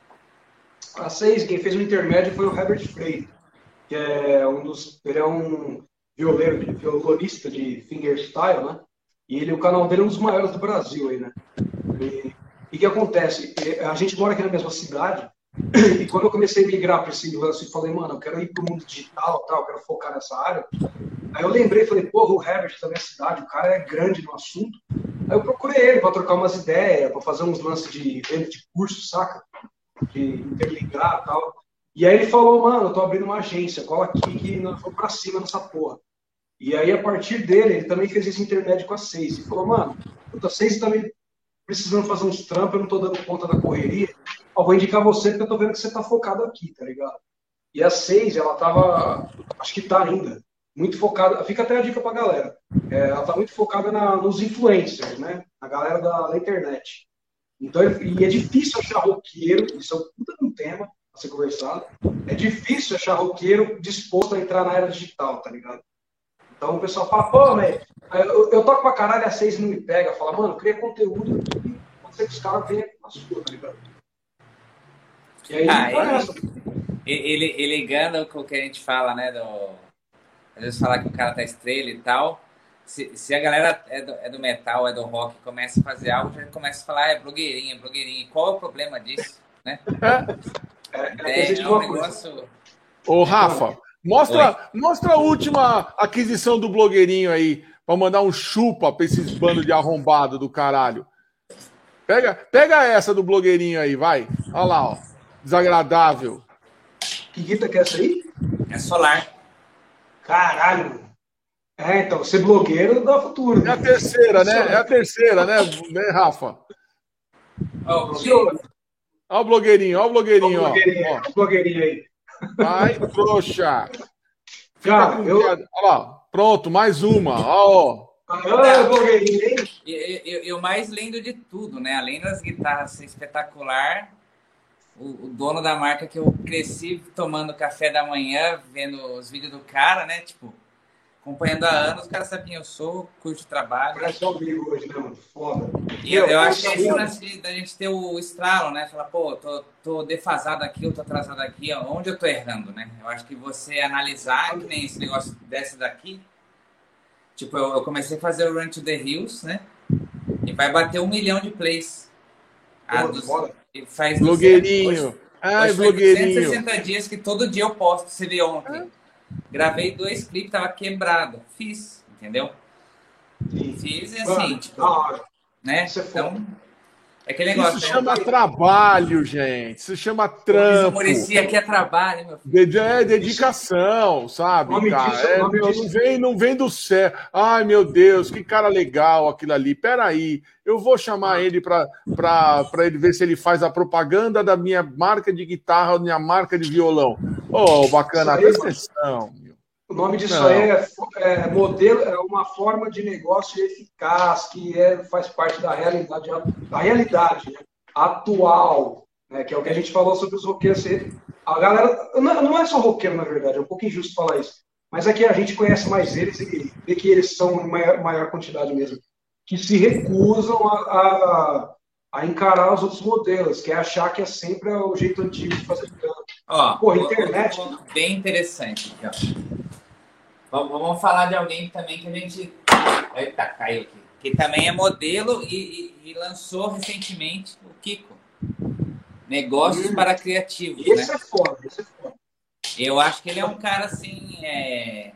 A seis, quem fez o intermédio foi o Herbert Frey, que é um dos. Ele é um violeiro, violonista de fingerstyle, né? E ele, o canal dele é um dos maiores do Brasil aí, né? E o que acontece? A gente mora aqui na mesma cidade, e quando eu comecei a migrar para esse lance, eu falei, mano, eu quero ir para o mundo digital, tal, eu quero focar nessa área. Aí eu lembrei, falei, porra, o Herbert tá na minha cidade, o cara é grande no assunto. Aí eu procurei ele para trocar umas ideias, para fazer uns lances de venda de curso, saca? De interligar e tal. E aí ele falou, mano, eu tô abrindo uma agência, cola aqui que nós vamos pra cima nessa porra. E aí, a partir dele, ele também fez esse intermédio com a seis. E falou, mano, a seis também precisando fazer uns trampos, eu não tô dando conta da correria. Ó, vou indicar você porque eu tô vendo que você tá focado aqui, tá ligado? E a seis, ela tava, acho que tá ainda, muito focada, fica até a dica pra galera. É, ela tá muito focada na, nos influencers, né? Na galera da, da internet. Então, e é difícil achar roqueiro, isso é um puta de um tema a ser conversado. É difícil achar roqueiro disposto a entrar na era digital, tá ligado? Então o pessoal fala, pô, velho, eu, eu toco pra caralho a seis e não me pega. Fala, mano, cria conteúdo aqui, pode ser que os caras venham na sua, tá ligado? E aí, Ah, tá ele, nessa. ele, ele engana com o que a gente fala, né? Do, às vezes falar que o cara tá estrela e tal. Se, se a galera é do, é do metal, é do rock, começa a fazer algo, já começa a falar, ah, é blogueirinha, é blogueirinha. E qual é o problema disso, né? É, É, é, é um negócio... Ô, Rafa, mostra, mostra a última aquisição do blogueirinho aí, pra mandar um chupa pra esses bandos de arrombado do caralho. Pega, pega essa do blogueirinho aí, vai. Olha lá, ó. Desagradável. Que guita que é essa aí? É solar. Caralho. É, então, ser blogueiro dá futuro. É a terceira, né? É a terceira, né, né Rafa? Ó, o blogueirinho. Olha o blogueirinho, olha o blogueirinho, Ó, ó. blogueirinho, ó. ó, blogueirinho aí. Ai, trouxa. Fica Cara, com eu... Olha lá, pronto, mais uma. Ó, Ah, blogueirinho, hein? E, e, e o mais lindo de tudo, né? Além das guitarras ser espetacular, o, o dono da marca que eu cresci tomando café da manhã, vendo os vídeos do cara, né? Tipo, acompanhando há anos, o cara sabe quem eu sou, curte o trabalho. Parece um amigo hoje, né, mano? Foda. E eu, eu acho que é esse sabendo. lance da gente ter o estralo, né? Falar, pô, tô, tô defasado aqui, eu tô atrasado aqui, ó, onde eu tô errando, né? Eu acho que você analisar, que nem esse negócio dessa daqui. Tipo, eu, eu comecei a fazer o Run to the Hills, né? E vai bater um milhão de plays. Ah, Foda, dos, foda. e faz blogueirinho. Hoje, Ai, hoje foi duzentos e blogueirinho. sessenta dias que todo dia eu posto. Você viu ontem. Gravei dois clipes, tava quebrado. Fiz, entendeu? Sim. Fiz e assim, Mano, tipo, da hora. né? Isso é foda. Então, é aquele negócio. Isso né? chama trabalho, gente. Isso chama Como diz o trampo. Muricy, aqui é trabalho, meu filho. Ded- É dedicação, sabe, Nome cara? disso- É, nome não, disso- não vem, não vem do céu. Ai, meu Deus, que cara legal aquilo ali. Peraí, eu vou chamar ele para ele ver se ele faz a propaganda da minha marca de guitarra, da minha marca de violão. Ô, bacana, Isso aí, presta mano. atenção. meu. O nome disso Não. aí é, é modelo, é uma forma de negócio eficaz que é, faz parte da realidade, da realidade, né, atual, né, que é o que a gente falou sobre os roqueiros. A galera não, não é só roqueiro, na verdade, é um pouco injusto falar isso, mas é que a gente conhece mais eles e vê que eles são em maior, maior quantidade mesmo, que se recusam a, a, a encarar os outros modelos, que é achar que é sempre o jeito antigo de fazer canto. Ó, Pô, outro internet. ponto bem interessante aqui, ó. Vamos, vamos falar de alguém também que a gente. Eita, caiu aqui. Que também é modelo e, e, e lançou recentemente o Kiko. Negócios Hum. para criativos, Esse né? é foda, esse é foda. Eu acho que ele é um cara, assim, é...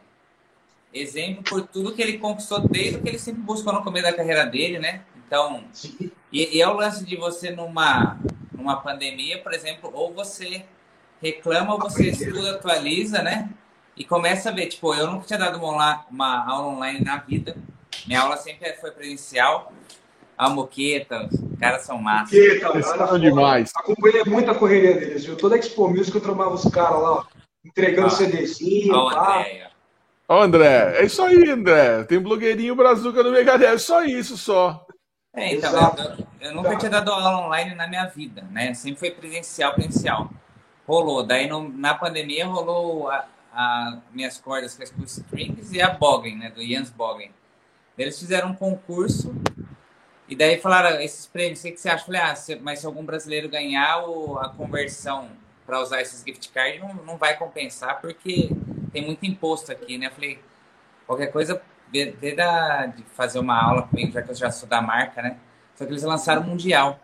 exemplo por tudo que ele conquistou desde o que ele sempre buscou no começo da carreira dele, né? Então, Sim. E, e é o lance de você numa, numa pandemia, por exemplo, ou você reclama ou você estuda, atualiza, né? E começa a ver, tipo, eu nunca tinha dado uma, uma aula online na vida. Minha aula sempre foi presencial. A Moqueta, os caras são massa. Moqueta, são demais. Acompanhei muita correria deles, viu? Toda a Expo Music eu trombava os caras lá, ó, entregando Ó, CDzinho, ó o pá. André aí, ó. Ó, André, é isso aí, André. Tem blogueirinho brazuca no Megadeth, só isso, só. É, então, eu, eu nunca tinha dado aula online na minha vida, né? Sempre foi presencial, presencial. Rolou. Daí, no, na pandemia, rolou a, a minhas cordas com as Strings e a Bogen, né? Do Jans Bogen. Eles fizeram um concurso e daí falaram, esses prêmios, o que, que você acha? Eu falei, ah, se, mas se algum brasileiro ganhar, o, a conversão para usar esses gift cards não, não vai compensar, porque tem muito imposto aqui, né? Eu falei, qualquer coisa, vê, vê da, de fazer uma aula comigo, já que eu já sou da marca, né? Só que eles lançaram o Mundial.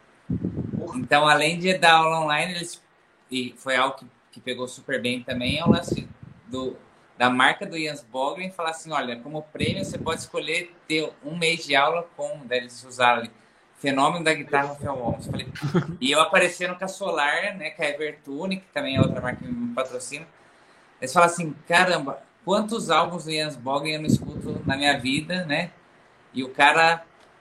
Então, além de dar aula online, eles, e foi algo que, que pegou super bem também, é o lance do, da marca do Jans Bogen, falar assim, olha, como prêmio você pode escolher ter um mês de aula com, daí eles usaram ali, Fenômeno da Guitarra Rafael Holmes. Falei, e eu aparecendo com a Solar, né, com a Evertune, que também é outra marca que me patrocina. Eles falam assim, caramba, quantos álbuns do Jans Bogen eu não escuto na minha vida, né? E o cara...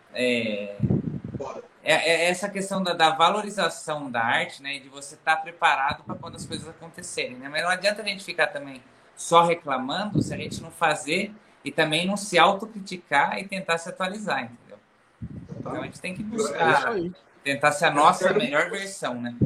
É, é, é essa questão da, da valorização da arte, né? E de você estar preparado para quando as coisas acontecerem, né? Mas não adianta a gente ficar também só reclamando se a gente não fazer e também não se autocriticar e tentar se atualizar, entendeu? Então a gente tem que buscar, é tentar ser a nossa melhor versão, né?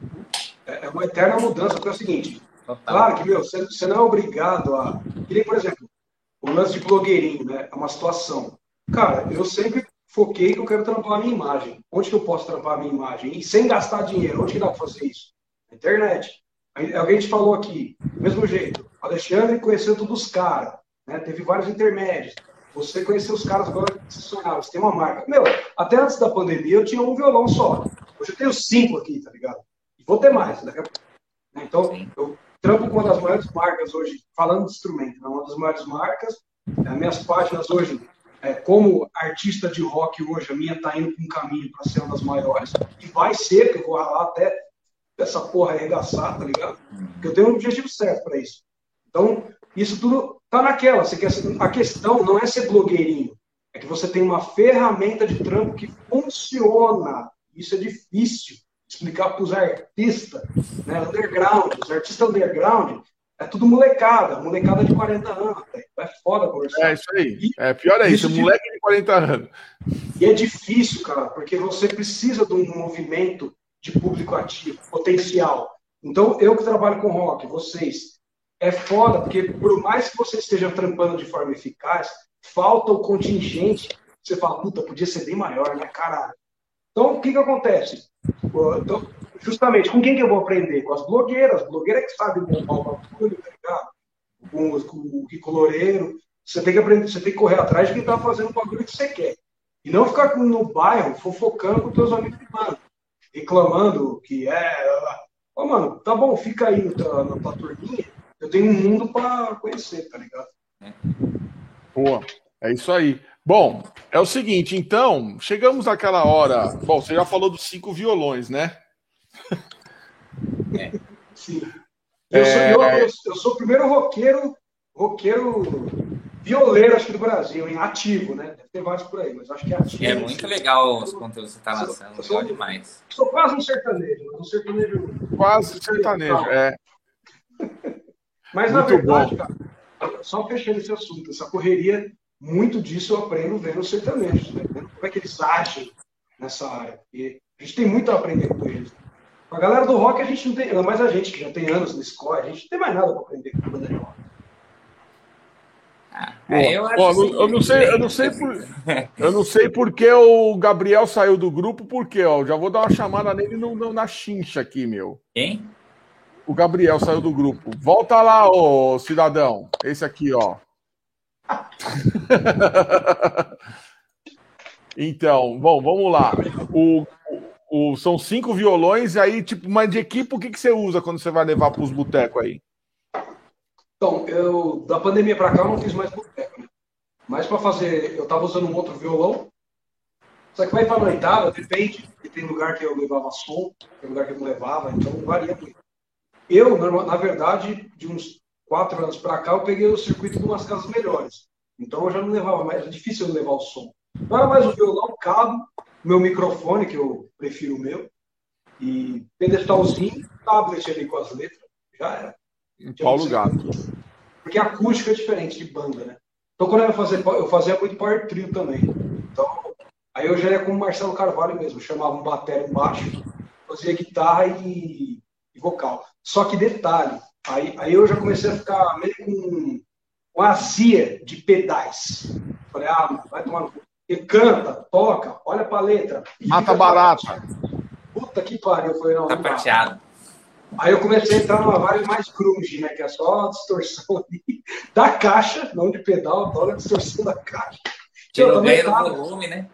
É uma eterna mudança, porque é o seguinte, Total. Claro que, meu, você, você não é obrigado a... Que nem, por exemplo, o lance de blogueirinho, né? É uma situação. Cara, eu sempre foquei que eu quero trampar a minha imagem. Onde que eu posso trampar a minha imagem? E sem gastar dinheiro. Onde que dá para fazer isso? Na internet. Alguém te falou aqui, do mesmo jeito. O Alexandre conheceu todos os caras, né? Teve vários intermédios. Você conheceu os caras agora que você sonhava. Você tem uma marca. Meu, até antes da pandemia eu tinha um violão só. Hoje eu tenho cinco aqui, tá ligado? E vou ter mais daqui a pouco. Então, eu trampo com uma das maiores marcas hoje, falando de instrumento, né? Uma das maiores marcas. As minhas páginas hoje, é, como artista de rock hoje, a minha tá indo para um caminho para ser uma das maiores. E vai ser, que eu vou ralar até essa porra arregaçar, tá ligado? Porque eu tenho um objetivo certo para isso. Então, isso tudo tá naquela. Você quer ser... A questão não é ser blogueirinho. É que você tem uma ferramenta de trampo que funciona. Isso é difícil explicar para os artistas, né, underground. Os artistas underground é tudo molecada, molecada de quarenta anos. Véio. É foda conversar. É isso aí. E, é pior é isso, isso moleque de quarenta anos. E é difícil, cara, porque você precisa de um movimento de público ativo, potencial. Então, eu que trabalho com rock, vocês, é foda, porque por mais que você esteja trampando de forma eficaz, falta o contingente. Você fala, puta, podia ser bem maior, né, caralho? Então, o que que acontece? Então, justamente, com quem que eu vou aprender? Com as blogueiras. As blogueiras que sabem montar o bagulho, tá ligado? Com, com o Rico Loureiro. Você tem que aprender, você tem que correr atrás de quem tá fazendo o bagulho que você quer. E não ficar no bairro fofocando com teus amigos de mano, reclamando que é... Ô, mano, tá bom, fica aí na tua, na tua turminha. Eu tenho um mundo pra conhecer, tá ligado? Boa, é isso aí. Bom, é o seguinte, então, chegamos naquela hora. Bom, você já falou dos cinco violões, né? É. Sim. Eu, é... sou, eu, eu, eu sou o primeiro roqueiro, roqueiro violeiro, acho que do Brasil, em ativo, né? Deve ter vários por aí, mas acho que é ativo. É muito legal os conteúdos que você está lançando, eu sou, legal demais. Sou quase um sertanejo, mas um sertanejo. Quase sertanejo, é. Mas muito na verdade, bom. Cara, só fechando esse assunto, essa correria. Muito disso eu aprendo vendo os sertanejos, né? Vendo como é que eles agem nessa área. E a gente tem muito a aprender com eles. A galera do rock, a gente não tem, ainda mais a gente que já tem anos na escola, a gente não tem mais nada para aprender com a banda de rock. Ah, é, eu, acho ó, assim, eu não sei, eu não sei por, eu não sei por que o Gabriel saiu do grupo, porque ó, já vou dar uma chamada nele no, no, na chincha aqui, meu. Quem? O Gabriel saiu do grupo. Volta lá, ô cidadão. Esse aqui, ó. Então, bom, vamos lá. O, o, o, são cinco violões, e aí, tipo, mas de equipe, o que, que você usa quando você vai levar para os botecos aí? Então, eu, da pandemia para cá, eu não fiz mais boteco, né? Mas para fazer, eu estava usando um outro violão, Só que vai pra noitada, depende. Tem lugar que eu levava som, tem lugar que eu não levava, então varia muito. Eu, na verdade, de uns quatro anos pra cá, eu peguei o circuito de umas casas melhores. Então eu já não levava mais, é difícil eu levar o som. Não era mais o violão, o cabo, meu microfone, que eu prefiro o meu, e pedestalzinho, tablet ali com as letras, já era. Paulo Gato. Porque a acústica é diferente de banda, né? Então quando eu ia fazer, eu fazia muito power trio também. Então, aí eu já ia com o Marcelo Carvalho mesmo, chamava um batera embaixo, fazia guitarra e, e vocal. Só que detalhe, aí, aí eu já comecei a ficar meio com uma azia de pedais. Falei, ah, mano, vai tomar no cu. Ele canta, toca, olha pra letra. Mata barata. Puta que pariu. Eu falei, não, Tá não dá. prateado. Aí eu comecei a entrar numa vibe mais grunge, né? Que é só a distorção ali da caixa, não de pedal, toda a distorção da caixa. Tirou bem no volume, né?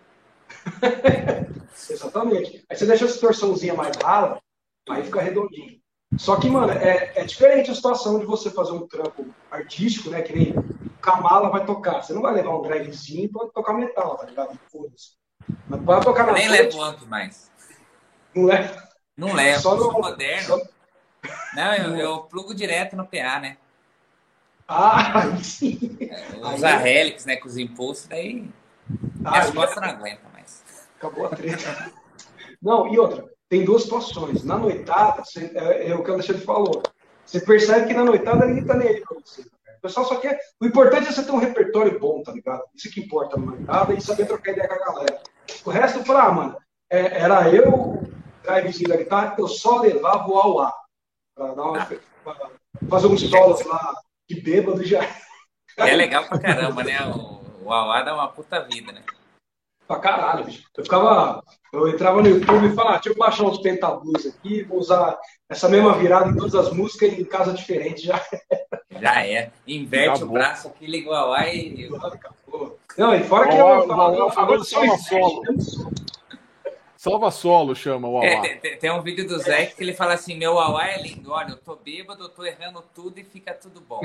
Exatamente. Aí você deixa a distorçãozinha mais rala, aí fica redondinho. Só que, mano, é, é diferente a situação de você fazer um trampo artístico, né? Que nem o Kamala vai tocar. Você não vai levar um dragzinho pra tocar metal, tá ligado? Foda-se. Mas para tocar na nem levo amp mais. Não leva? Não levo. Só Sou no... moderno. Só... Não, eu, eu plugo direto no P A, né? Ah, sim. Usar aí... Helix, né? Com os impulsos, daí... Ah, as costas não aguentam mais. Acabou a treta. Não, e outra, tem duas situações. Na noitada, você, é, é o que o Alexandre falou. Você percebe que na noitada ninguém tá nem aí pra você. O pessoal só quer. O importante é você ter um repertório bom, tá ligado? Isso que importa na noitada e saber trocar ideia com a galera. O resto, eu falei, ah, mano, é, era eu, o drivezinho da guitarra, eu só levava o auá. Pra dar uma. Pra fazer uns solos lá de bêbado já. É legal pra caramba, né? O, o auá dá uma puta vida, né? Pra caralho, bicho. Eu ficava. Eu entrava no YouTube e falava, ah, deixa eu baixar uns pentablues aqui, vou usar essa mesma virada em todas as músicas em casa diferente já. Já é. Inverte Acabou. O braço aqui, liga o auá e. Não, e fora que o eu falo. Agora salva solo. Salva solo, chama o auá. É, tem, tem um vídeo do Zé que ele fala assim: meu auá é lindo, olha, eu tô bêbado, eu tô errando tudo e fica tudo bom.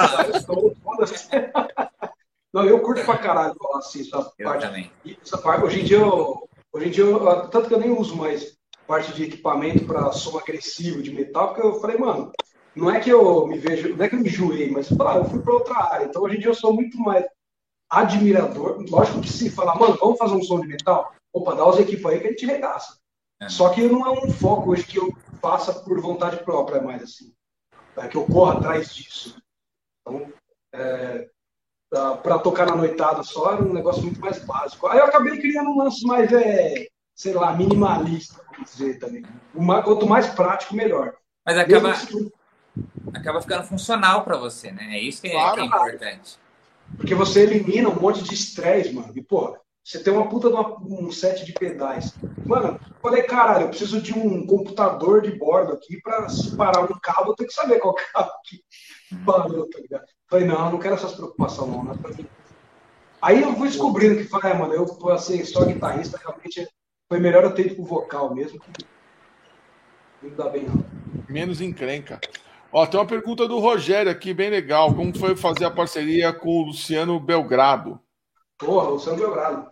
Não, eu curto pra caralho falar assim, essa eu parte. Também. Essa parte. Hoje em dia, eu, hoje em dia eu, tanto que eu nem uso mais parte de equipamento para som agressivo de metal, porque eu falei, mano, não é que eu me vejo, não é que eu me enjoei, mas ah, eu fui para outra área. Então hoje em dia eu sou muito mais admirador. Lógico que se falar, mano, vamos fazer um som de metal, opa, dá os equipos aí que a gente regaça. É. Só que não é um foco hoje que eu faça por vontade própria, mais assim. É que eu corro atrás disso. Então, é, para tocar na noitada só era um negócio muito mais básico. Aí eu acabei criando um lance mais, é, sei lá, minimalista, vamos dizer também. Uma, quanto mais prático, melhor. Mas acaba, que... acaba ficando funcional para você, né? É isso que é, claro, que é importante. Porque você elimina um monte de estresse, mano. E, porra, você tem uma puta de uma, um set de pedais. Mano, eu falei, caralho, eu preciso de um computador de bordo aqui para separar um cabo, eu tenho que saber qual cabo que parou, tá ligado? Falei, não, eu não quero essas preocupações, não, não é pra mim. Aí eu fui descobrindo que, falei, ah, mano, eu tô assim, só guitarrista, realmente foi melhor eu ter ido pro vocal mesmo, que não dá bem, não. Menos encrenca. Ó, tem uma pergunta do Rogério aqui, bem legal. Como foi fazer a parceria com o Luciano Belgrado? Porra, Luciano Belgrado.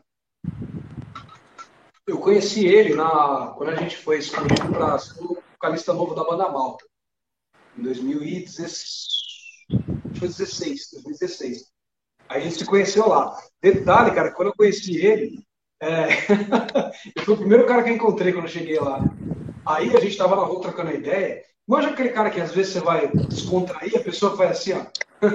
Eu conheci ele na, quando a gente foi escolhido para ser o vocalista novo da Banda Malta, em dois mil e dezesseis. Foi dezesseis, dois mil e dezesseis. Aí a gente se conheceu lá. Detalhe, cara, quando eu conheci ele, é... eu fui o primeiro cara que eu encontrei quando eu cheguei lá. Aí a gente tava na rua trocando ideia. Imagina aquele cara que às vezes você vai descontrair, a pessoa faz assim, ó.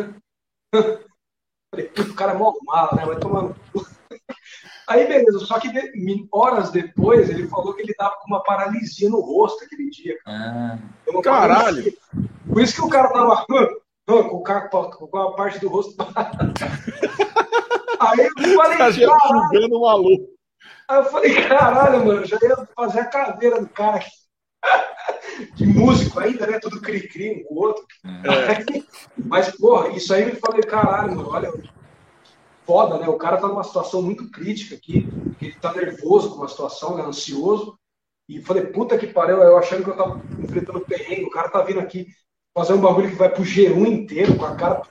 Falei, o cara é mó mala, né? Vai tomar no cu. Aí beleza, só que de... horas depois ele falou que ele tava com uma paralisia no rosto aquele dia. Ah, caralho! Paralisia. Por isso que o cara tava. Com, o cara, com a parte do rosto. Aí eu falei, tá jogando maluco. Aí eu falei, caralho, mano, já ia fazer a caveira do cara aqui. De músico ainda, né? Tudo cri-cri um com o outro. É. Mas, porra, isso aí eu falei, caralho, mano, olha, foda, né? O cara tá numa situação muito crítica aqui, ele tá nervoso com uma situação, né? Ansioso. E falei, puta que pariu, eu achando que eu tava enfrentando perrengue, o cara tá vindo aqui fazer um bagulho que vai pro G um inteiro com a cara.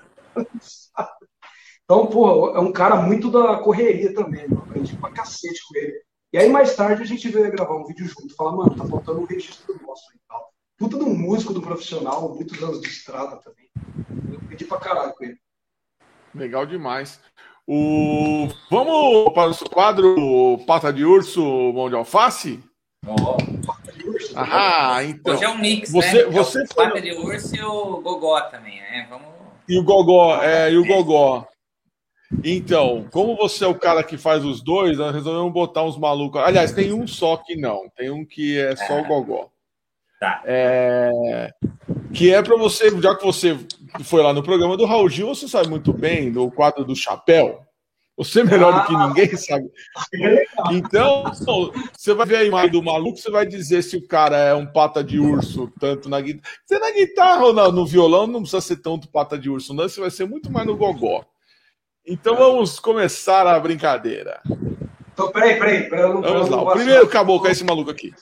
Então, porra, é um cara muito da correria também, mano. Aprendi pra cacete com ele. E aí, mais tarde, a gente veio gravar um vídeo junto. Falar, mano, tá faltando um registro nosso e tal. Puta de um músico, de um profissional, muitos anos de estrada também. Eu pedi pra caralho com ele. Legal demais. O... Vamos para o nosso quadro Pata de Urso, Mão de Alface? Oh. Ah, então. Hoje é um mix, você, né? Você é o Pata de Urso e o Gogó também, né? Vamos... E o Gogó, é, e o Gogó. Então, como você é o cara que faz os dois, nós resolvemos botar uns malucos. Aliás, tem um só que não. Tem um que é só o Gogó. Tá. É... Que é para você, já que você foi lá no programa do Raul Gil, você sabe muito bem, no quadro do Chapéu. Você é melhor do que ninguém, sabe? Então, você vai ver a imagem do maluco, você vai dizer se o cara é um pata de urso, tanto na guitarra. Você na guitarra ou no violão não precisa ser tanto pata de urso, não. Você vai ser muito mais no gogó. Então vamos começar a brincadeira. Então, peraí, peraí. peraí eu não, vamos eu lá. não O primeiro caboclo é esse maluco aqui.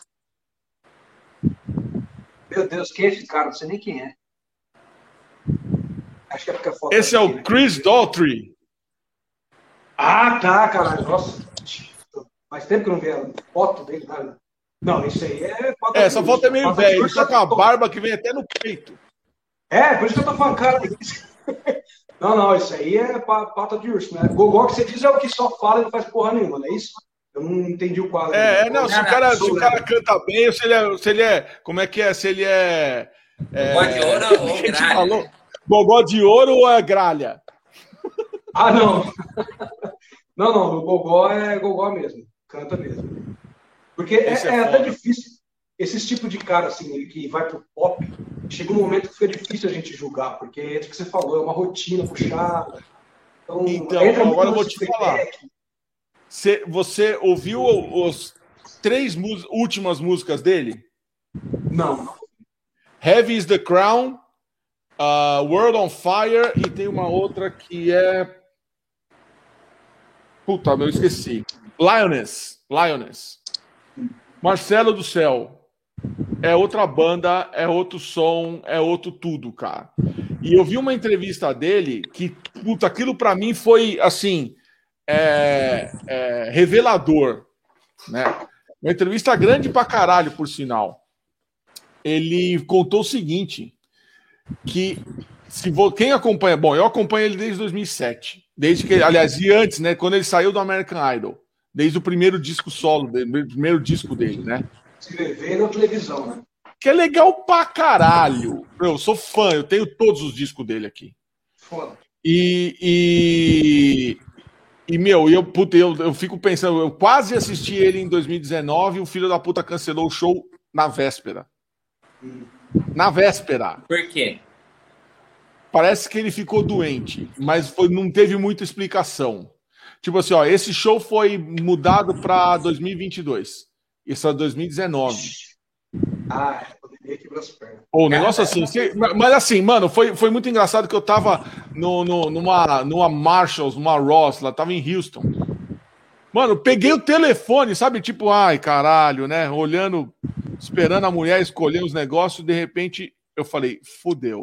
Meu Deus, quem é esse cara? Não sei nem quem é. Acho que é porque a foto Esse é o Chris Daughtry. Ah, tá, caralho. Nossa. Faz tempo que eu não vi a foto dele, nada. Não, isso aí é... É, essa foto é meio velha. Ele tá com a barba que vem até no peito. É, por isso que eu tô falando, cara. Não, não, isso aí é pata de urso, né? Gogó que você diz é o que só fala e não faz porra nenhuma, não é isso? Eu não entendi o quadro. É, é não, se o cara, se o cara canta bem, ou se ele é, se ele é... Como é que é? Se ele é... é Gogó de ouro ou gralha? Falou? Gogó de ouro ou é gralha? Ah, não. Não, não, o Gogó é Gogó mesmo. Canta mesmo. Porque é, é, é até difícil. Esses tipos de cara, assim, que vai pro pop, chega um momento que fica difícil a gente julgar, porque é o que você falou, é uma rotina puxada. Então, então agora eu vou te falar. Você, você ouviu os três últimas músicas dele? Não, não. Heavy is the Crown, uh, World on Fire e tem uma outra que é... Puta, eu esqueci. Lioness. Lioness. Marcelo do Céu. É outra banda, é outro som, é outro tudo, cara. E eu vi uma entrevista dele que, puta, aquilo pra mim foi, assim, é, é, revelador, né? Uma entrevista grande pra caralho, por sinal. Ele contou o seguinte, que se vo... quem acompanha... Bom, eu acompanho ele desde dois mil e sete. Desde que, aliás, e antes, né? Quando ele saiu do American Idol. Desde o primeiro disco solo, dele, primeiro disco dele, né? Se vê na televisão, né? Que é legal pra caralho. Eu sou fã, eu tenho todos os discos dele aqui. Foda. E, e, e meu, eu, puta, eu, eu fico pensando, eu quase assisti ele em dois mil e dezenove e o filho da puta cancelou o show na véspera. Hum. Na véspera. Por quê? Parece que ele ficou doente, mas foi, não teve muita explicação. Tipo assim, ó, esse show foi mudado para dois mil e vinte e dois. Isso é dois mil e dezenove. Ah, a pandemia quebrou as pernas. O negócio assim, que, mas assim, mano, foi, foi muito engraçado que eu tava no, no, numa, numa Marshalls, numa Ross, lá tava em Houston. Mano, peguei o telefone, sabe? Tipo, ai, caralho, né? Olhando, esperando a mulher escolher os negócios, de repente eu falei, fudeu.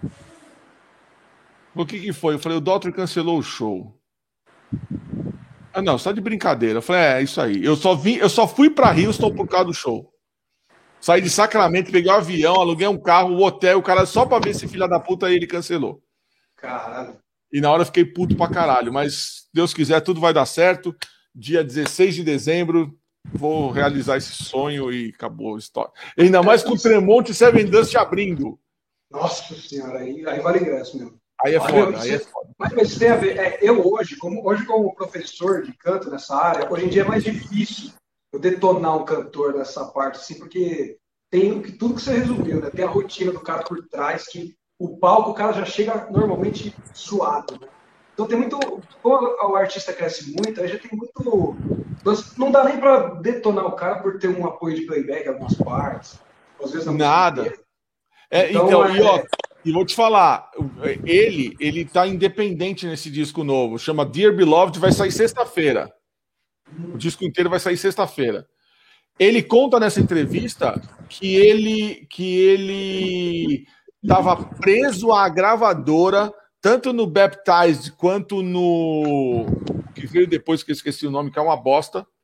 O que que foi? Eu falei, o Daughtry cancelou o show. Ah, não, você tá de brincadeira. Eu falei, é, isso aí. Eu só, vim, eu só fui pra Houston por causa do show. Saí de Sacramento, peguei um avião, aluguei um carro, o um hotel, o cara só pra ver se filha da puta ele cancelou. Caralho. E na hora eu fiquei puto pra caralho. Mas, Deus quiser, tudo vai dar certo. Dia dezesseis de dezembro, vou realizar esse sonho e acabou a história. E ainda mais com o Tremont e Seven Dust abrindo. Nossa senhora, aí, aí vale ingresso mesmo. Aí é foda, aí é foda. Mas, mas isso tem a ver. É, eu hoje, como, hoje, como professor de canto nessa área, hoje em dia é mais difícil eu detonar um cantor nessa parte, assim, porque tem tudo que você resumiu, né? Tem a rotina do cara por trás, que o palco o cara já chega normalmente suado, né? Então tem muito. Como o artista cresce muito, aí já tem muito. Não dá nem pra detonar o cara por ter um apoio de playback em algumas partes. Às vezes não. Nada. É, então, então é... e ó. E vou te falar, ele ele tá independente nesse disco novo, chama Dear Beloved, vai sair sexta-feira. O disco inteiro vai sair sexta-feira. Ele conta nessa entrevista que ele que ele estava preso à gravadora, tanto no Baptized quanto no que veio depois, que eu esqueci o nome, que é uma bosta,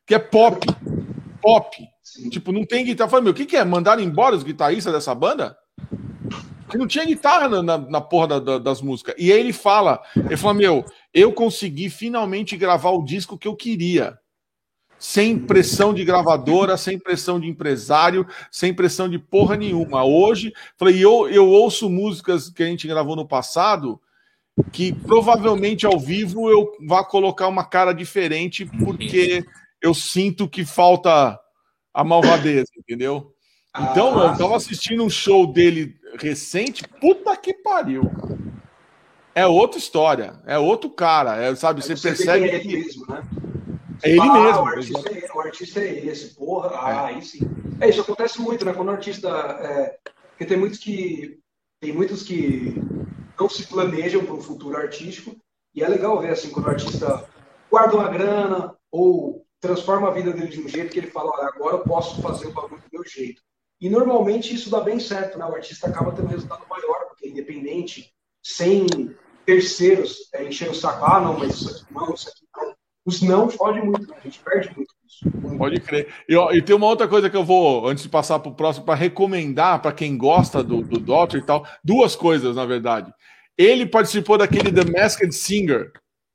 que é pop. Pop. Sim. Tipo, não tem guitarra. Eu falei, meu, o que, que é? Mandaram embora os guitarristas dessa banda? Porque não tinha guitarra na, na, na porra da, da, das músicas. E aí ele fala, ele fala, meu, eu consegui finalmente gravar o disco que eu queria. Sem pressão de gravadora, sem pressão de empresário, sem pressão de porra nenhuma. Hoje, falei, eu, eu ouço músicas que a gente gravou no passado, que provavelmente ao vivo eu vá colocar uma cara diferente, porque eu sinto que falta a malvadeza, entendeu? Então, eu tava assistindo um show dele recente, puta que pariu, cara. É outra história, é outro cara, é, sabe? Você, você percebe é que... ele mesmo, né? É ele ah, mesmo. O artista, é, o artista é esse, porra. Ah, é. Aí sim. É, isso acontece muito, né? Quando o artista. É, porque tem muitos que. Tem muitos que não se planejam para um futuro artístico. E é legal ver assim, quando o artista guarda uma grana ou transforma a vida dele de um jeito que ele fala, olha, agora eu posso fazer o bagulho do meu jeito. E normalmente isso dá bem certo, né? O artista acaba tendo um resultado maior, porque é independente, sem terceiros é, encher o saco, ah, não, mas isso aqui não, isso aqui não. Os não fode muito, né? A gente perde muito isso. Pode crer. E, ó, e tem uma outra coisa que eu vou, antes de passar para o próximo, para recomendar para quem gosta do, do Daughtry e tal, duas coisas, na verdade. Ele participou daquele The Masked Singer.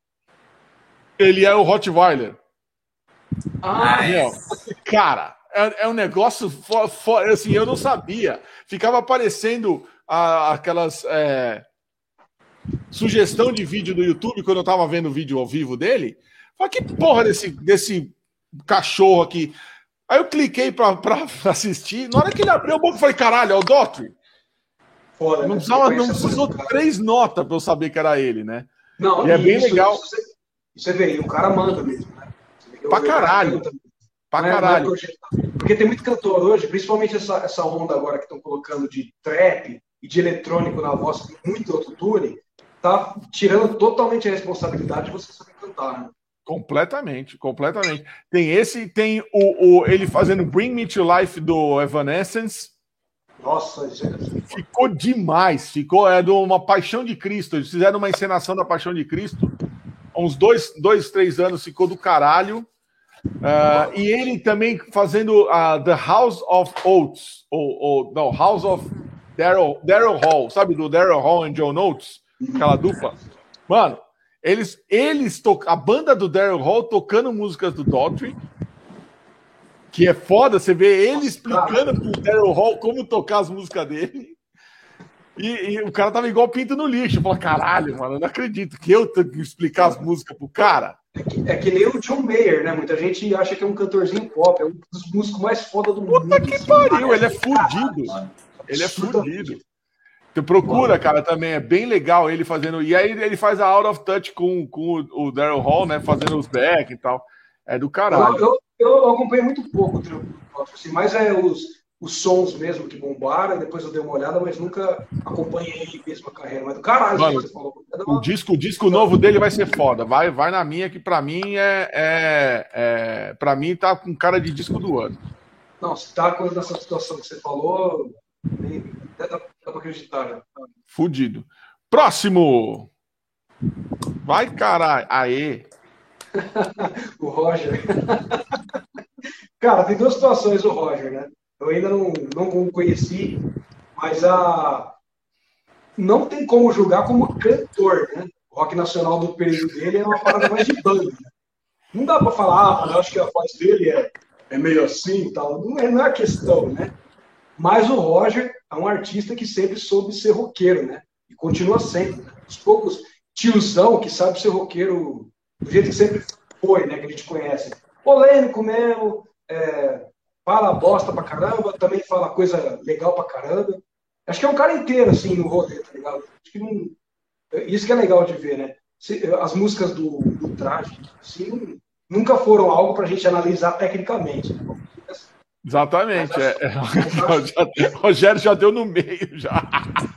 Ele é o Rottweiler. Ah, Meu, cara, é, é um negócio for, for, assim, eu não sabia. Ficava aparecendo a, aquelas é, sugestão de vídeo do YouTube quando eu tava vendo o vídeo ao vivo dele. Falei, que porra desse, desse cachorro aqui? Aí eu cliquei pra, pra assistir. Na hora que ele abriu a boca, eu falei, caralho, é o Daughtry. Foda, não né? precisava, não precisou três notas pra eu saber que era ele, né? Não, e é bem isso, legal. Isso, você vê, o cara manda mesmo, né? Pra caralho. Pra não é, caralho. não é porque tem muito cantor hoje, principalmente essa, essa onda agora que estão colocando de trap e de eletrônico na voz, com muito autotune, tá tirando totalmente a responsabilidade de você saber cantar, né? Completamente, completamente. Tem esse, tem o, o ele fazendo Bring Me to Life do Evanescence. Nossa, isso é... Ficou demais. Ficou, é de uma Paixão de Cristo. Eles fizeram uma encenação da Paixão de Cristo há uns dois, dois três anos, ficou do caralho. Uh, e ele também fazendo uh, The House of Oates, ou, ou não, House of Daryl, Daryl Hall, sabe do Daryl Hall e John Oates? Aquela dupla. Mano, Eles, eles to... a banda do Daryl Hall tocando músicas do Daughtry, que é foda, você vê ele explicando pro Daryl Hall como tocar as músicas dele, e, e o cara tava igual pinto no lixo. Fala, caralho, mano, eu não acredito que eu tenho que explicar as músicas pro cara. É que, é que nem o John Mayer, né? Muita gente acha que é um cantorzinho pop, é um dos músicos mais foda do mundo. Puta que pariu, ele é fudido. Ele é fudido. Tu procura, cara, também é bem legal ele fazendo. E aí ele faz a Out of Touch com, com o Daryl Hall, né? Fazendo os back e tal. É do caralho. Eu, eu, eu acompanhei muito pouco o trampo, assim, mas é os, os sons mesmo que bombaram. Depois eu dei uma olhada, mas nunca acompanhei mesmo a carreira. Mas do caralho, mano, você falou. O disco, o disco novo dele vai ser foda. Vai, vai na minha, que pra mim é, é, é. Pra mim tá com cara de disco do ano. Não, se tá com essa situação que você falou, até dá, dá pra acreditar, né? Fudido. Próximo! Vai, caralho. Aê! O Roger. Cara, tem duas situações o Roger, né? Eu ainda não, não conheci, mas a... não tem como julgar como cantor, né? O rock nacional do período dele é uma parada mais de banda. Né? Não dá pra falar, ah, eu acho que a voz dele é, é meio assim e tal. Não é, não é a questão, né? Mas o Roger é um artista que sempre soube ser roqueiro, né? E continua sendo. Né? Os poucos tiozão que sabe ser roqueiro do jeito que sempre foi, né? Que a gente conhece. Polêmico mesmo, é, fala bosta pra caramba, também fala coisa legal pra caramba. Acho que é um cara inteiro, assim, no rolê, tá ligado? Acho que não... Isso que é legal de ver, né? As músicas do, do Traje, assim, nunca foram algo pra gente analisar tecnicamente, né? Exatamente. É, é, o Rogério já deu no meio, já.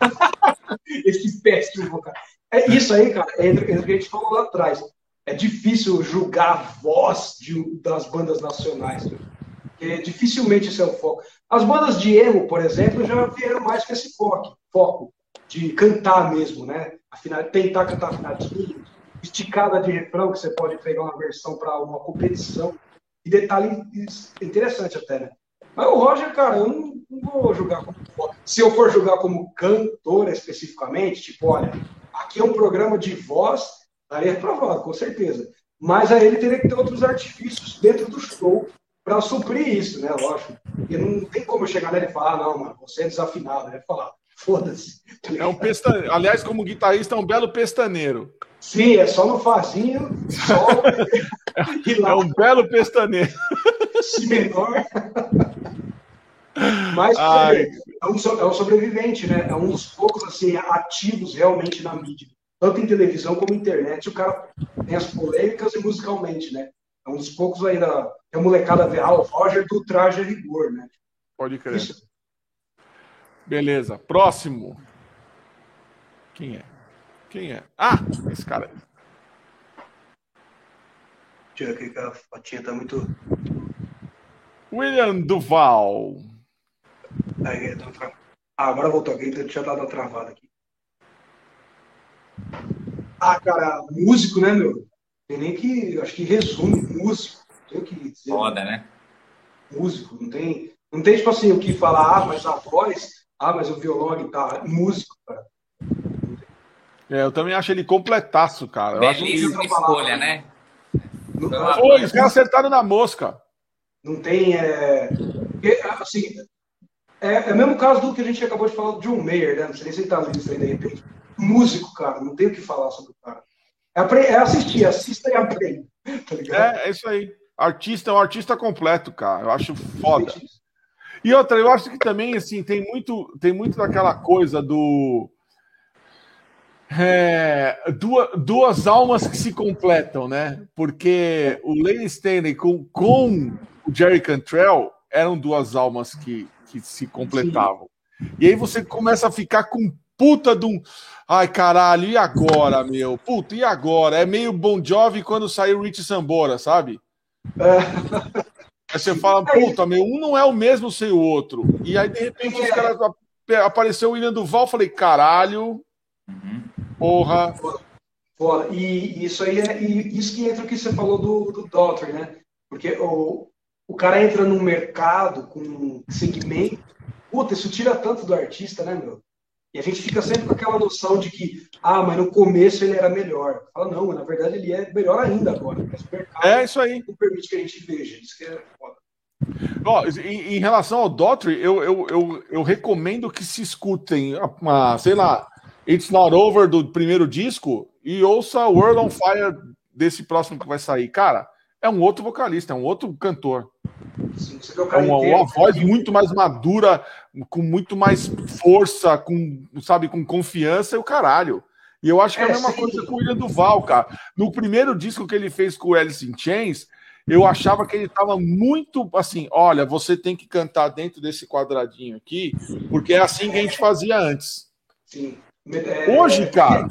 Esse péssimo vocal. É isso aí, cara, é entre, entre o que a gente falou lá atrás. É difícil julgar a voz de, das bandas nacionais, né? Porque dificilmente esse é o foco. As bandas de emo, por exemplo, já vieram mais com esse foco, foco de cantar mesmo, né? Afinar, tentar cantar afinadinho, esticada de refrão, que você pode pegar uma versão para uma competição. E detalhe interessante até, né? Mas o Roger, cara, eu não, não vou julgar como... Se eu for julgar como cantora especificamente, tipo, olha, aqui é um programa de voz, daria reprovado, com certeza. Mas aí ele teria que ter outros artifícios dentro do show para suprir isso, né? Lógico. E não tem como eu chegar nele e falar, ah, não, mano, você é desafinado. Ele vai falar, foda-se. É um pestaneiro. Aliás, como guitarrista, é um belo pestaneiro. Sim, é só no fazinho, só... e lá... É um belo pestaneiro. Si menor. Mas é um, é um sobrevivente, né? É um dos poucos assim, ativos realmente na mídia. Tanto em televisão como em internet, o cara tem as polêmicas e musicalmente, né? É um dos poucos aí da. Tem a molecada ver, ah, o Roger do traje a rigor, né? Pode crer. Isso. Beleza. Próximo. Quem é? Quem é? Ah, esse cara aí. Tira aqui que a fotinha tá muito. William Duval. Aí, tá tra... Ah, agora voltou aqui, já tá dando travada aqui. Ah, cara, músico, né, meu? Tem nem que. Acho que resume músico. Tem o que dizer. Foda, né? Músico, não tem. Não tem, tipo assim, o que falar, ah, mas a voz, ah, mas o violão, a guitarra. Músico, cara. É, eu também acho ele completaço, cara. Belíssima escolha, né? Foi, os caras acertaram na mosca. Não tem. É... Porque, assim, é, é o mesmo caso do que a gente acabou de falar do John Mayer, né? Não sei nem se ele tá na lista aí, de repente. Músico, cara, não tem o que falar sobre o cara. É, apre... é assistir, assista e aprenda. Tá ligado? É, é isso aí. Artista é um artista completo, cara. Eu acho foda. E outra, eu acho que também, assim, tem muito, tem muito daquela coisa do... É, duas, duas almas que se completam, né? Porque o Layne Staley com, com o Jerry Cantrell eram duas almas que, que se completavam. Sim. E aí você começa a ficar com puta de um... Ai, caralho, e agora, meu? Puta, e agora? É meio Bon Jovi quando saiu Rich Sambora, sabe? É. Aí você fala, puta, meu, um não é o mesmo sem o outro. E aí, de repente, os caras... Apareceu o William Duval, falei, caralho... Porra. Foda. E isso aí é e isso que entra o que você falou do, do Daughtry, né? Porque o, o cara entra num mercado com um segmento. Puta, isso tira tanto do artista, né, meu? E a gente fica sempre com aquela noção de que, ah, mas no começo ele era melhor. Fala, não, na verdade ele é melhor ainda agora. Mas o mercado é isso aí. Não permite que a gente veja. Isso que é foda. Ó, em, em relação ao Daughtry, eu, eu, eu, eu recomendo que se escutem, uma, sei lá, It's Not Over do primeiro disco e ouça World on Fire desse próximo que vai sair. Cara, é um outro vocalista, é um outro cantor. Sim, você é uma, uma voz muito mais madura, com muito mais força, com, sabe, com confiança e o caralho. E eu acho que é, é a mesma sim. coisa com o William Duval, cara. No primeiro disco que ele fez com o Alice in Chains, eu achava que ele estava muito assim, olha, você tem que cantar dentro desse quadradinho aqui, porque é assim que a gente fazia antes. Sim. Hoje, cara.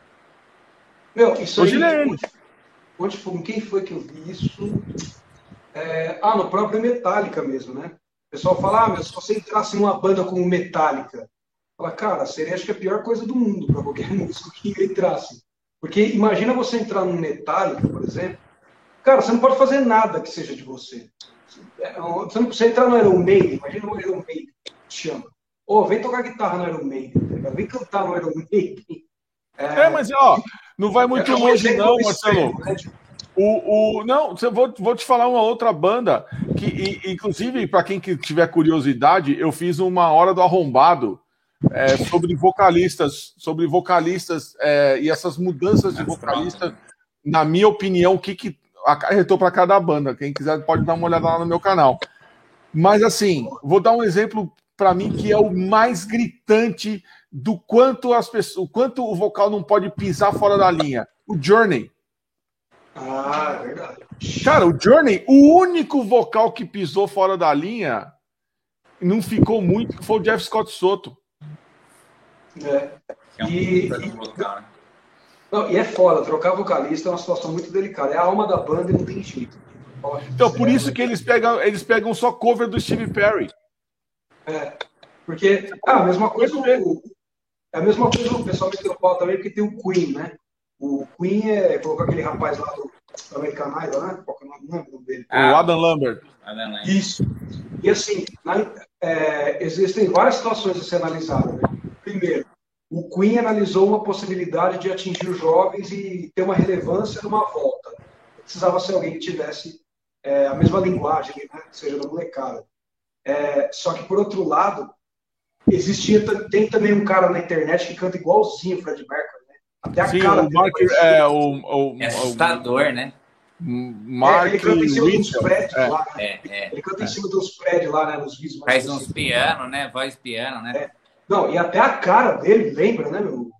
Meu, isso hoje aí. ele é... Onde, com quem foi que eu vi isso? É, ah, no próprio Metallica mesmo, né? O pessoal fala, ah, mas se você entrasse numa banda como Metallica, fala, cara, seria acho que a pior coisa do mundo para qualquer músico que entrasse. Porque imagina você entrar num Metallica, por exemplo, cara, você não pode fazer nada que seja de você. Você não precisa entrar no Iron Maiden, imagina o Iron Maiden, te chama. Ô, oh, vem tocar guitarra no Iron Maiden, tá vem cantar no Iron Maiden. É, é mas ó, não vai muito é, longe não, Marcelo. Né? O, o, não, eu vou, vou te falar uma outra banda, que e, inclusive, para quem que tiver curiosidade, eu fiz uma hora do arrombado é, sobre vocalistas, sobre vocalistas é, e essas mudanças de vocalista, na minha opinião, o que, que acarretou para cada banda. Quem quiser pode dar uma olhada lá no meu canal. Mas assim, vou dar um exemplo para mim que é o mais gritante do quanto as pessoas, o quanto o vocal não pode pisar fora da linha. O Journey. Ah, é verdade. Cara, o Journey, o único vocal que pisou fora da linha, não ficou muito, foi o Jeff Scott Soto. É. É um e, e, vocal, né? Não, e é foda, trocar vocalista é uma situação muito delicada. É a alma da banda e não tem jeito. Então, por isso que eles pegam, eles pegam só cover do Steve Perry. É, porque, ah, a mesma coisa, o, é a mesma coisa o pessoal meteu pau também, porque tem o Queen, né? O Queen é, colocou aquele rapaz lá do, do American Idol, né? Qual que é o nome? Não lembro o nome dele. Ah, o Adam Lambert. Adam Lambert. Isso. E assim, na, é, existem várias situações a ser analisadas. Né? Primeiro, o Queen analisou uma possibilidade de atingir os jovens e ter uma relevância numa volta. Precisava ser alguém que tivesse é, a mesma linguagem, né? Seja da molecada. É, só que, por outro lado, existia, tem também um cara na internet que canta igualzinho o Fred Mercury, né? Até a Sim, cara o Mark, dele é, o, o, É assustador, o, né? Mark é, ele canta em cima Richard, dos prédios é. lá, né? É, é, ele canta é. em cima dos prédios lá, né? Nos vídeos mais Faz uns assim. piano, né? Voz piano, né? É. Não, e até a cara dele lembra, né, meu?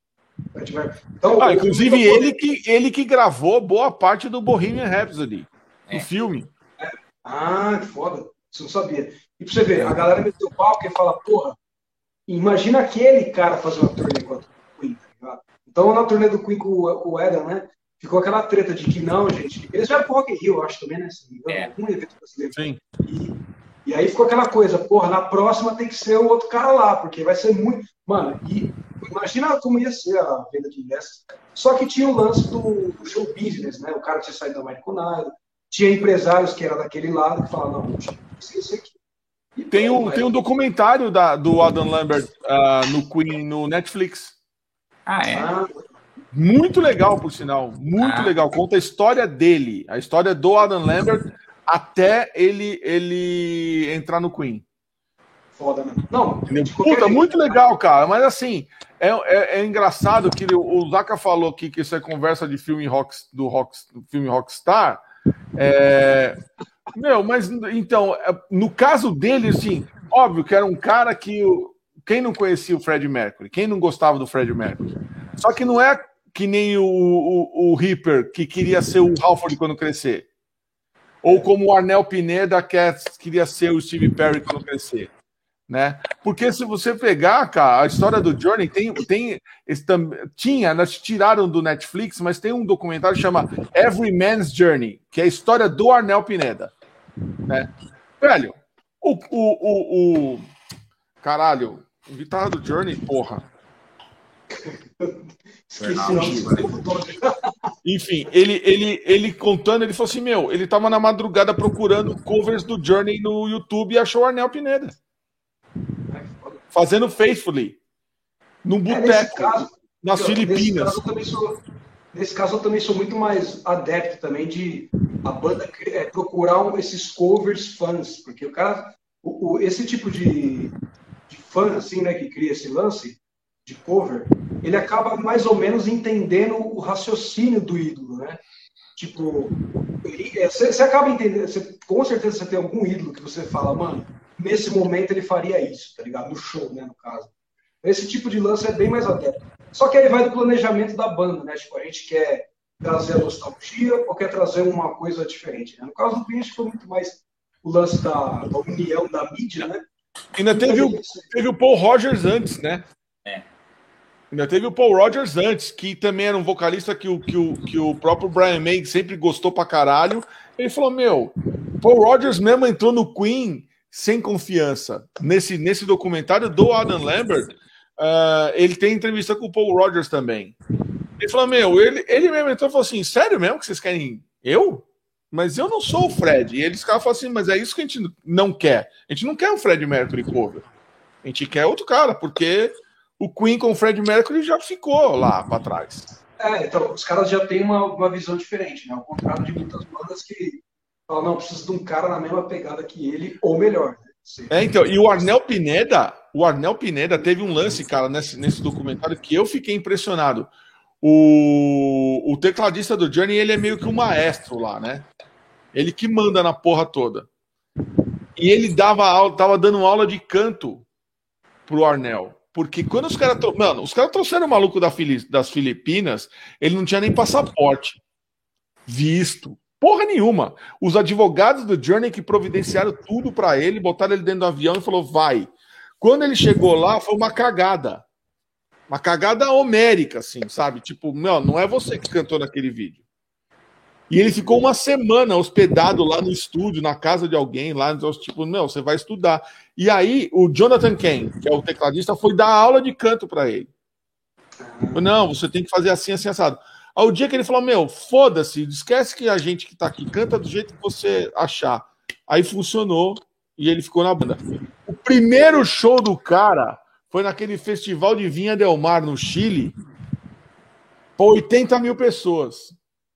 Então, Ah, o- inclusive, o- ele que, ele que gravou boa parte do Bohemian Rhapsody, É. do filme. Ah, que foda. Você não sabia. E pra você ver, a galera meteu o pau e fala, porra, imagina aquele cara fazer uma turnê com o Queen, tá ligado? Então, na turnê do Queen com o, com o Adam, né? Ficou aquela treta de que não, gente. Eles vieram pro Rock in Rio, eu acho também, né? Se não me engano, É. algum evento brasileiro. Sim. E, e aí ficou aquela coisa, porra, na próxima tem que ser o outro cara lá, porque vai ser muito. Mano, e imagina como ia ser a venda de ingressos. Só que tinha o lance do, do show business, né? O cara tinha saído da American Idol, tinha empresários que eram daquele lado que falavam, não, tinha que ser isso aqui. E, Tem um, mas- tem um documentário da, do Adam Lambert uh, no Queen no Netflix. Ah, é? Ah, Muito legal, por sinal. Muito Ah. legal. Conta a história dele, a história do Adam Lambert até ele, ele entrar no Queen. foda, né? Não, de qualquer Puta, jeito, muito legal, cara. Mas assim, é, é, é engraçado que ele- o Zaka falou aqui que isso é conversa de filme rock, do, rock, do filme Rockstar. É, meu, mas então, é, no caso dele, assim, óbvio que era um cara que. o- Quem não conhecia o Fred Mercury? Quem não gostava do Fred Mercury? Só que não é que nem o, o, o Ripper, que queria ser o Halford quando crescer. Ou como o Arnel Pineda, que é- queria ser o Steve Perry quando crescer. Né? Porque se você pegar, cara, a história do Journey tem, tem esse tam- tinha, elas tiraram do Netflix, mas tem um documentário que chama Every Man's Journey, que é a história do Arnel Pineda, né? Velho, o, o, o, o caralho, o guitarra do Journey, porra. esqueci o nome do todo. Enfim, ele, ele, ele contando, ele falou assim, meu, ele tava na madrugada procurando covers do Journey no YouTube e achou o Arnel Pineda. Fazendo Faithfully. Num É, nesse boteco, caso, nas Nesse Filipinas. caso, eu também sou, nesse caso, eu também sou muito mais adepto também de a banda é, procurar um, esses covers fãs, porque o cara, o, o, esse tipo de, de fã, assim, né, que cria esse lance de cover, ele acaba mais ou menos entendendo o raciocínio do ídolo, né? Tipo, você acaba entendendo, cê, com certeza você tem algum ídolo que você fala, mano, nesse momento ele faria isso, tá ligado? No show, né, no caso. Esse tipo de lance é bem mais adepto. Só que aí vai do planejamento da banda, né? Tipo, a gente quer trazer a nostalgia ou quer trazer uma coisa diferente, né? No caso do Queen, acho que foi muito mais o lance da, da união da mídia, né? Ainda teve o, teve o Paul Rogers antes, né? É. Ainda teve o Paul Rogers antes, que também era um vocalista que o, que o, que o próprio Brian May sempre gostou pra caralho. Ele falou, meu, Paul Rogers mesmo entrou no Queen sem confiança. Nesse, nesse documentário do Adam Lambert, uh, ele tem entrevista com o Paul Rogers também. Ele falou, meu, ele, ele mesmo entrou e falou assim, sério mesmo que vocês querem eu? Mas eu não sou o Fred. E eles falaram assim, mas é isso que a gente não quer. A gente não quer um Fred Mercury cover. A gente quer outro cara, porque o Queen com o Fred Mercury já ficou lá para trás. É, então, os caras já têm uma, uma visão diferente, né? Ao contrário de muitas bandas que falam, não, precisa de um cara na mesma pegada que ele, ou melhor, né? Sim. É, então, e o Arnel Pineda, o Arnel Pineda teve um lance, cara, nesse, nesse documentário que eu fiquei impressionado. O, o tecladista do Journey, ele é meio que um maestro lá, né? Ele que manda na porra toda. E ele dava aula, tava dando aula de canto pro Arnel. Porque quando os caras... Mano, os caras trouxeram o maluco da Fili... das Filipinas, ele não tinha nem passaporte. Visto. Porra nenhuma. Os advogados do Journey que providenciaram tudo pra ele, botaram ele dentro do avião e falou, vai. Quando ele chegou lá, foi uma cagada. Uma cagada homérica, assim, sabe? Tipo, meu, não é você que cantou naquele vídeo. E ele ficou uma semana hospedado lá no estúdio, na casa de alguém, lá, então, tipo, meu, você vai estudar. E aí, o Jonathan Cain, que é o tecladista, foi dar aula de canto para ele. Não, você tem que fazer assim, assim, assado. Ao dia que ele falou, meu, foda-se, esquece que a gente que tá aqui canta do jeito que você achar. Aí funcionou e ele ficou na banda. O primeiro show do cara foi naquele festival de Vinha del Mar, no Chile, para oitenta mil pessoas.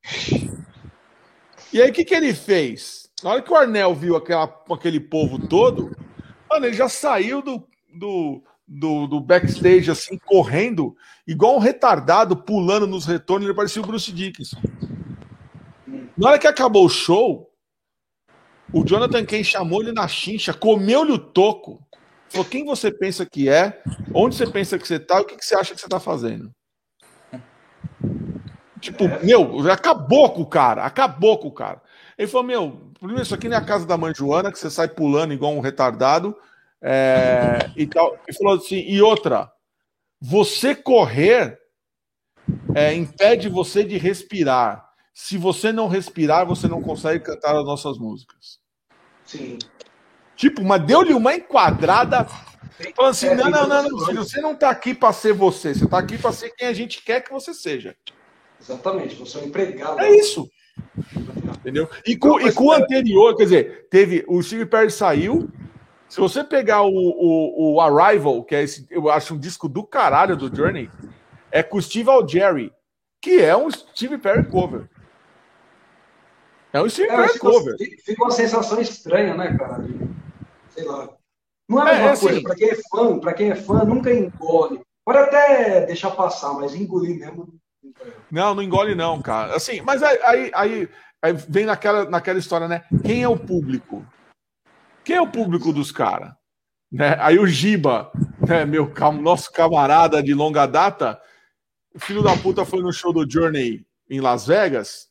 E aí, o que, que ele fez? Na hora que o Arnel viu aquela, aquele povo todo, mano, ele já saiu do, do, do, do backstage, assim, correndo, igual um retardado, pulando nos retornos, ele parecia o Bruce Dickinson. Na hora que acabou o show, o Jonathan Kane chamou ele na chincha, comeu-lhe o toco, falou, quem você pensa que é, onde você pensa que você tá, o que, que você acha que você tá fazendo? Tipo, é. meu, acabou com o cara, acabou com o cara. Ele falou, meu, primeiro, isso aqui não é a casa da mãe Joana, que você sai pulando igual um retardado, é, e tal. Ele falou assim, e outra, você correr é, impede você de respirar. Se você não respirar, você não consegue cantar as nossas músicas. Sim. Tipo, mas deu-lhe uma enquadrada, falando assim, não, não, não, não, filho, você não tá aqui para ser você, você tá aqui para ser quem a gente quer que você seja. Exatamente, você é um empregado. É isso. Entendeu? E com, e com o anterior, quer dizer, teve o Steve Perry saiu. Se você pegar o, o, o Arrival, que é esse, eu acho um disco do caralho do Journey, é com o Steve Algeri, que é um Steve Perry cover. É um Steve é, Perry fica, cover. Fica uma sensação estranha, né, cara? Sei lá. Não é a mesma é, coisa. Assim, pra quem é fã, pra quem é fã, nunca engole. Pode até deixar passar, mas engolir mesmo. Não, não engole não, cara. Assim, mas aí, aí, aí, aí vem naquela, naquela história, né? Quem é o público? Quem é o público dos caras? Né? Aí o Giba, né, meu nosso camarada de longa data, o filho da puta foi no show do Journey em Las Vegas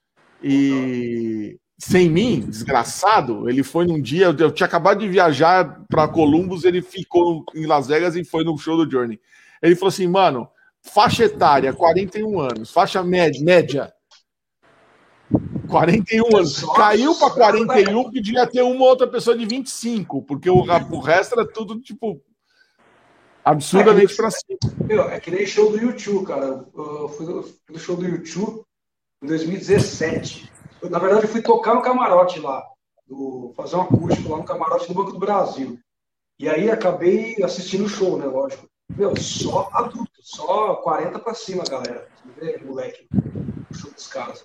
e sem mim, desgraçado, ele foi num dia, eu tinha acabado de viajar para Columbus, ele ficou em Las Vegas e foi no show do Journey. Ele falou assim, mano, faixa etária, quarenta e um anos. Faixa média, média quarenta e um anos. Caiu para quarenta e um, que devia ter uma outra pessoa de vinte e cinco, porque o, o resto era tudo, tipo, absurdamente é para cima. Meu, é que nem show do YouTube, cara. Eu fui no show do YouTube em dois mil e dezessete. Eu, na verdade, eu fui tocar no camarote lá, do, fazer um acústico lá no camarote do Banco do Brasil. E aí acabei assistindo o show, né, lógico. Meu, só adulto, só quarenta pra cima, galera. Você vê, moleque, o show dos caras.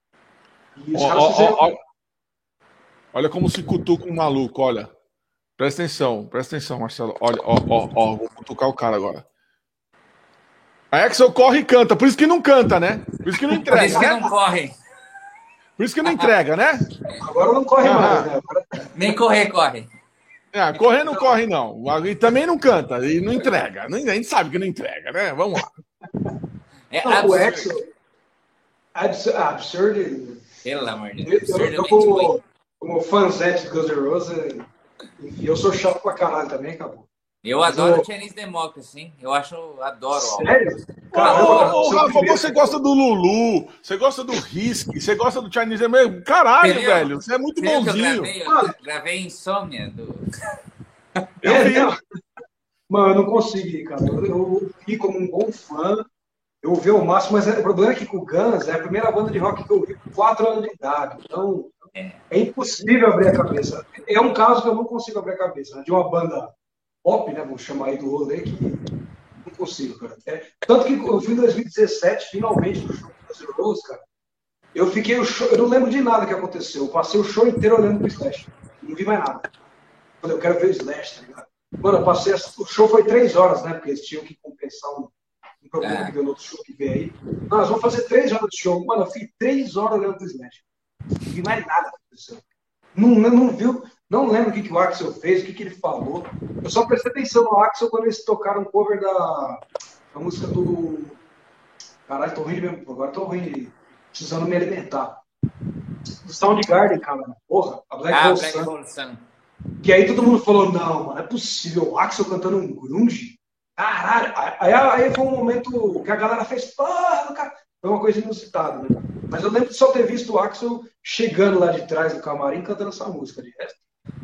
E os oh, caras oh, fizeram... oh, oh. Olha como se cutuca um maluco, olha. Presta atenção, presta atenção, Marcelo. Olha, ó, ó, ó, vou cutucar o cara agora. A Axel corre e canta, por isso que não canta, né? Por isso que não entrega, Por isso que né? não corre. Por isso que não entrega, né? Agora não corre ah, mais, né? Agora... Nem correr, corre. É, correr não corre, não. E também não canta, e não entrega. A gente sabe que não entrega, né? Vamos lá. É não, absurdo. O Axel... Absurdo. absurdo. Pelo amor de Deus. Eu, eu, eu como, como fãzete do Guns N' Roses, eu sou chato pra caralho também, acabou. Eu adoro o Chinese Democracy, hein? Eu acho, adoro. Sério? Caramba, ô, ô, Rafa, você gosta do Lulu, você gosta do Risk, você gosta do Chinese Democracy. Caralho, Entendeu? velho, você é muito Entendeu bonzinho. Eu gravei, eu gravei Insônia. Do... Eu é, vi. Não. Mano, eu não consigo ir, cara. Eu, eu vi como um bom fã, eu ouvi o máximo, mas é, o problema é que com o Guns é a primeira banda de rock que eu vi com quatro anos de idade. Então, é. é impossível abrir a cabeça. É um caso que eu não consigo abrir a cabeça, né? De uma banda pop, né? Vou chamar aí do rolê, que não consigo, cara. É, tanto que eu fui em dois mil e dezessete, finalmente, no show do Guns N' Roses, cara. Eu fiquei o show, eu não lembro de nada que aconteceu. Eu passei o show inteiro olhando pro Slash. Não vi mais nada. Falei, eu quero ver o Slash, tá ligado? Mano, eu passei. O show foi três horas, né? Porque eles tinham que compensar um, um problema é. que deu no outro show que veio aí. Não, nós vamos fazer três horas de show. Mano, eu fiquei três horas olhando pro Slash. Não vi mais nada que aconteceu. Não, não, não viu. Não lembro o que, que o Axel fez, o que, que ele falou. Eu só prestei atenção no Axel quando eles tocaram um cover da, da música do. Caralho, tô ruim mesmo. Agora tô ruim, precisando me alimentar. Do Soundgarden, cara. Porra, a Black ah, Hole Black Sun. Hole Sun. Que aí todo mundo falou: não, mano, é possível. O Axel cantando um grunge? Caralho. Aí, aí foi um momento que a galera fez. Porra, cara. Foi uma coisa inusitada, né? Mas eu lembro de só ter visto o Axel chegando lá de trás do camarim cantando essa música. De resto.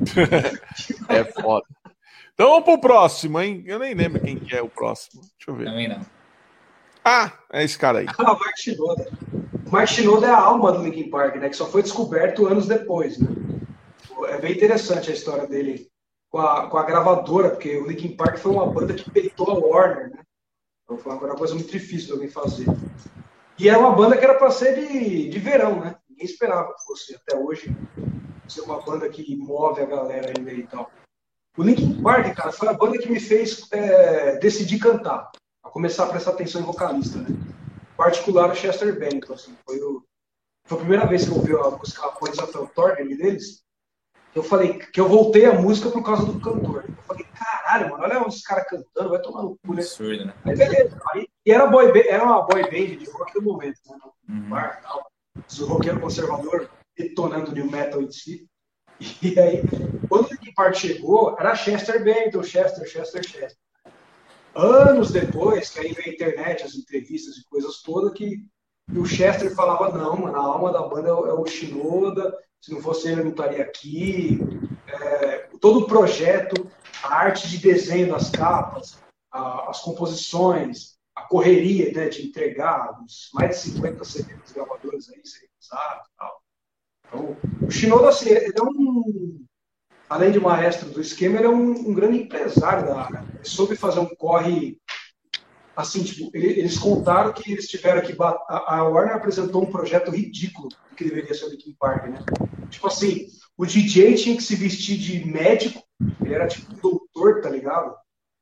É foda. Então vamos pro próximo, hein? Eu nem lembro quem que é o próximo. Deixa eu ver. Também não. Ah, é esse cara aí. Ah, o Mike Shinoda. O Mike Shinoda é a alma do Linkin Park, né? Que só foi descoberto anos depois, né? É bem interessante a história dele com a, com a gravadora, porque o Linkin Park foi uma banda que peitou a Warner, né? Então foi uma coisa muito difícil de alguém fazer. E era uma banda que era para ser de, de verão, né? Ninguém esperava que fosse, até hoje, ser uma banda que move a galera ainda e tal. O Linkin Park, cara, foi a banda que me fez é, decidir cantar, a começar a prestar atenção em vocalista, né? Em particular o Chester Bennington, assim, foi, o, foi a primeira vez que eu ouvi a música Points of Authority deles. Eu falei que eu voltei a música por causa do cantor. Eu falei, caralho, mano, olha os caras cantando, vai tomar no cu, né? Absurdo, né? Aí beleza. Aí, e era, boy, era uma boy band de rock do momento, né? No Uhum. bar e tal. O roqueiro conservador detonando o new metal em si. E aí, quando o Linkin Park chegou, era Chester Bennington, Chester, Chester, Chester. Anos depois, que aí veio a internet, as entrevistas e coisas todas, que, que o Chester falava, não, mano, a alma da banda é o, é o Shinoda, se não fosse ele, eu não estaria aqui. É, todo o projeto, a arte de desenho das capas, a, as composições, a correria, né, de entregar os mais de cinquenta C Ds dos gravadores aí, serializados e tal. Então, o Shinoda, assim, ele é um, além de maestro do esquema, ele é um, um grande empresário da área. Ele soube fazer um corre, assim, tipo, eles contaram que eles tiveram que bater, a Warner apresentou um projeto ridículo do que deveria ser o Linkin Park, né? Tipo assim, o D J tinha que se vestir de médico, ele era tipo um doutor, tá ligado?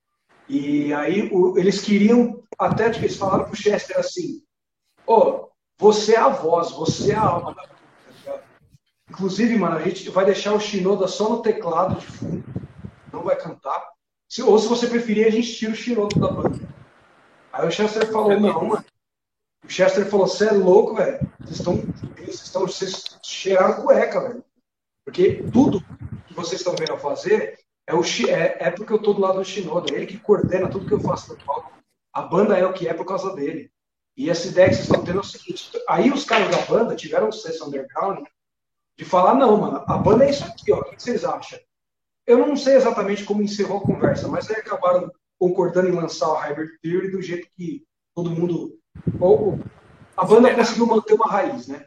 E aí o, eles queriam, até tipo, eles falaram pro Chester assim, ô, oh, você é a voz, você é a alma da banda, tá ligado? Inclusive, mano, a gente vai deixar o Shinoda só no teclado de fundo, não vai cantar. Se, ou se você preferir, a gente tira o Shinoda da banda. Aí o Chester falou, não, mano. O Chester falou, você é louco, velho. Vocês estão, vocês estão, vocês cheiraram cueca, velho. Porque tudo que vocês estão vendo eu fazer é, o, é, é porque eu tô do lado do Shinoda. É ele que coordena tudo que eu faço no palco. A banda é o que é por causa dele. E essa ideia que vocês estão tendo é o seguinte. Aí os caras da banda tiveram um senso underground de falar, não, mano, a banda é isso aqui, ó. O que vocês acham? Eu não sei exatamente como encerrou a conversa, mas aí acabaram concordando em lançar o Hybrid Theory do jeito que todo mundo... Ou, a banda conseguiu manter uma raiz, né?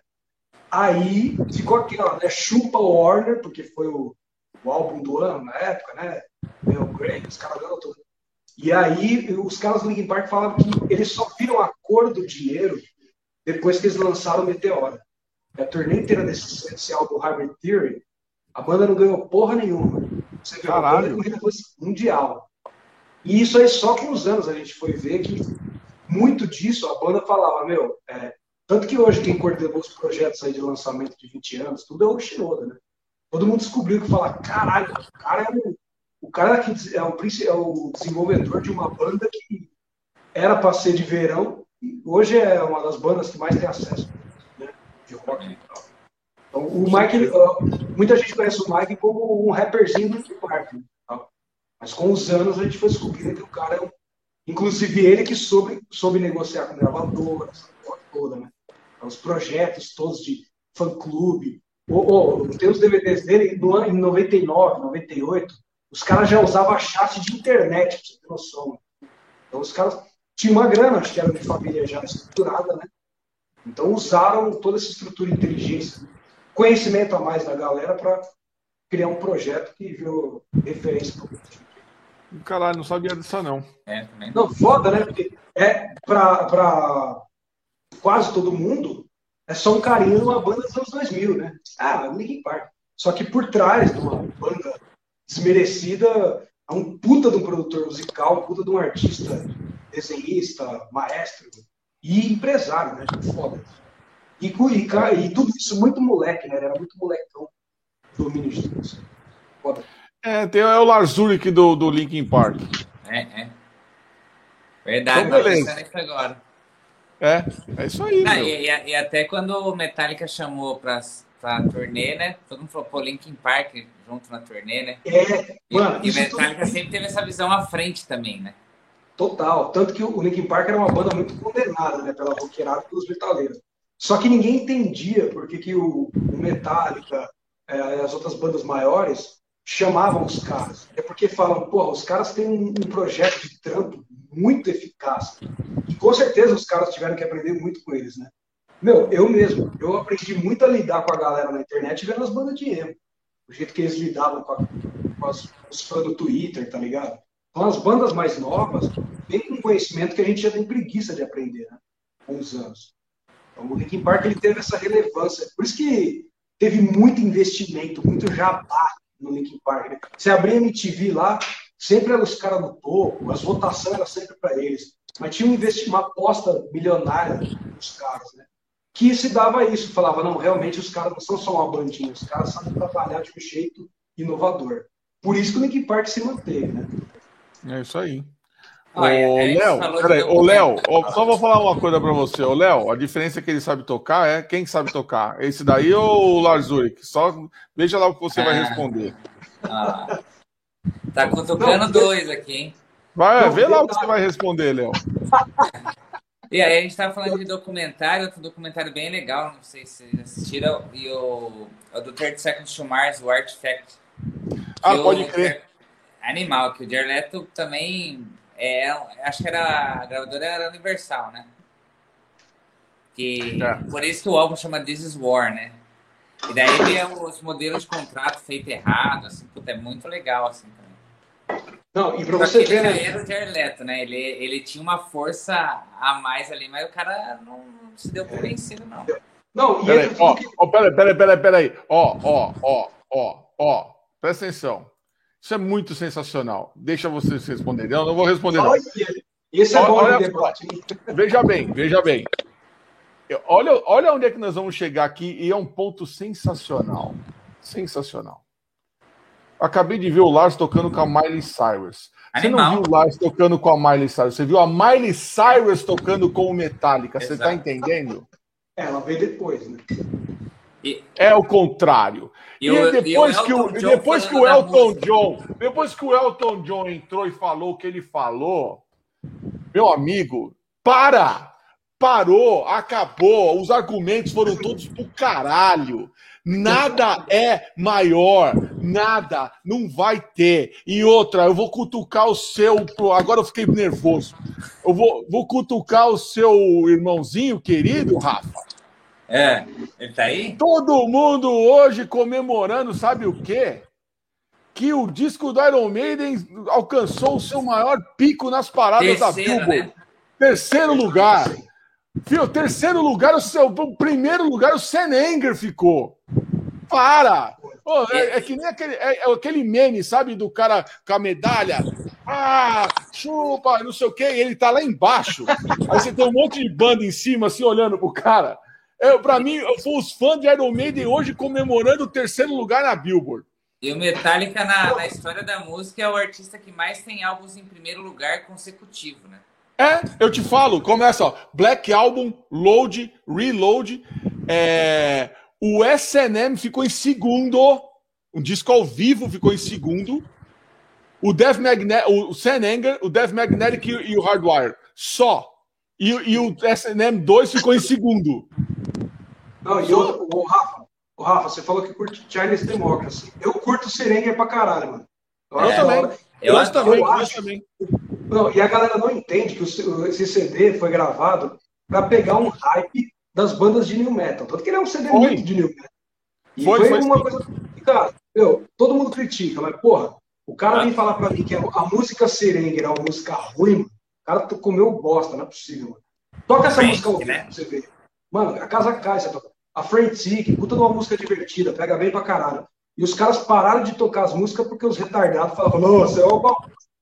Aí ficou aquela, né? Chupa o Warner, porque foi o, o álbum do ano na época, né? O Grey, os caras dando tudo. E aí os caras do Linkin Park falavam que eles só viram a cor do dinheiro depois que eles lançaram o Meteora. A turnê inteira desse, desse álbum Hybrid Theory, a banda não ganhou porra nenhuma. Você viu, a banda com relevância mundial. E isso aí só com os anos a gente foi ver que muito disso a banda falava, meu, é, tanto que hoje quem coordenou os projetos aí de lançamento de vinte anos, tudo é o Shinoda, né? Todo mundo descobriu que fala, caralho, o cara é o, o cara que é o, é o desenvolvedor de uma banda que era para ser de verão e hoje é uma das bandas que mais tem acesso, né, de rock e tal. Então, o Mike, muita gente conhece o Mike como um rapperzinho do Linkin Park, né? Mas com os anos a gente foi descobrindo que o cara é um... Inclusive ele que soube, soube negociar com gravadora, essa coisa toda, né? Os projetos todos de fã-clube. Oh, oh, tem os D V Ds dele no ano, em noventa e nove, noventa e oito, os caras já usavam chat de internet, pra você ter noção. Então os caras tinham uma grana, acho que era de família já estruturada, né? Então usaram toda essa estrutura de inteligência, conhecimento a mais da galera para criar um projeto que virou referência para o Caralho, não sabia disso não. É, também. Não, foda, né? Porque é para quase todo mundo é só um carinho numa banda dos anos dois mil, né? Ah, Linkin Park. Só que por trás de uma banda desmerecida, é um puta de um produtor musical, um puta de um artista, desenhista, maestro e empresário, né? Foda. E, e, e tudo isso muito moleque, né? Ele era muito molecão. Domínio de tudo isso. Foda. É, tem é o Lars Ulrich do, do Linkin Park. É, é. Verdade, então, tá pensando isso agora. É, é isso aí. Ah, e, e até quando o Metallica chamou pra, pra turnê, né? Todo mundo falou, pô, Linkin Park junto na turnê, né? É, e, mano. E o Metallica tudo... sempre teve essa visão à frente também, né? Total. Tanto que o Linkin Park era uma banda muito condenada, né? Pela roqueirada e pelos metaleiros. Só que ninguém entendia por que, que o, o Metallica, é, as outras bandas maiores, chamavam os caras. É porque falam, pô, os caras têm um, um projeto de trampo muito eficaz. E com certeza os caras tiveram que aprender muito com eles, né? Meu, eu mesmo, eu aprendi muito a lidar com a galera na internet vendo as bandas de emo. O jeito que eles lidavam com, a, com as, os fãs do Twitter, tá ligado? Então as bandas mais novas vêm com conhecimento que a gente já tem preguiça de aprender, né? Com os anos. Então o Linkin Park ele teve essa relevância. Por isso que teve muito investimento, muito jabá no Linkin Park. Né? Você abria a M T V lá, sempre eram os caras no topo, as votações eram sempre para eles. Mas tinha um investimento, uma aposta milionária nos caras, né? Que se dava isso, falava, não, realmente os caras não são só uma bandinha, os caras sabem trabalhar de um jeito inovador. Por isso que o Linkin Park se manteve, né? É isso aí. Ô, Léo, peraí, ô Léo, só vou falar uma coisa pra você. Ô Léo, a diferença que ele sabe tocar é quem sabe tocar? Esse daí ou o Lars Ulrich? Só veja lá o que você ah, vai responder. Ah, tá cutucando dois aqui, hein? Vai, vê lá o que você vai responder, Léo. E aí a gente tava falando de documentário, outro documentário bem legal, não sei se vocês assistiram, e o, o do thirty Seconds to Mars, o Artifact. Ah, pode crer. Animal, que o Jared Leto também... É, acho que era a gravadora era Universal, né? Que, é. Por isso que o álbum chama This Is War, né? E daí vê os modelos de contrato feito errado, assim, puta, é muito legal, assim, também. Não, e pra você ver, né? Ele era o Jared Leto, né? Ele, ele tinha uma força a mais ali, mas o cara não, não se deu por vencido, não. Não, e peraí, ó, que... ó, peraí, peraí, peraí, peraí. Ó, ó, ó, ó, ó, presta atenção. Isso é muito sensacional. Deixa vocês responderem. Eu não vou responder, não. Esse é bom olha, de debate. Veja bem, veja bem. Olha, olha onde é que nós vamos chegar aqui e é um ponto sensacional. Sensacional. Acabei de ver o Lars tocando com a Miley Cyrus. Você Animal. Não viu o Lars tocando com a Miley Cyrus. Você viu a Miley Cyrus tocando com o Metallica. Exato. Você está entendendo? Ela veio depois, né? É o contrário. E, e depois, e que, o, depois que o Elton John, depois que o Elton John entrou e falou o que ele falou, meu amigo, para! Parou, acabou, os argumentos foram todos pro caralho. Nada é maior, nada, não vai ter. E outra, eu vou cutucar o seu. Agora eu fiquei nervoso. Eu vou, vou cutucar o seu irmãozinho querido, Rafa. É, ele tá aí? Todo mundo hoje comemorando, sabe o quê? Que o disco do Iron Maiden alcançou o seu maior pico nas paradas Terceira, da Billboard. Né? Terceiro lugar. Fio, terceiro lugar, o, seu, o primeiro lugar, o Senenger ficou. Para! Oh, é, é que nem aquele, é, é aquele meme, sabe, do cara com a medalha. Ah, chupa, não sei o quê, e ele tá lá embaixo. Aí você tem um monte de banda em cima, assim, olhando pro cara. Eu, pra mim, eu fui os fãs de Iron Maiden hoje comemorando o terceiro lugar na Billboard. E o Metallica, na, na história da música, é o artista que mais tem álbuns em primeiro lugar consecutivo, né? É, eu te falo, começa, ó, Black Album, Load, Reload, é, o S and M ficou em segundo, o disco ao vivo ficou em segundo, o Death Magnetic, o Senenger, o Death Magnetic e, e o Hardwire, só. E, e o S and M dois ficou em segundo. Não, e o, o, Rafa, o Rafa, você falou que curte Chinese Democracy. Eu curto Serenger pra caralho, mano. Eu, eu também. Eu, eu, eu também. Eu acho, também. Não, e a galera não entende que o, esse C D foi gravado pra pegar um hype das bandas de New Metal. Tanto que ele é um C D foi. muito de New Metal. E foi, foi, foi uma sim. coisa... Cara, meu, todo mundo critica, mas, porra, o cara ah. vem falar pra mim que a, a música Serenger é uma música ruim, mano. O cara comeu bosta, não é possível, mano. Toca essa Frank, música ao vivo né? pra você ver. Mano, a Casa Cai, você toca. A Frantic, puta de uma música divertida, pega bem pra caralho. E os caras pararam de tocar as músicas porque os retardados falavam, nossa, é uma...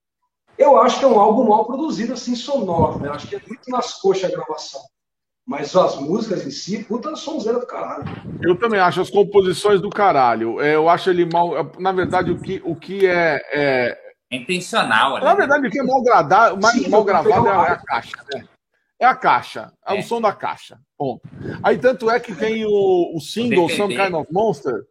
Eu acho que é um álbum mal produzido, assim, sonoro, né? Acho que é muito nas coxas a gravação. Mas as músicas em si, puta sonzeira do caralho. Eu também acho as composições do caralho. Eu acho ele mal... Na verdade, o que, o que é... é... é intencional, né? Na verdade, o que é mal, gradado, Sim, mal gravado é a, é a caixa, né? É a caixa, é, é o som da caixa. Ponto. Aí tanto é que tem o, o single, Some Kind of Monster,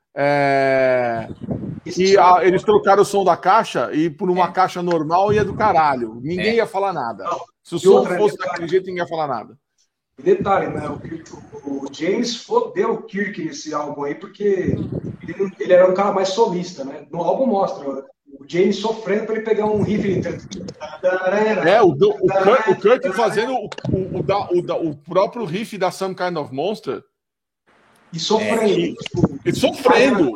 é... e a, eles trocaram o som da caixa e por uma é. caixa normal ia do caralho. Ninguém é. ia falar nada. Não. Se o som outra, fosse detalhe, daquele jeito, ninguém ia falar nada. Detalhe, né? O, o James fodeu o Kirk nesse álbum aí, porque ele, ele era um cara mais solista, né? No álbum mostra o James sofrendo para ele pegar um riff. É, o, do, o, Kurt, o Kurt fazendo o, o, o, da, o, da, o próprio riff da Some Kind of Monster. E sofrendo. É, tipo, e sofrendo.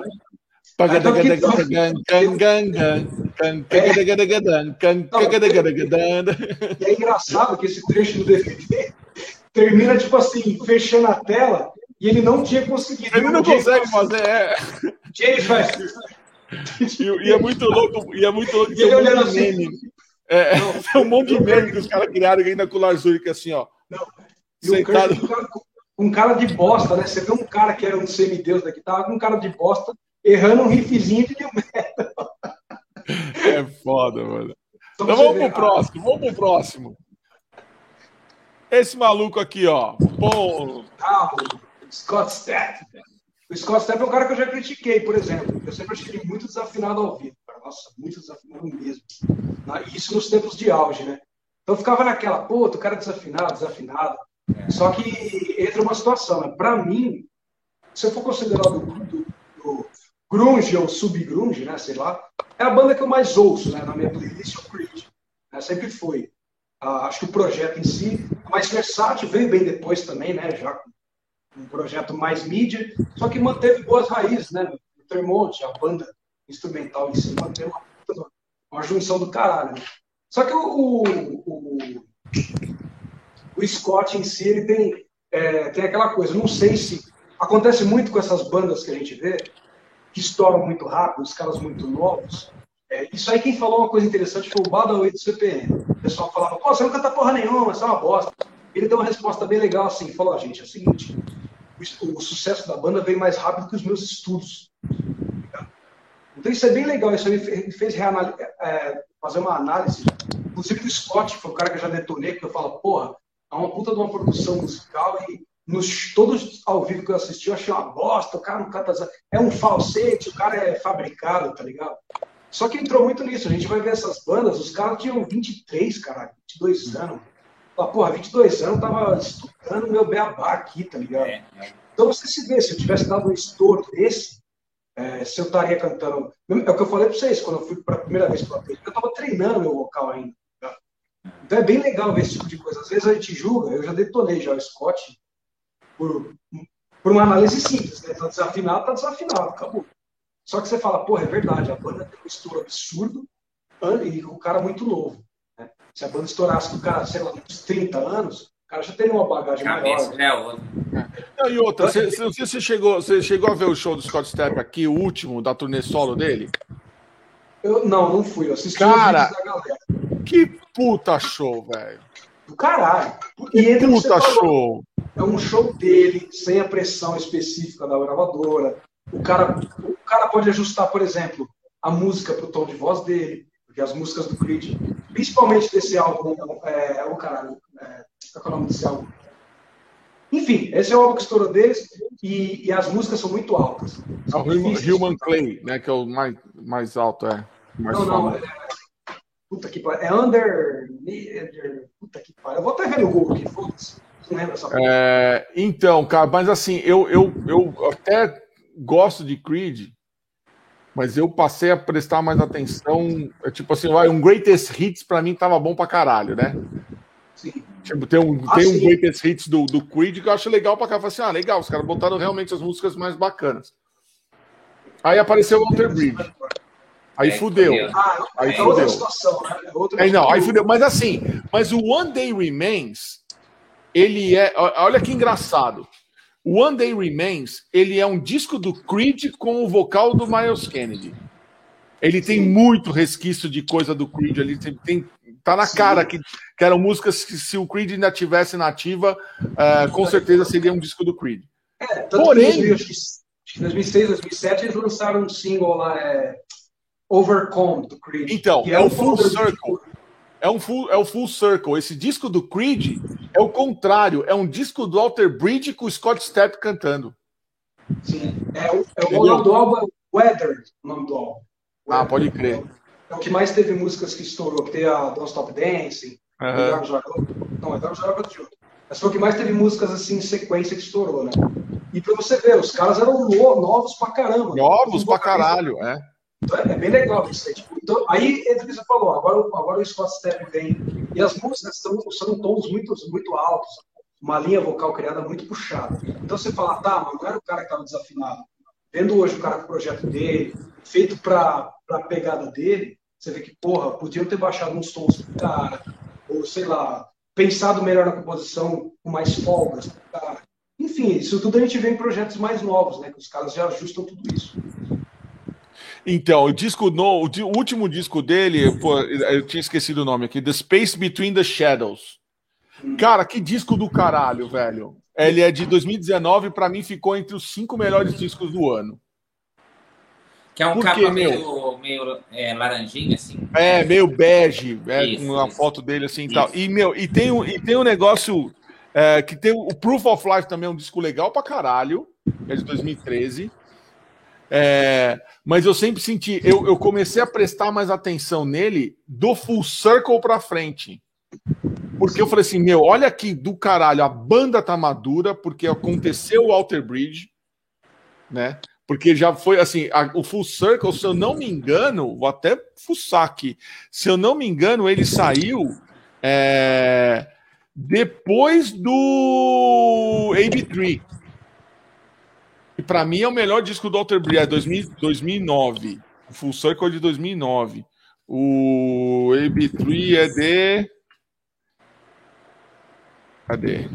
E é engraçado que esse trecho do D V D termina, tipo assim, fechando a tela e ele não tinha conseguido. Ele não consegue fazer, é. James faz. E, e é muito louco, e é muito louco. E ele um olhando assim. Meme. É, tem um monte de meme que os caras criaram ainda com o Lars Ulrich, assim, ó. Não. Sentado. Um cara, um cara de bosta, né? Você vê um cara que era um semideus da guitarra com um cara de bosta errando um riffzinho de new metal. É foda, mano. Então, então vamos ver. pro próximo, vamos pro próximo. Esse maluco aqui, ó. Bom. Ah, o Scott Stapp. O Scott Stapp é um cara que eu já critiquei, por exemplo. Eu sempre achei ele muito desafinado ao vivo. Nossa, muito desafinado mesmo. Isso nos tempos de auge, né? Então eu ficava naquela, pô, o cara desafinado, desafinado. Só que entra uma situação, né? Pra mim, se eu for considerar do, do, do grunge ou sub-grunge, né? Sei lá, é a banda que eu mais ouço, né? Na minha playlist, o Creed. Né? Sempre foi. Ah, acho que o projeto em si é mais versátil, veio bem depois também, né? Já com um projeto mais mídia, só que manteve boas raízes, né? O Tremont, a banda instrumental em si, manteve uma, uma junção do caralho. Né? Só que o, o, o Scott em si, ele tem, é, tem aquela coisa, não sei se acontece muito com essas bandas que a gente vê, que estouram muito rápido, os caras muito novos. É, isso aí quem falou uma coisa interessante foi o Badawi do C P M. O pessoal falava, pô, você não canta porra nenhuma, isso é uma bosta. Ele deu uma resposta bem legal assim, falou, ah, gente, é o seguinte, o, o sucesso da banda veio mais rápido que os meus estudos. Então isso é bem legal, isso aí me fez é, fazer uma análise, inclusive do Scott, que foi o cara que eu já detonei, que eu falo, porra, é uma puta de uma produção musical e nos, todos ao vivo que eu assisti eu achei uma bosta, o cara não canta, é um falsete, o cara é fabricado, tá ligado? Só que entrou muito nisso, a gente vai ver essas bandas, os caras tinham vinte e três, caralho, vinte e dois anos. Fala, porra, vinte e dois anos eu tava estudando meu beabá aqui, tá ligado? É, é. Então você se vê, se eu tivesse dado um estouro desse, é, se eu estaria cantando... É o que eu falei pra vocês, quando eu fui pra primeira vez pra Play, eu tava treinando meu vocal ainda. Tá? Então é bem legal ver esse tipo de coisa. Às vezes a gente julga, eu já detonei já o Scott por, por uma análise simples, né? Tá desafinado, tá desafinado, acabou. Só que você fala, porra, é verdade, a banda tem um estouro absurdo e o cara muito novo. Né? Se a banda estourasse com o cara, sei lá, uns trinta anos, o cara já teria uma bagagem Cabeça maior. Já é outra. Não, e outra, você, você, você, chegou, você chegou a ver o show do Scott Stapp aqui, o último, da turnê solo dele? Eu, não, não fui, eu assisti cara, os vídeos da galera. Que puta show, velho. Do caralho. Que e puta show. É um show dele, sem a pressão específica da gravadora. O cara, o cara pode ajustar, por exemplo, a música para o tom de voz dele, porque as músicas do Creed, principalmente desse álbum, é, o caralho, é, qual é o nome desse álbum? Enfim, esse é o álbum que estourou deles e, e as músicas são muito altas. São é o Human, Human Clay, né, que é o mais, mais alto, é. Mais não, não, é, puta que pariu, é under, under, puta que pariu. Eu vou até ver no Google aqui, foda-se, não lembro essa coisa. É, então, cara, mas assim, eu, eu, eu até gosto de Creed, mas eu passei a prestar mais atenção, tipo assim, vai, um Greatest Hits pra mim tava bom pra caralho, né? Sim. Tipo, tem um, ah, tem um Greatest Hits do, do Creed que eu acho legal pra cá. Eu falei assim, ah, legal, os caras botaram realmente as músicas mais bacanas. Aí apareceu o Alter Bridge. Aí é, fudeu. Ah, aí é fudeu. Outra situação, né? É outra aí, não, aí fudeu. Mas assim, mas o One Day Remains, ele é... Olha que engraçado. O One Day Remains, ele é um disco do Creed com o vocal do Myles Kennedy. Ele tem Sim. muito resquício de coisa do Creed. Ele tem, tem, tá na Sim. cara que, que eram músicas que, se o Creed ainda tivesse nativa, uh, com certeza seria um disco do Creed. É, tanto Porém, que em dois mil e seis, dois mil e sete eles lançaram um single lá, é, Overcome, do Creed. Então, que é, é o Full Circle. É, um full, é o Full Circle. Esse disco do Creed é o contrário. É um disco do Alter Bridge com o Scott Stapp cantando. Sim. É o, é o nome do álbum Weather, o nome do álbum. Ah, pode crer. É o que mais teve músicas que estourou, que tem a Don't Stop Dancing, uhum. não, é Dark Jaraba de outro. Mas foi o que mais teve músicas assim em sequência que estourou, né? E pra você ver, os caras eram novos pra caramba. Novos pra caralho, é. Então é, é bem legal isso. Né? Tipo, então, aí entra o que você falou, agora, agora o Scott Stapp vem. E as músicas são, são tons muito, muito altos, uma linha vocal criada muito puxada. Então você fala, tá, mas não era o cara que estava desafinado. Vendo hoje o cara com o projeto dele, feito para a pegada dele, você vê que, porra, podiam ter baixado uns tons pro cara, ou sei lá, pensado melhor na composição com mais folgas pro cara. Enfim, isso tudo a gente vê em projetos mais novos, né? Que os caras já ajustam tudo isso. Então, o disco no, o último disco dele, pô, eu tinha esquecido o nome aqui, The Space Between the Shadows. Hum. Cara, que disco do caralho, velho. Ele é de dois mil e dezenove, pra mim ficou entre os cinco melhores discos do ano. Que é um Porque, capa meu, meio, meio é, laranjinha, assim. É, meio bege, é, isso, com uma isso. foto dele assim e tal. E, meu, e tem um, e tem um negócio é, que tem o Proof of Life também, é um disco legal pra caralho, é de dois mil e treze. É, mas eu sempre senti, eu, eu comecei a prestar mais atenção nele do Full Circle pra frente. Porque eu falei assim, meu, olha aqui do caralho, a banda tá madura, porque aconteceu o Alter Bridge, né? Porque já foi assim, a, o Full Circle, se eu não me engano, vou até fuçar aqui, se eu não me engano, ele saiu é, depois do A B três. E para mim é o melhor disco do Alter Bridge, é dois mil e nove. O Full Circle é de dois mil e nove. O A B três é de... Cadê?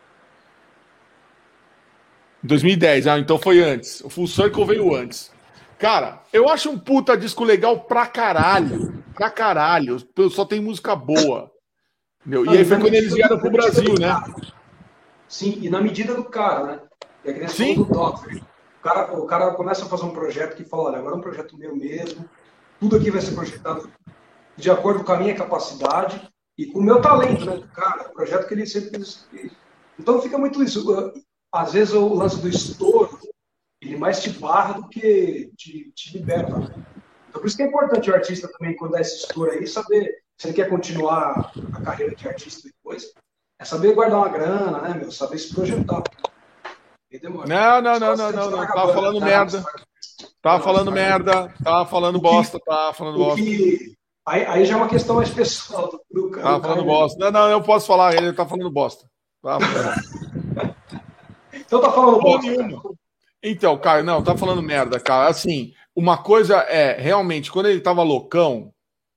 dois mil e dez, ah, então foi antes. O Full Circle veio antes. Cara, eu acho um puta disco legal pra caralho. Pra caralho. Só tem música boa. Meu, e aí foi quando eles vieram pro Brasil, né? Sim, e na medida do cara, né? É que nem Sim. do Doctor. O cara, o cara começa a fazer um projeto que fala, olha, agora é um projeto meu mesmo. Tudo aqui vai ser projetado de acordo com a minha capacidade e com o meu talento, né? Cara, o projeto que ele sempre fez. Então fica muito isso. Às vezes o lance do estouro, ele mais te barra do que te, te liberta. Né? Então por isso que é importante o artista também, quando dá esse estouro aí, saber se ele quer continuar a carreira de artista depois, é saber guardar uma grana, né, meu? Saber se projetar. Não, não, não, não, não, não. Tava falando merda. Tava falando merda. Tava falando bosta. Tava falando bosta. Aí, aí já é uma questão mais pessoal do cara. Tava falando bosta. Não, não, eu posso falar. Ele tá falando bosta. Tava falando bosta. Então tá falando bosta. Então, cara, não, tá falando merda, cara. Assim, uma coisa é, realmente, quando ele tava loucão,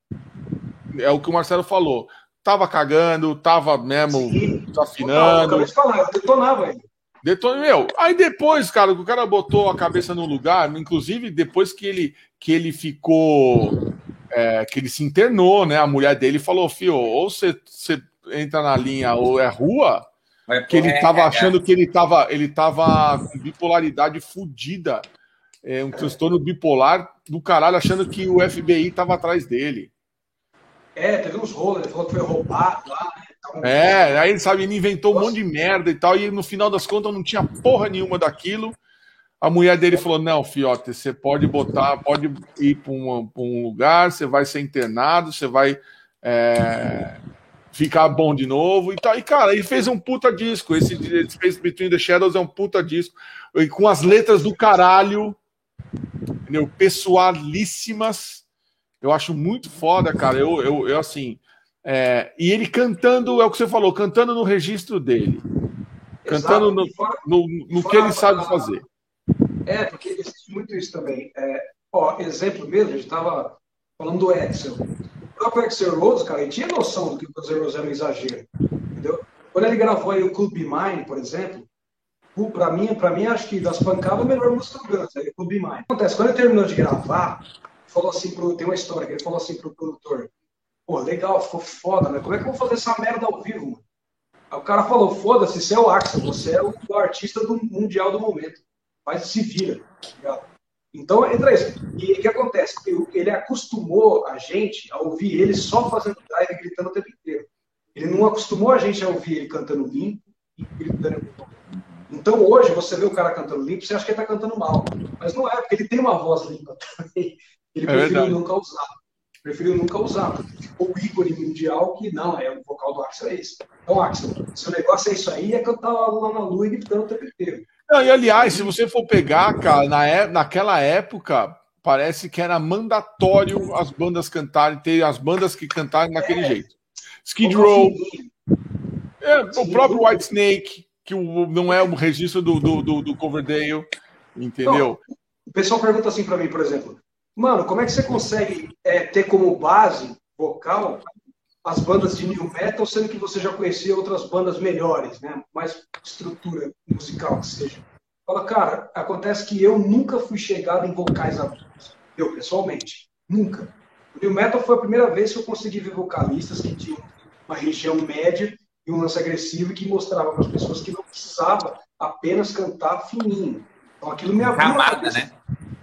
é o que o Marcelo falou. Tava cagando, tava mesmo Sim, desafinando. Acabei de falar, eu detonava ele. Deton... Meu, aí depois, cara, o cara botou a cabeça no lugar, inclusive depois que ele, que ele ficou, é, que ele se internou, né? A mulher dele falou, fio, ou você, você entra na linha ou é rua, que ele tava achando que ele tava, ele tava com bipolaridade fodida, é, um transtorno bipolar do caralho, achando que o F B I tava atrás dele. É, teve uns rolos, ele falou que foi roubado lá, né? Então, é, aí sabe, ele inventou um monte de merda e tal, e no final das contas não tinha porra nenhuma daquilo. A mulher dele falou: não, fiote, você pode botar, pode ir para um, um lugar, você vai ser internado, você vai é, ficar bom de novo e tal. E, cara, ele fez um puta disco. Esse Space Between the Shadows é um puta disco, e com as letras do caralho, entendeu? Pessoalíssimas. Eu acho muito foda, cara. Eu, eu, eu assim. É, e ele cantando, é o que você falou, cantando no registro dele. Cantando no, fora, no, no que ele sabe fazer. É, porque existe muito isso também. É, ó, exemplo mesmo, a gente estava falando do Axl. O próprio Axl Rose, cara, ele tinha noção do que o Axl Rose era um exagero. Entendeu? Quando ele gravou aí o Could Be Mine, por exemplo, para mim, para mim, acho que das pancadas, a melhor música do Guns, é o Could Be Mine. O que acontece? Quando ele terminou de gravar, falou assim pro, tem uma história que ele falou assim pro produtor: pô, legal, ficou foda, né? Como é que eu vou fazer essa merda ao vivo, mano? Aí o cara falou: foda-se, você é o Axl, você é o, o artista do mundial do momento. Faz se vira. Tá? Então, entra isso. E o que acontece? Ele acostumou a gente a ouvir ele só fazendo drive e gritando o tempo inteiro. Ele não acostumou a gente a ouvir ele cantando limpo e gritando. Então, hoje, você vê o cara cantando limpo, você acha que ele tá cantando mal. Mas não é, porque ele tem uma voz limpa também. Ele preferiu é nunca usar. Preferiu nunca usar. Ficou o ícone mundial que não, é o vocal do Axl é esse. Então, Axl, seu negócio é isso aí, é cantar lá na lua e gritando o tempo inteiro. Não, e aliás, se você for pegar, cara, na é, naquela época, parece que era mandatório as bandas cantarem, ter as bandas que cantarem daquele é. jeito. Skid Row, é, o próprio Whitesnake, que o, não é o registro do, do, do, do Coverdale, entendeu? Não, o pessoal pergunta assim para mim, por exemplo, mano, como é que você consegue é, ter como base vocal as bandas de new metal, sendo que você já conhecia outras bandas melhores, né? Mais estrutura musical que seja. Fala, cara, acontece que eu nunca fui chegado em vocais adultos. Eu, pessoalmente. Nunca. O new metal foi a primeira vez que eu consegui ver vocalistas que tinham uma região média e um lance agressivo que mostrava para as pessoas que não precisava apenas cantar fininho. Então aquilo me abriu. Camada, né?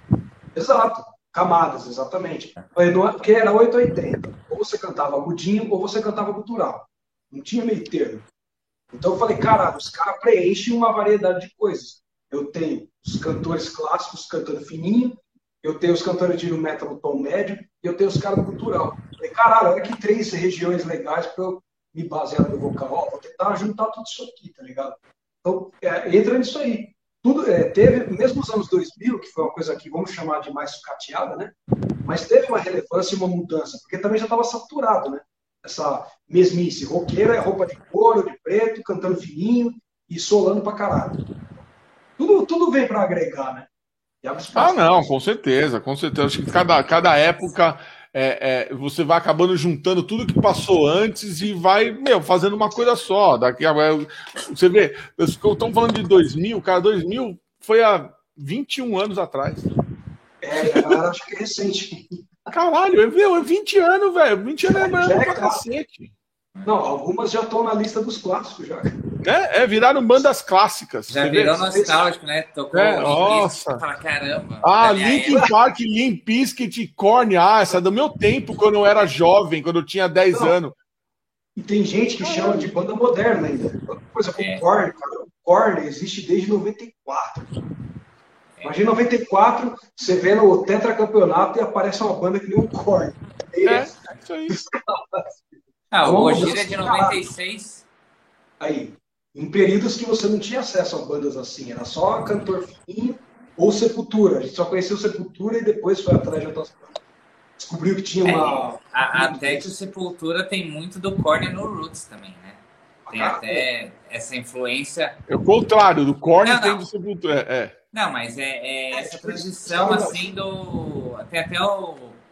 Exato. Camadas, exatamente. Porque era oito ou oitenta. Ou você cantava agudinho ou você cantava gutural. Não tinha meio termo. Então eu falei, caralho, os caras preenchem uma variedade de coisas. Eu tenho os cantores clássicos cantando fininho, eu tenho os cantores de metal no tom médio, e eu tenho os caras do gutural. Eu falei, caralho, olha que três regiões legais para eu me basear no meu vocal. Ó, vou tentar juntar tudo isso aqui, tá ligado? Então, é, entra nisso aí. Tudo, é, teve, mesmo nos anos dois mil, que foi uma coisa que vamos chamar de mais sucateada, né? Mas teve uma relevância e uma mudança, porque também já estava saturado, né? Essa mesmice. Roqueiro é roupa de couro, de preto, cantando fininho e solando pra caralho. Tudo, tudo vem para agregar, né? Ah, não, com certeza, com certeza. Acho que cada, cada época é, é, você vai acabando juntando tudo que passou antes e vai, meu, fazendo uma coisa só. Daqui a, você vê, estamos falando de dois mil, cara, dois mil foi há vinte e um anos atrás. É, a galera acha que é recente. Caralho, é vinte anos, velho. vinte anos é mais pra cacete. Não, algumas já estão na lista dos clássicos já. É, é viraram bandas clássicas. Já virou vê? nostálgico, né? Tocou é, nossa. Pra caramba. Ah, Linkin Park, Limp Bizkit, Korn. Ah, essa é do meu tempo, quando eu era jovem, quando eu tinha dez Não. anos. E tem gente que chama de banda moderna ainda. Por exemplo, é. o Korn, cara. O Korn existe desde noventa e quatro. É. Imagina noventa e quatro, você vê no tetracampeonato e aparece uma banda que nem o Korn. É, é isso aí. Ah, o Gojira é de noventa e seis. Aí, em períodos que você não tinha acesso a bandas assim, era só cantor fininho ou Sepultura. A gente só conheceu Sepultura e depois foi atrás de outras bandas. Descobriu que tinha uma... É, a, até que o Sepultura tem muito do Korn no Roots também, né? Tem ah, até é. essa influência... É o contrário, do Korn não, tem não. do Sepultura. É. Não, mas é, é essa transição assim do... Tem até o...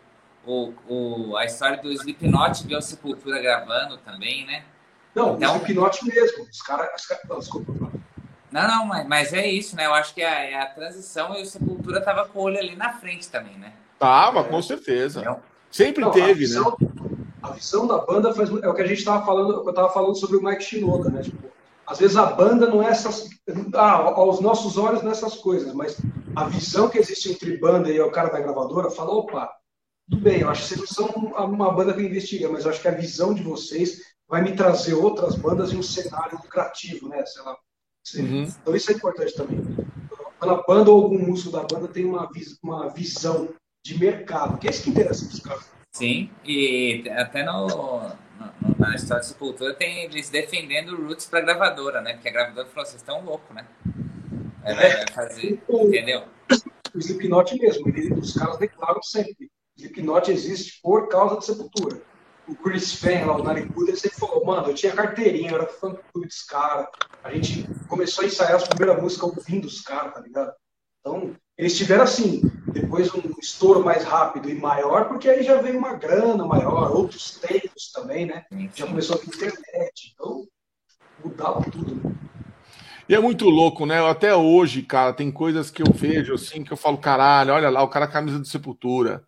O, o, a história do Slipknot ver o Sepultura gravando também, né? Não, então, o Slipknot mesmo. Os caras... Cara, não, desculpa. Não, não, mas, mas é isso, né? Eu acho que é a, a transição e o Sepultura tava com o olho ali na frente também, né? Tava, é, com certeza. Não. Sempre não, teve, a visão, né? A visão da banda faz, é o que a gente tava falando, eu tava falando sobre o Mike Shinoda, né? Tipo, às vezes a banda não é essas... Ah, aos nossos olhos não é essas coisas, mas a visão que existe entre banda e o cara da gravadora fala, opa... Tudo bem, eu acho que vocês não são uma banda que eu investiria, mas eu acho que a visão de vocês vai me trazer outras bandas e um cenário lucrativo, né? Sei lá. Uhum. Então isso é importante também. Quando a banda ou algum músico da banda tem uma, vis uma visão de mercado, que é isso que interessa os caras. Sim, e até no, no, na história de Sepultura tem eles defendendo o Roots pra gravadora, né? Porque a gravadora falou, vocês estão loucos, né? Vai, é. vai fazer, o, entendeu? O Slipknot mesmo, ele, os caras declaram sempre. Slipknot existe por causa da Sepultura. O Chris Fan, lá, o Nariguda, ele sempre falou, mano, eu tinha carteirinha, eu era fã dos caras. A gente começou a ensaiar as primeiras músicas ouvindo os caras, tá ligado? Então, eles tiveram, assim, depois um estouro mais rápido e maior, porque aí já veio uma grana maior, outros tempos também, né? Já começou a vir internet, então mudava tudo, né? E é muito louco, né? Até hoje, cara, tem coisas que eu vejo, assim, que eu falo, caralho, olha lá, o cara com a camisa do Sepultura.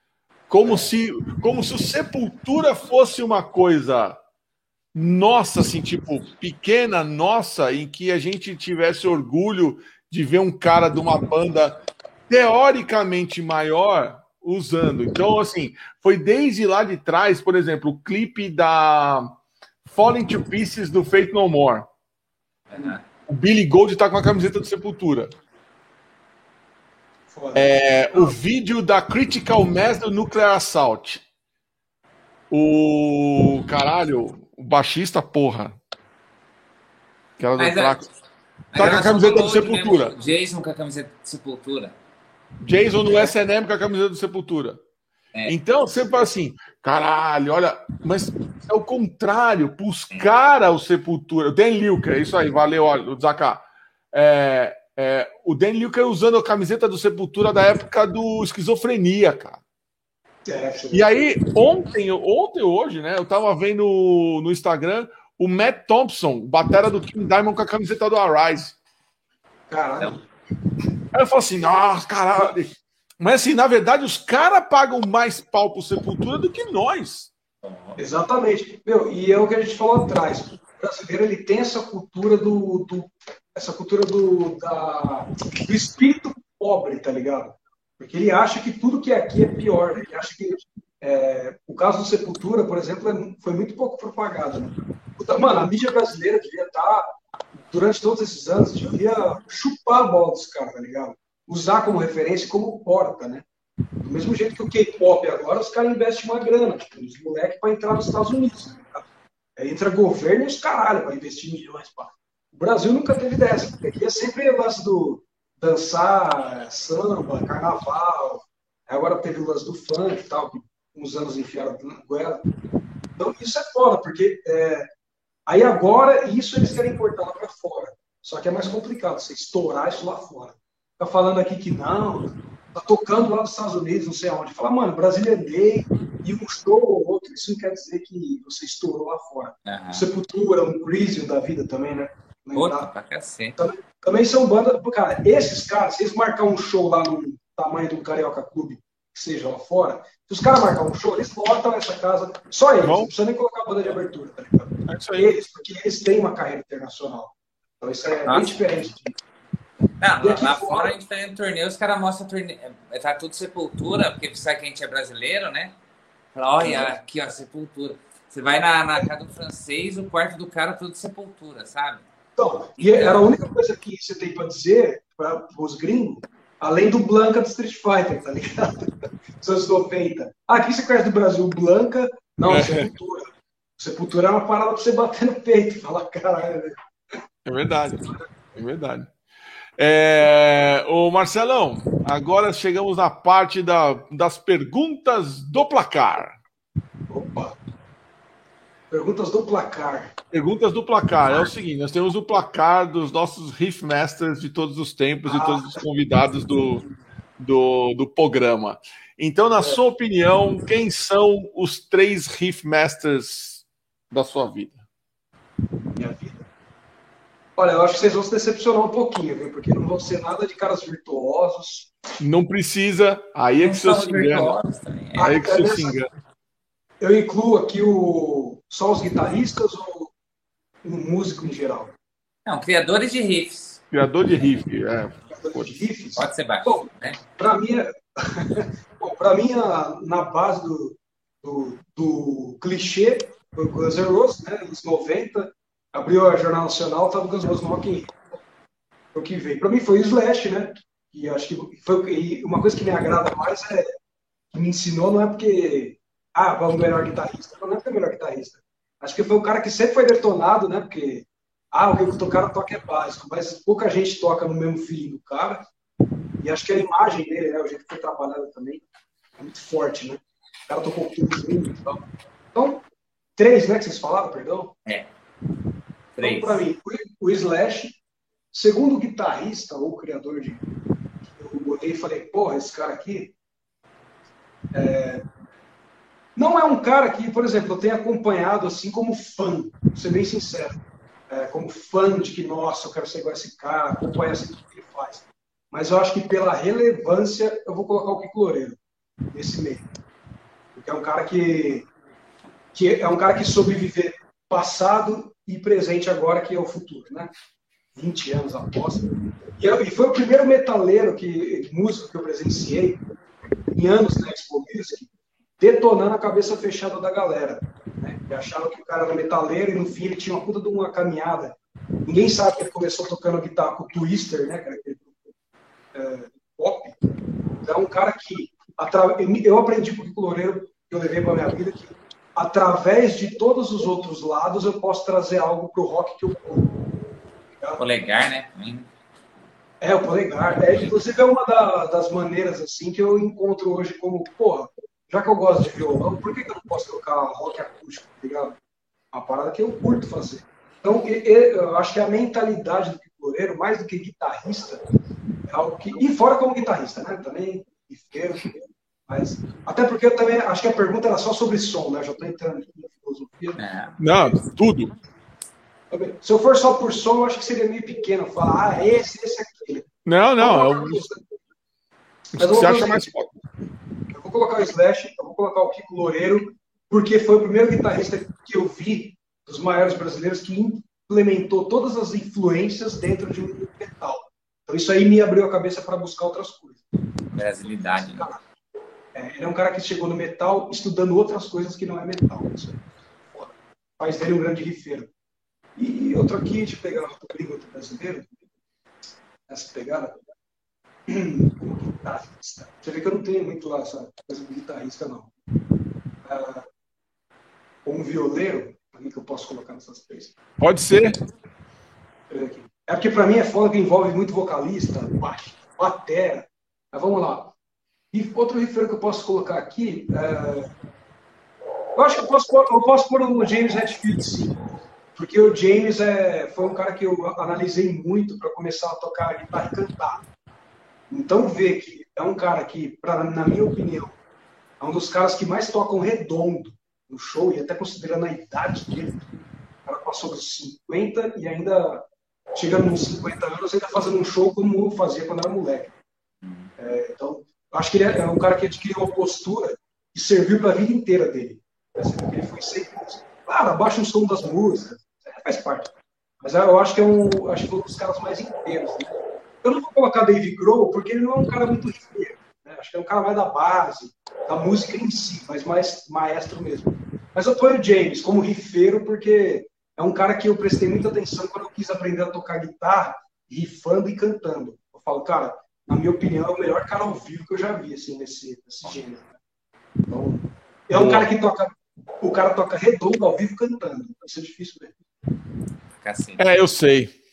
Como se, como se o Sepultura fosse uma coisa nossa, assim, tipo, pequena, nossa, em que a gente tivesse orgulho de ver um cara de uma banda teoricamente maior usando. Então, assim, foi desde lá de trás, por exemplo, o clipe da Falling to Pieces do Faith No More. O Billy Gold tá com a camiseta do Sepultura. É, o vídeo da Critical Mass do Nuclear Assault. O caralho, o baixista, porra. Aquela do Traco. Tá com a camiseta do Sepultura. Mesmo, Jason com a camiseta de Sepultura. Jason no S and M com a camiseta do Sepultura. É. Então, você fala assim, caralho, olha, mas é o contrário, pros caras o Sepultura, o Dan Lilker, é isso aí, valeu, olha, o Zaká. É, é, o Dan Lilker usando a camiseta do Sepultura da época do Esquizofrenia, cara. É, e aí, ontem, ontem hoje, né, eu tava vendo no Instagram o Matt Thompson, batera do King Diamond com a camiseta do Arise. Caralho. Aí eu falo assim, nossa, caralho. Mas assim, na verdade, os caras pagam mais pau pro Sepultura do que nós. Exatamente. Meu, e é o que a gente falou atrás. O brasileiro, ele tem essa cultura do, do essa cultura do, da, do espírito pobre, tá ligado? Porque ele acha que tudo que é aqui é pior. Né? Ele acha que é, o caso do Sepultura, por exemplo, foi muito pouco propagado. Né? Mano, a mídia brasileira devia estar, durante todos esses anos, devia chupar a bola dos caras, tá ligado? Usar como referência, como porta, né? Do mesmo jeito que o K-pop agora, os caras investem uma grana, tipo, os moleques para entrar nos Estados Unidos. Né? Aí entra governo e os caralho para investir milhões. Pá. O Brasil nunca teve dessa, porque aqui é sempre o lance do dançar, samba, carnaval. Agora teve o lance do funk e tal, que uns anos enfiaram na goela. Então isso é foda, porque é... aí agora isso eles querem importar lá para fora. Só que é mais complicado você estourar isso lá fora. Tá falando aqui que não, tá tocando lá nos Estados Unidos, não sei aonde. Fala, mano, brasileirei e um show ou outro, isso não quer dizer que você estourou lá fora. Uhum. Sepultura, um Crisium da vida também, né? Outra, pra cacete. Também, também são bandas, cara, esses caras, se eles marcar um show lá no tamanho do Carioca Clube, que seja lá fora, se os caras marcar um show, eles lotam essa casa, só eles, Bom. Não precisa nem colocar a banda de abertura, tá ligado? É isso aí. Eles, porque eles têm uma carreira internacional. Então isso é Nossa. bem diferente disso. Não, lá, lá fora a gente fazendo torneio, os caras mostram torneio, tá tudo Sepultura, porque sabe que a gente é brasileiro, né? Fala, olha, aqui ó, Sepultura. Você vai na, na casa do francês, o quarto do cara tudo Sepultura, sabe? Então, e então... era a única coisa que você tem pra dizer para os gringos, além do Blanca do Street Fighter, tá ligado? Dos anos noventa. Ah, aqui você conhece do Brasil, Blanca, não, Sepultura. Sepultura é uma parada pra você bater no peito e falar, caralho. É verdade, é verdade. É, ô Marcelão, agora chegamos na parte da, das perguntas do placar. Opa! Perguntas do placar. Perguntas do placar. É o seguinte, nós temos o placar dos nossos Riff Masters de todos os tempos ah. e todos os convidados do, do, do programa. Então, na é. sua opinião, quem são os três Riff Masters da sua vida? Minha vida? Olha, eu acho que vocês vão se decepcionar um pouquinho, viu? Porque não vão ser nada de caras virtuosos. Não precisa. Aí é que o senhor se engana. Aí é que o senhor se engana. Eu incluo aqui o... só os guitarristas ou um músico em geral? Não, criadores de riffs. Criador de riff, é. Criador de riffs? Pode ser baixo. Bom, né? Para mim, Bom, pra mim a... na base do, do, do clichê, do Guns N' Roses, né? Nos noventa, abriu a Jornal Nacional, estava o Guns N' Roses no Rock in Rio. Foi o que veio. Para mim foi o Slash, né? E acho que foi e uma coisa que me agrada mais é que me ensinou, não é porque ah, qual é o melhor guitarrista? Não é porque é o melhor guitarrista. Acho que foi o cara que sempre foi detonado, né? Porque ah, o que o cara toca é básico, mas pouca gente toca no mesmo feeling do cara. E acho que a imagem dele, né? O jeito que foi trabalhado também é muito forte, né? O cara tocou tudo lindo e tal. Então, três, né? Que vocês falaram, perdão? É. Então, para mim, o Slash, segundo guitarrista ou criador de. Eu olhei e falei, porra, esse cara aqui. É... Não é um cara que, por exemplo, eu tenho acompanhado assim como fã, vou ser bem sincero. É, como fã de que, nossa, eu quero ser igual a esse cara, acompanhar assim tudo que ele faz. Mas eu acho que pela relevância, eu vou colocar o Kiko Loureiro nesse meio. Porque é um cara que. que é um cara que soube viver passado e presente agora, que é o futuro, né? vinte anos após. E, eu, e foi o primeiro metaleiro, que, músico que eu presenciei em anos na Expo Music, detonando a cabeça fechada da galera. Né? Que achavam que o cara era metaleiro e no fim ele tinha uma puta de uma caminhada. Ninguém sabe que ele começou tocando guitarra com o Twister, né? Cara, aquele, é, pop. É um cara que... Atra... Eu aprendi com o Kiko Loureiro, que eu levei para minha vida, que através de todos os outros lados, eu posso trazer algo pro rock que eu curto. Polegar, né? É, o polegar. É, inclusive é uma da, das maneiras assim que eu encontro hoje como, porra, já que eu gosto de violão, por que, que eu não posso tocar rock acústico, tá ligado? Uma parada que eu curto fazer. Então, eu acho que a mentalidade do picoleiro, mais do que guitarrista, é algo que. E fora como guitarrista, né? Também, guitarreiro, mas. Até porque eu também acho que a pergunta era só sobre som, né? Eu já estou entrando aqui na filosofia. É. Não, tudo. Se eu for só por som, eu acho que seria meio pequeno. Falar, ah, esse, esse, aquele. Não, não. É o... Mas você acha mais foda. Eu vou colocar o Slash, eu vou colocar o Kiko Loureiro, porque foi o primeiro guitarrista que eu vi dos maiores brasileiros que implementou todas as influências dentro de um metal. Então isso aí me abriu a cabeça para buscar outras coisas. Brasilidade, né? É, ele é um cara que chegou no metal estudando outras coisas que não é metal. Isso é foda. Faz dele um grande rifeiro. E outro aqui, deixa eu pegar o outro brasileiro. Essa pegada. Como guitarrista. Você vê que eu não tenho muito lá essa coisa de guitarrista, não. Ah, ou um violeiro, o que eu posso colocar nessas três? Pode ser. É porque para mim é foda que envolve muito vocalista, baixo, batera. Mas vamos lá. E outro rifeiro que eu posso colocar aqui, é... eu acho que eu posso pôr, eu posso pôr o James Hetfield, sim. Porque o James é, foi um cara que eu analisei muito para começar a tocar guitarra e cantar. Então, ver que é um cara que, pra, na minha opinião, é um dos caras que mais tocam redondo no show, e até considerando a idade dele, o cara passou dos cinquenta e ainda, chegando nos cinquenta anos, ainda fazendo um show como fazia quando era moleque. É, então, acho que ele é um cara que adquiriu uma postura e serviu para a vida inteira dele. Porque ele foi sempre, claro, abaixa o som das músicas, faz parte. Mas eu acho que é um, acho que é um dos caras mais inteiros, né? Eu não vou colocar Dave Grohl porque ele não é um cara muito rifeiro, né? Acho que é um cara mais da base, da música em si, mas mais maestro mesmo. Mas eu ponho o James como rifeiro porque é um cara que eu prestei muita atenção quando eu quis aprender a tocar guitarra, rifando e cantando. Eu falo, cara, na minha opinião, é o melhor cara ao vivo que eu já vi, assim, nesse, nesse gênero. Então, é um cara que toca, o cara toca redondo ao vivo cantando. Isso é difícil mesmo. Assim. É, eu sei.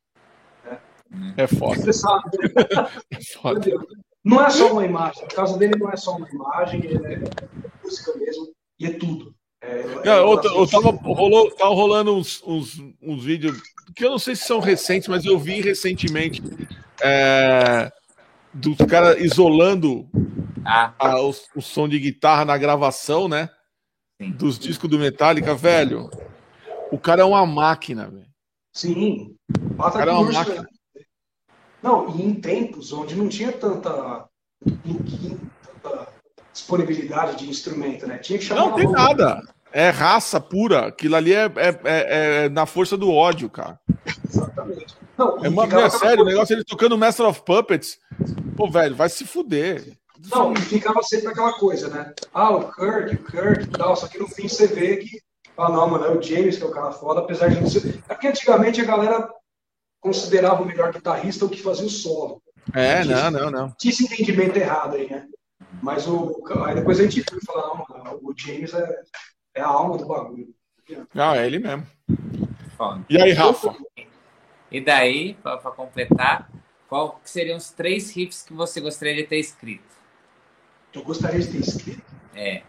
É foda. Você sabe. É foda. Não é só uma imagem. A casa dele não é só uma imagem, é música mesmo. E é tudo. É, não, é eu, eu tava, rolou, tava rolando uns, uns, uns vídeos que eu não sei se são recentes, mas eu vi recentemente é, do cara isolando ah. a, o, o som de guitarra na gravação, né? Sim. Dos discos do Metallica, velho. O cara é uma máquina, velho. Sim. O cara é uma máquina. Não, e em tempos onde não tinha tanta plugin, tanta disponibilidade de instrumento, né? Tinha que chamar. Não tem nada. É raça pura. Aquilo ali é, é, é, é na força do ódio, cara. Exatamente. Não, é, uma, é sério, o negócio ele tocando Master of Puppets. Pô, velho, vai se fuder. Não, e ficava sempre aquela coisa, né? Ah, o Kirk, o Kirk e tal. Só que no fim você vê que. Ah, não, mano, é o James que é o cara foda, apesar de não ser. É porque antigamente a galera considerava o melhor guitarrista o que fazia o solo. É, tinha, não, não, não. Tinha esse entendimento errado aí, né? Mas o, aí depois a gente foi falar, não, mano, o James é, é a alma do bagulho. Ah, é ele mesmo. Bom, e aí, Rafa? E daí, para completar, qual que seriam os três riffs que você gostaria de ter escrito? Eu gostaria de ter escrito? É.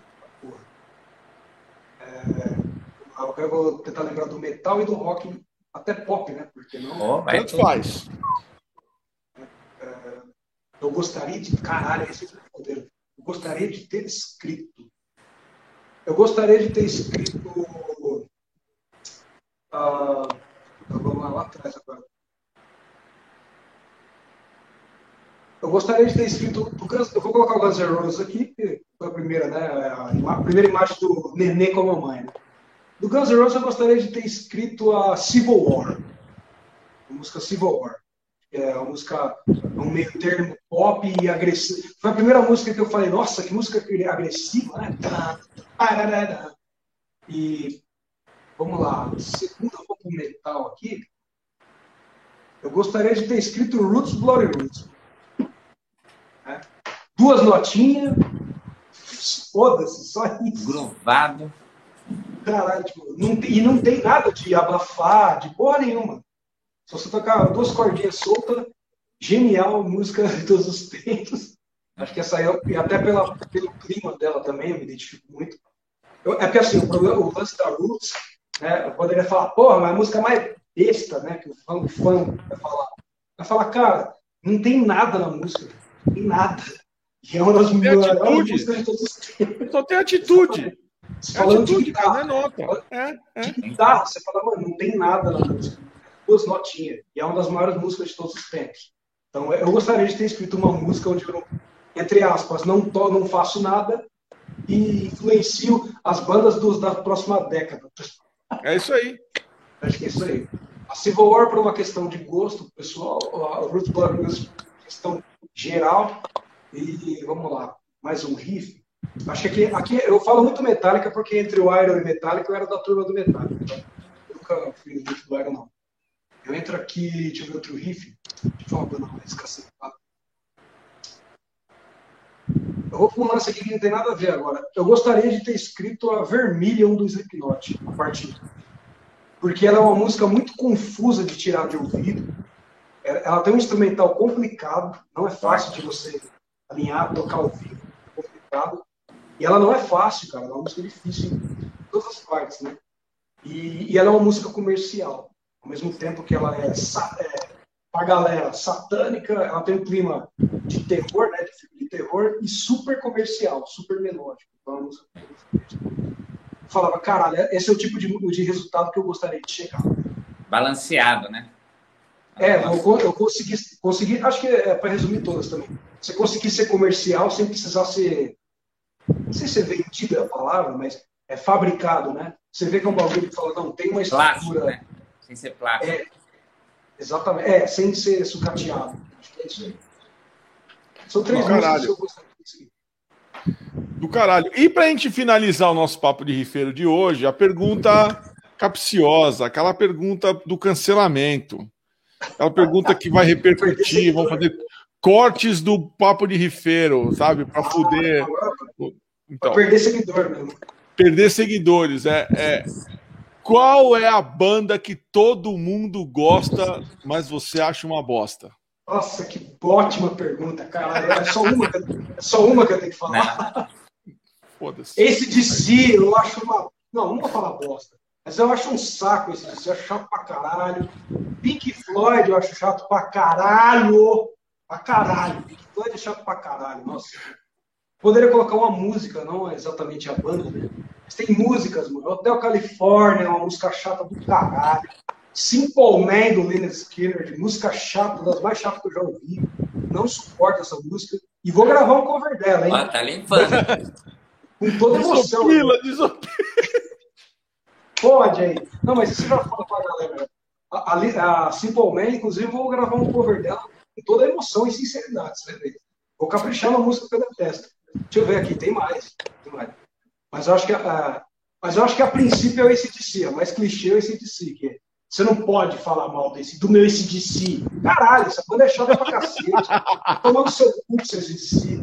é eu vou tentar lembrar do metal e do rock, até pop, né? Porque não. Oh, vai Tanto faz. É, eu gostaria de. Caralho, esse é o poder. Eu gostaria de ter escrito. Eu gostaria de ter escrito. Uh, vamos lá, lá atrás agora. Eu gostaria de ter escrito. Eu vou colocar o Guns N' Roses aqui, que foi a primeira, né? A primeira imagem do Nenê com a mamãe. Né? Do Guns N' Roses eu gostaria de ter escrito a Civil War. A música Civil War. É uma música, um meio termo pop e agressivo. Foi a primeira música que eu falei, nossa, que música agressiva, né? E vamos lá, segunda vou pro metal aqui. Eu gostaria de ter escrito Roots, Bloody Roots. É. Duas notinhas, foda-se, só isso. Gruvado. Caralho, tipo, não tem, e não tem nada de abafar, de porra nenhuma. Se você tocar duas cordinhas soltas, genial, música de todos os tempos. Acho que essa aí, e até pela, pelo clima dela também, eu me identifico muito. Eu, é porque assim, o, problema, o lance da Roots, né, eu poderia falar, porra, mas a música mais besta, né, que o fã, o fã vai falar. Vai falar, cara, não tem nada na música, não tem nada. E é uma das melhores músicas de todos os tempos. Só tem atitude. Você falando atitude, de guitarra, cara, não é nota. É, é. de guitarra, você fala, mano, não tem nada na música. Duas notinhas. E é uma das maiores músicas de todos os tempos. Então, eu gostaria de ter escrito uma música onde eu, entre aspas, não, to, não faço nada e influencio as bandas dos, da próxima década. É isso aí. Acho que é isso aí. A Civil War, por uma questão de gosto pessoal, a Roots Blood Music, questão geral. E vamos lá, mais um riff. Acho que aqui, aqui eu falo muito Metallica porque entre o Iron e Metallica eu era da turma do Metallica. Então, eu nunca fui muito do Iron, não. Eu entro aqui, deixa eu ver outro riff. Deixa eu falar uma banda mais cacetada. Eu vou para um lance aqui que não tem nada a ver agora. Eu gostaria de ter escrito a Vermilion do Slipknot, a parte. Porque ela é uma música muito confusa de tirar de ouvido. Ela tem um instrumental complicado, não é fácil de você alinhar, tocar ao vivo, é complicado. E ela não é fácil, cara, ela é uma música difícil em todas as partes, né? E, e ela é uma música comercial, ao mesmo tempo que ela é, é pra galera satânica, ela tem um clima de terror, né, de filme de terror, e super comercial, super melódico. Então, é uma música eu falava, caralho, esse é o tipo de, de resultado que eu gostaria de chegar. Balanceado, né? É, eu, eu consegui, consegui, acho que é para resumir todas também. Você conseguir ser comercial sem precisar ser, não sei se é vendida a palavra, mas é fabricado, né? Você vê que é um bagulho que fala, não, tem uma estrutura... Plástico, né? Sem ser plástico. É, exatamente, é, sem ser sucateado. Acho que é isso aí. São três músicas que eu gostaria de conseguir. Do caralho. E pra gente finalizar o nosso papo de rifeiro de hoje, a pergunta capciosa, aquela pergunta do cancelamento. Aquela pergunta que vai repercutir, vão fazer cortes do papo de rifeiro, sabe? Pra fuder. Então, pra perder seguidor mesmo. Perder seguidores. É, é... Qual é a banda que todo mundo gosta, mas você acha uma bosta? Nossa, que ótima pergunta, cara. É só uma, é só uma que eu tenho que falar. Foda-se. Esse D C, eu acho uma... Não, não vou falar bosta. Mas eu acho um saco esse D C. Eu acho chato pra caralho. Pink Floyd eu acho chato pra caralho. Pra caralho. Pink Floyd é chato pra caralho. Nossa. Poderia colocar uma música, não exatamente a banda, né? Mas tem músicas, mano. Hotel California é uma música chata do caralho. Simple Man do Lynyrd Skynyrd, música chata, das mais chatas que eu já ouvi. Não suporto essa música. E vou gravar um cover dela, hein? Ah, tá limpando. Com toda emoção. Desopila, desopila. Pode aí. Não, mas isso já fala pra galera. A, a, a Simple Man, inclusive, vou gravar um cover dela com toda emoção e sinceridade. Você vai ver. Vou caprichar na música que eu detesto. Deixa eu ver aqui, tem mais. Tem mais. Mas, eu acho que a, a, mas eu acho que a princípio é o A C D C. A mais clichê é o A C D C, que é, você não pode falar mal desse, do meu A C D C. Caralho, essa banda é chata pra cacete. Tomando seu cu, seu A C D C.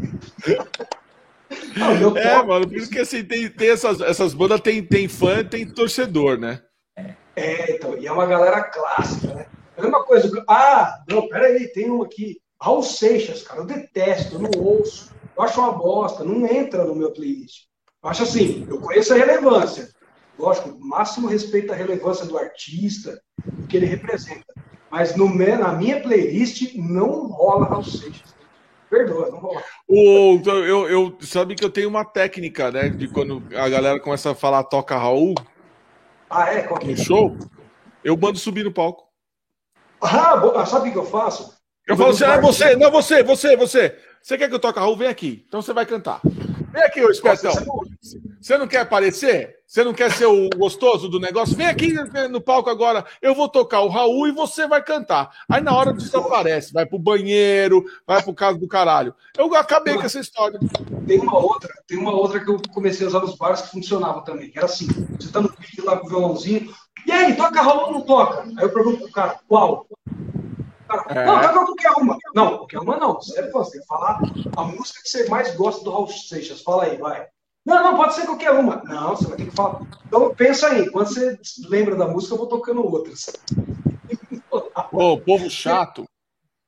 Não, é, top, mano, por isso que assim, tem, tem essas, essas bandas, tem, tem fã, tem torcedor, né? É, então, e é uma galera clássica, né? É a mesma coisa. Ah, não, peraí, tem um aqui. Raul Seixas, cara, eu detesto, eu não ouço. Eu acho uma bosta, não entra no meu playlist. Eu acho assim, eu conheço a relevância. Lógico, máximo respeito à relevância do artista, do que ele representa. Mas no, na minha playlist não rola Raul Seixas. Perdoa, não rola. O, eu, eu, sabe que eu tenho uma técnica, né? De quando a galera começa a falar toca Raul. Ah, é? Qual que é? No show, eu mando subir no palco. Ah, sabe o que eu faço? Eu, eu falo assim, ah, você, não, você, você, você. Você quer que eu toque Raul? Vem aqui. Então você vai cantar. Vem aqui, ô espertão. Você não quer aparecer? Você não quer ser o gostoso do negócio? Vem aqui no palco agora. Eu vou tocar o Raul e você vai cantar. Aí na hora você aparece. Vai pro banheiro, vai pro caso do caralho. Eu acabei com essa história. Tem uma outra, tem uma outra que eu comecei a usar nos bares que funcionava também. Que era assim, você tá no vídeo lá com o violãozinho. E aí, toca Raul ou não toca? Aí eu pergunto pro cara, qual? Cara, é. Não, toca qualquer uma. Não, qualquer uma não. Você tem que falar a música que você mais gosta do Raul Seixas. Fala aí, vai. Não, não, pode ser qualquer uma. Não, você vai ter que falar. Então, pensa aí. Quando você lembra da música, eu vou tocando outras. Ô, povo chato.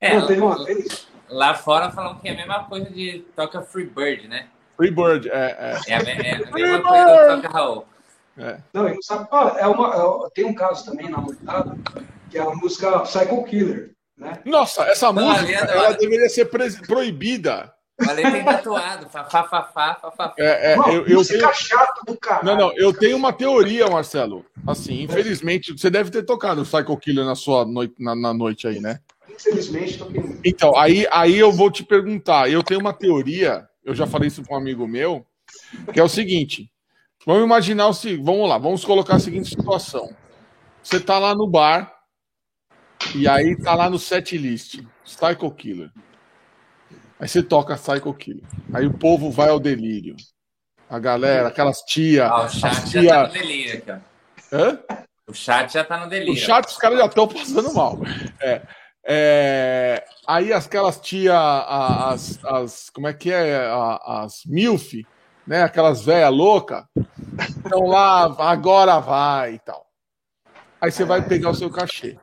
É, não, teve uma vez. Lá fora falam que é a mesma coisa de toca Freebird, né? Freebird, é. É, é, a, é a mesma coisa do toca Raul. É. Não, eu sabe, é uma, é, tem um caso também na Mortada, que é a música Psycho Killer, né? Nossa, essa não, música, ela olha. deveria ser proibida. Falei tem tatuado, fafá, fafá, fafá. É, é, não, eu, eu tenho... chato do caralho. Não, não, eu tenho uma teoria, Marcelo. Assim, infelizmente, você deve ter tocado o Psycho Killer na sua noite, na, na noite aí, né? Infelizmente, toquei. Então, aí, aí eu vou te perguntar. Eu tenho uma teoria, eu já falei isso com um amigo meu, que é o seguinte. Vamos imaginar o seguinte, vamos lá, vamos colocar a seguinte situação. Você tá lá no bar, e aí tá lá no set list, Psycho Killer. Aí você toca Psycho Killer. Aí o povo vai ao delírio. A galera, aquelas tia... Ah, o chat tia... já tá no delírio aqui, ó. Hã? O chat já tá no delírio. O chat, os caras já estão passando mal. É, é... Aí aquelas tia... As, as, como é que é? As milf, né? Aquelas velhas loucas. Então lá, agora vai e tal. Aí você vai pegar o seu cachê.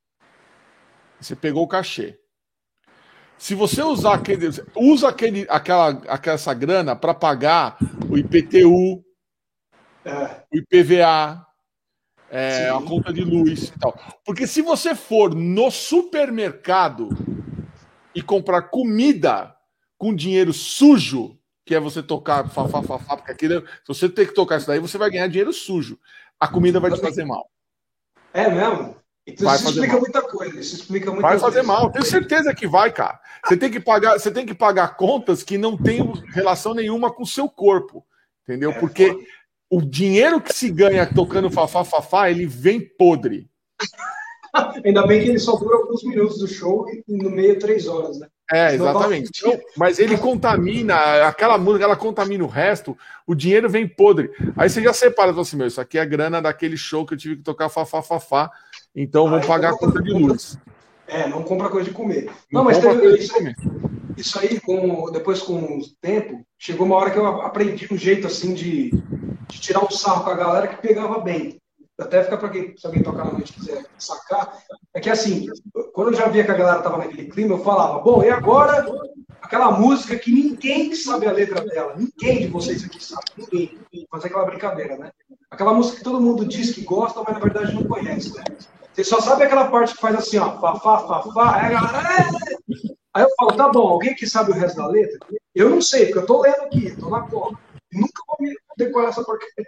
Você pegou o cachê. Se você usar aquele, usa aquele, aquela, aquela essa grana para pagar o I P T U, é. o I P V A, é, a conta de luz e tal. Porque se você for no supermercado e comprar comida com dinheiro sujo, que é você tocar fafá, fafá, porque aquilo, se você tem que tocar isso daí, você vai ganhar dinheiro sujo. A comida vai te fazer mal. É mesmo? Então vai isso explica mal. muita coisa. Isso explica muita vai fazer coisa. mal. Tenho certeza que vai, cara. Você tem que pagar, você tem que pagar contas que não têm relação nenhuma com o seu corpo. Entendeu? É, Porque foda. o dinheiro que se ganha tocando fafá, fafá, ele vem podre. Ainda bem que ele só dura alguns minutos do show e no meio três horas, né? É, exatamente. Então, mas ele contamina, aquela música, ela contamina o resto, o dinheiro vem podre. Aí você já separa, fala assim, meu, isso aqui é a grana daquele show que eu tive que tocar fafá, fafá, então vou ah, pagar então, a conta de luz. É, não compra coisa de comer. Não, não mas teve, isso, isso aí, com, depois com o tempo, chegou uma hora que eu aprendi um jeito assim de, de tirar um sarro com a galera que pegava bem. Até fica para quem, se alguém tocar na noite quiser sacar, é que assim, quando eu já via que a galera tava naquele clima, eu falava, bom, e agora aquela música que ninguém sabe a letra dela, ninguém de vocês aqui sabe, ninguém, fazer aquela brincadeira, né? Aquela música que todo mundo diz que gosta, mas na verdade não conhece, né? Você só sabe aquela parte que faz assim, ó, fá, fá, fá, fá, aí a galera... Aí eu falo, tá bom, alguém que sabe o resto da letra? Eu não sei, porque eu tô lendo aqui, tô na cola. Nunca vou me decorar essa porcaria.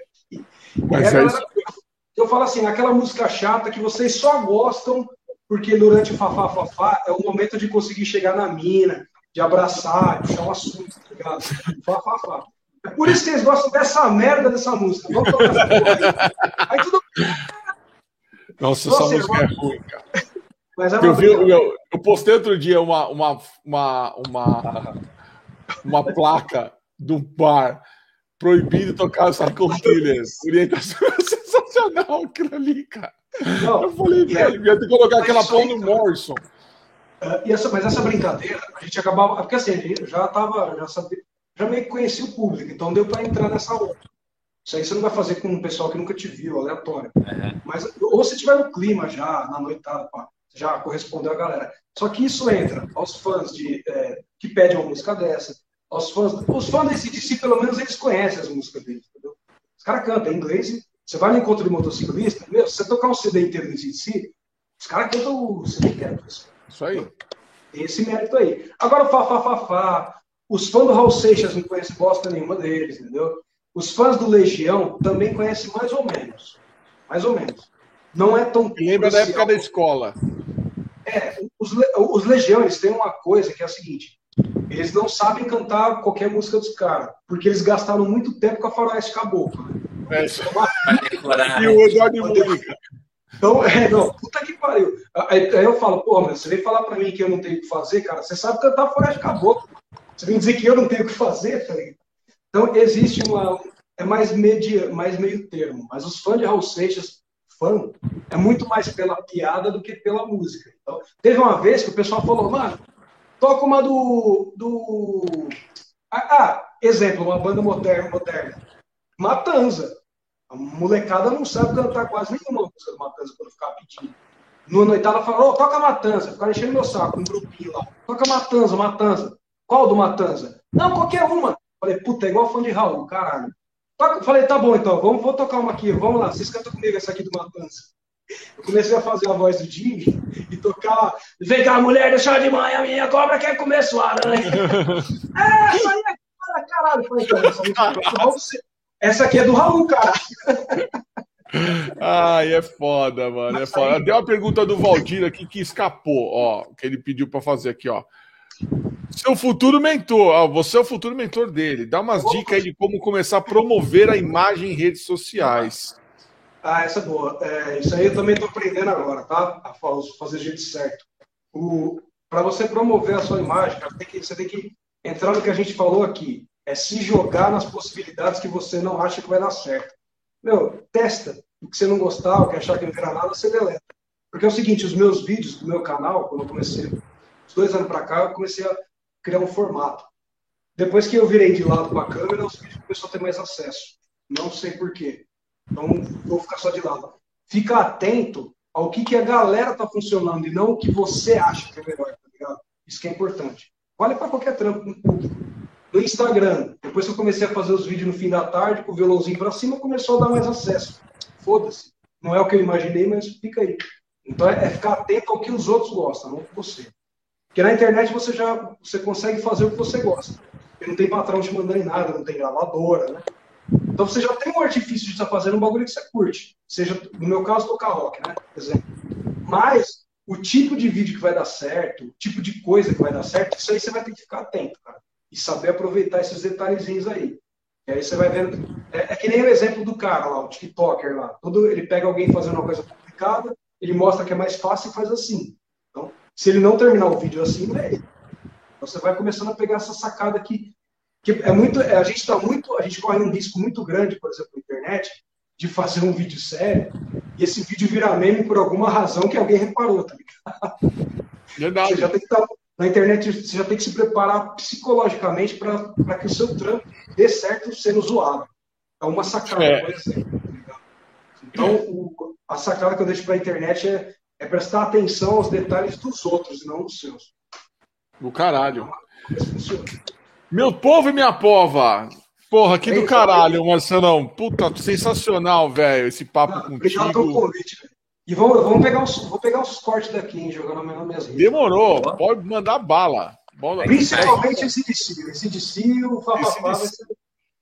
Mas é isso. Eu falo assim, aquela música chata que vocês só gostam porque durante o fafá, fafá é o momento de conseguir chegar na mina, de abraçar, de puxar um assunto, tá ligado? Fafá, fafá. É por isso que eles gostam dessa merda dessa música. Vamos tocar essa porra aí. Aí tudo... Nossa, essa Nossa, música é ruim, cara. Mas é eu, vi, eu, eu postei outro dia uma, uma, uma, uma, uma placa do bar proibido tocar o Psycho Killer. Orientação sensacional aquilo ali, cara. Não, eu falei, velho, ia ter que colocar aquela porra no Morrison. Uh, e essa, mas essa brincadeira, a gente acabava. Porque assim, eu já tava, já sabia, já meio que conhecia o público, então deu para entrar nessa onda. Isso aí você não vai fazer com um pessoal que nunca te viu, aleatório. Uhum. Mas, ou se tiver no clima já, na noitada, pá, já correspondeu a galera. Só que isso entra aos fãs de, é, que pedem uma música dessa, aos fãs. Os fãs desse D C, pelo menos, eles conhecem as músicas deles, entendeu? Os caras cantam em inglês. Você vai no encontro de motociclista, meu, se você tocar um C D inteiro do D C, os caras cantam o C D inteiro. Isso aí. Tem esse mérito aí. Agora, o Fafá, Fafá, os fãs do Raul Seixas não conhecem bosta nenhuma deles, entendeu? Os fãs do Legião também conhecem mais ou menos. Mais ou menos. Não é tão... Lembra da época da escola. É, os, os Legião, eles têm uma coisa que é a seguinte. Eles não sabem cantar qualquer música dos caras, porque eles gastaram muito tempo com a Faroeste Caboclo. Né? É isso. E o Eduardo de Mônica. Então, é, não, puta que pariu. Aí, aí eu falo, pô, mas você vem falar pra mim que eu não tenho o que fazer, cara, você sabe cantar Faroeste Caboclo. Você vem dizer que eu não tenho o que fazer, tá ligado? Então, existe uma... É mais, media, mais meio termo. Mas os fãs de Raul Seixas, fã, é muito mais pela piada do que pela música. Então, teve uma vez que o pessoal falou, mano, toca uma do... do... Ah, ah, exemplo, uma banda moderna, moderna. Matanza. A molecada não sabe cantar quase nenhuma música do Matanza quando ficar pedindo. No noitada falou, oh, toca Matanza. Ficaram enchendo meu saco, um grupinho lá. Toca Matanza, Matanza. Qual do Matanza? Não, qualquer uma. Falei, puta, é igual fã de Raul, caralho. Toca... Falei, tá bom então, vamos, vou tocar uma aqui, vamos lá, vocês cantam comigo essa aqui do Matanza. Eu comecei a fazer a voz do Jimmy e tocar. Vem cá, mulher, deixa de manhã, a minha cobra quer comer sua aranha. É, essa aí é caralho. Falei, cara, essa, música, essa aqui é do Raul, cara. Ai, é foda, mano. É foda. Tem uma pergunta do Valdir aqui que escapou, ó, que ele pediu pra fazer aqui, ó. Seu futuro mentor, ó, você é o futuro mentor dele. Dá umas dicas aí de como começar a promover a imagem em redes sociais. Ah, essa é boa. É, isso aí eu também estou aprendendo agora, tá? A fazer do jeito certo. Para você promover a sua imagem, cara, tem que, você tem que entrar no que a gente falou aqui. É se jogar nas possibilidades que você não acha que vai dar certo. Meu, testa. O que você não gostar, o que achar que não vira nada, você deleta. Porque é o seguinte, os meus vídeos do meu canal, quando eu comecei, uns dois anos para cá, eu comecei a criar um formato. Depois que eu virei de lado com a câmera, os vídeos começaram a ter mais acesso. Não sei por quê. Então, vou ficar só de lado. Fica atento ao que, que a galera tá funcionando e não o que você acha que é melhor, tá ligado? Isso que é importante. Vale para qualquer trampo no público. No Instagram, depois que eu comecei a fazer os vídeos no fim da tarde, com o violãozinho para cima, começou a dar mais acesso. Foda-se. Não é o que eu imaginei, mas fica aí. Então, é, é ficar atento ao que os outros gostam, não o que você. Porque na internet você já você consegue fazer o que você gosta. Porque não tem patrão te mandando em nada, não tem gravadora, né? Então você já tem um artifício de estar fazendo um bagulho que você curte. Seja, no meu caso, tocar rock, né? Por exemplo. Mas o tipo de vídeo que vai dar certo, o tipo de coisa que vai dar certo, isso aí você vai ter que ficar atento, cara. E saber aproveitar esses detalhezinhos aí. E aí você vai vendo. É, é que nem o exemplo do cara lá, o TikToker lá. Todo, ele pega alguém fazendo uma coisa complicada, ele mostra que é mais fácil e faz assim. Então, se ele não terminar o vídeo assim, não é ele. Então você vai começando a pegar essa sacada aqui. Que é muito, a gente tá muito, a gente corre um risco muito grande, por exemplo, na internet, de fazer um vídeo sério e esse vídeo virar meme por alguma razão que alguém reparou, tá ligado? Verdade. Você já tem que estar na internet, você já tem que se preparar psicologicamente para que o seu trampo dê certo sendo zoado. É uma sacada, é. por exemplo. Tá ligado? Então, o, a sacada que eu deixo para a internet é, é prestar atenção aos detalhes dos outros e não dos seus. Do caralho. Meu povo e minha pova. Porra, que do caralho, Marcelão. Puta, sensacional, velho, esse papo ah, contigo. Obrigado pelo convite, velho. E vamos, vamos pegar os, vou pegar os cortes daqui, hein, jogando nas minhas redes. Demorou, pode mandar bala. Bola. Principalmente esse de si. Esse de si, o Fafafá vai ser...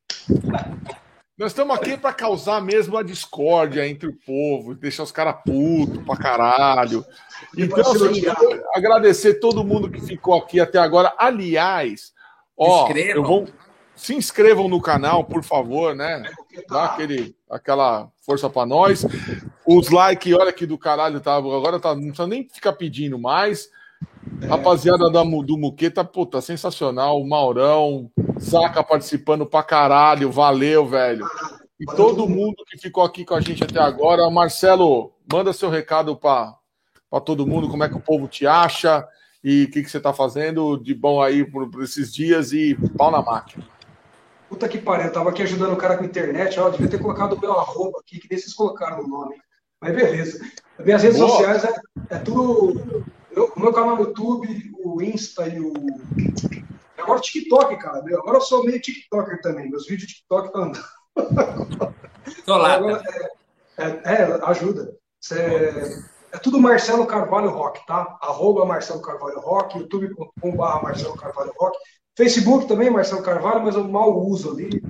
Nós estamos aqui para causar mesmo a discórdia entre o povo, deixar os caras putos pra caralho. Então, assim, agradecer todo mundo que ficou aqui até agora. Aliás, ó, eu vou... se inscrevam no canal, por favor, né? Dá aquele, aquela força para nós. Os likes, olha aqui do caralho, tá? Agora tá, não precisa nem ficar pedindo mais. É. Rapaziada da, do Muqueta, puta, sensacional. O Maurão, Zaca participando pra caralho, valeu, velho. E todo mundo que ficou aqui com a gente até agora. Marcelo, manda seu recado pra, pra todo mundo, como é que o povo te acha e o que, que você tá fazendo de bom aí por, por esses dias e pau na máquina. Puta que pariu, eu tava aqui ajudando o cara com a internet, ó, devia ter colocado o meu arroba aqui, que nem vocês colocaram o nome. Mas beleza. Minhas redes Boa. sociais é, é tudo... Eu, o meu canal no YouTube, o Insta e o... Agora o TikTok, cara. Agora eu sou meio TikToker também. Meus vídeos de TikTok estão andando. Tô lá. Agora, é, é, é, ajuda. Cê, é tudo Marcelo Carvalho Rock, tá? Arroba Marcelo Carvalho Rock, youtube ponto com barra Marcelo Carvalho Rock. Facebook também, Marcelo Carvalho, mas eu mal uso ali.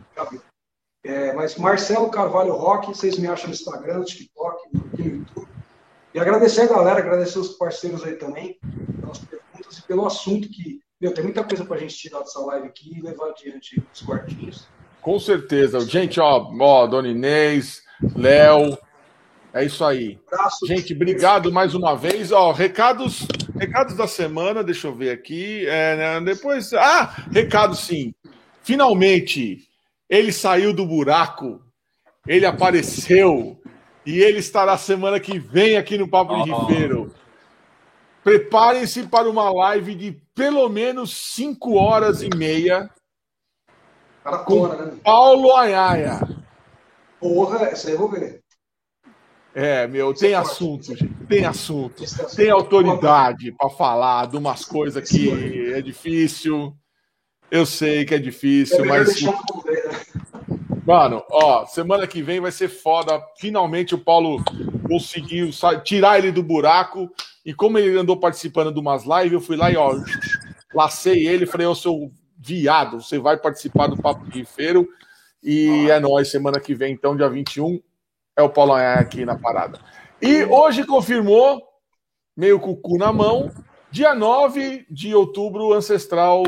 É, mas Marcelo Carvalho Rock, vocês me acham no Instagram, no TikTok, aqui no YouTube. E agradecer a galera, agradecer os parceiros aí também, pelas perguntas e pelo assunto que, meu, tem muita coisa pra gente tirar dessa live aqui e levar adiante os quartinhos. Com certeza. Gente, ó, ó Dona Inês, Léo, é isso aí. Abraço. Gente, obrigado mais uma vez. Ó, recados, recados da semana, deixa eu ver aqui. É, né, depois. Ah, recado sim. Finalmente, ele saiu do buraco, ele apareceu. E ele estará semana que vem aqui no Papo de Rifeiro. Preparem-se para uma live de pelo menos cinco horas e meia com né? Paulo Anhaia. Porra, essa aí eu vou ver. É, meu, tem assunto, gente. Tem assunto. Tem autoridade para falar de umas coisas que é difícil. Eu sei que é difícil, mas. Mano, ó, semana que vem vai ser foda. Finalmente o Paulo conseguiu tirar ele do buraco. E como ele andou participando de umas lives, eu fui lá e, ó, lacei ele. Falei, ô, seu viado, você vai participar do Papo de Feiro. E é nóis, semana que vem, então, dia vinte e um, é o Paulo Anhar aqui na parada. E hoje confirmou, meio com o cu na mão, dia nove de outubro, Ancestral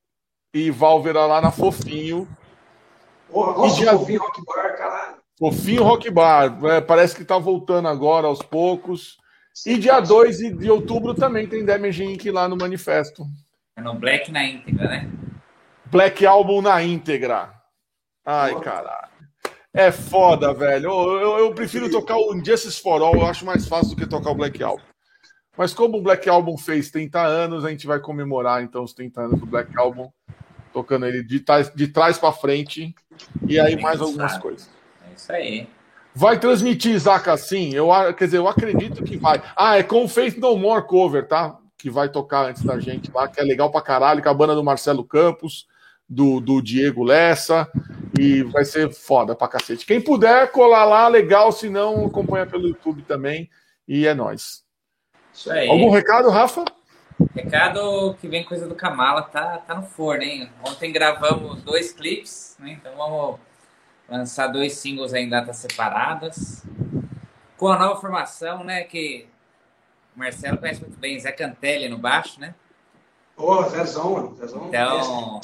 e Válvera lá na Fofinho. Porra, nossa, dia... Fofinho Rock Bar, caralho. Fofinho Rock Bar, é, parece que tá voltando agora aos poucos. E dia dois de outubro também tem Damage Incorporated lá no Manifesto. É no Black na íntegra, né? Black Album na íntegra. Ai, caralho. É foda, velho. Eu, eu, eu prefiro tocar o Justice for All, eu acho mais fácil do que tocar o Black Album. Mas como o Black Album fez trinta anos, a gente vai comemorar então os trinta anos do Black Album, tocando ele de trás, de trás para frente, e aí mais algumas coisas. É isso aí. Vai transmitir, Isaac, assim? Eu, quer dizer, eu acredito que vai. Ah, é com o Faith No More cover, tá? Que vai tocar antes da gente lá, que é legal pra caralho, com a banda do Marcelo Campos, do, do Diego Lessa, e vai ser foda pra cacete. Quem puder colar lá, legal, se não, acompanha pelo YouTube também, e é nóis. Isso aí. Algum recado, Rafa? Recado que vem coisa do Kamala, tá, tá no forno, hein? Ontem gravamos dois clipes, né? Então vamos lançar dois singles aí em datas separadas. Com a nova formação, né? Que o Marcelo conhece muito bem, Zé Cantelli no baixo, né? Ô, oh, Zezão, mano. Zezão. Então,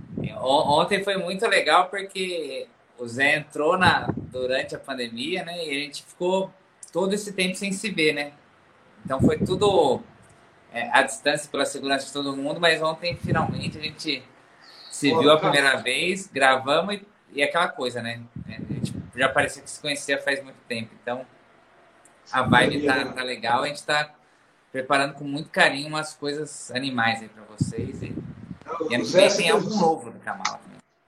ontem foi muito legal porque o Zé entrou na, durante a pandemia, né? E a gente ficou todo esse tempo sem se ver, né? Então foi tudo é, à distância pela segurança de todo mundo, mas ontem finalmente a gente se Pô, viu a primeira cara. vez, gravamos e, e aquela coisa, né? A gente já parecia que se conhecia faz muito tempo. Então a vibe tá, tá legal, a gente tá preparando com muito carinho umas coisas animais aí pra vocês. E, e ano que vem tem algo novo do Kamala.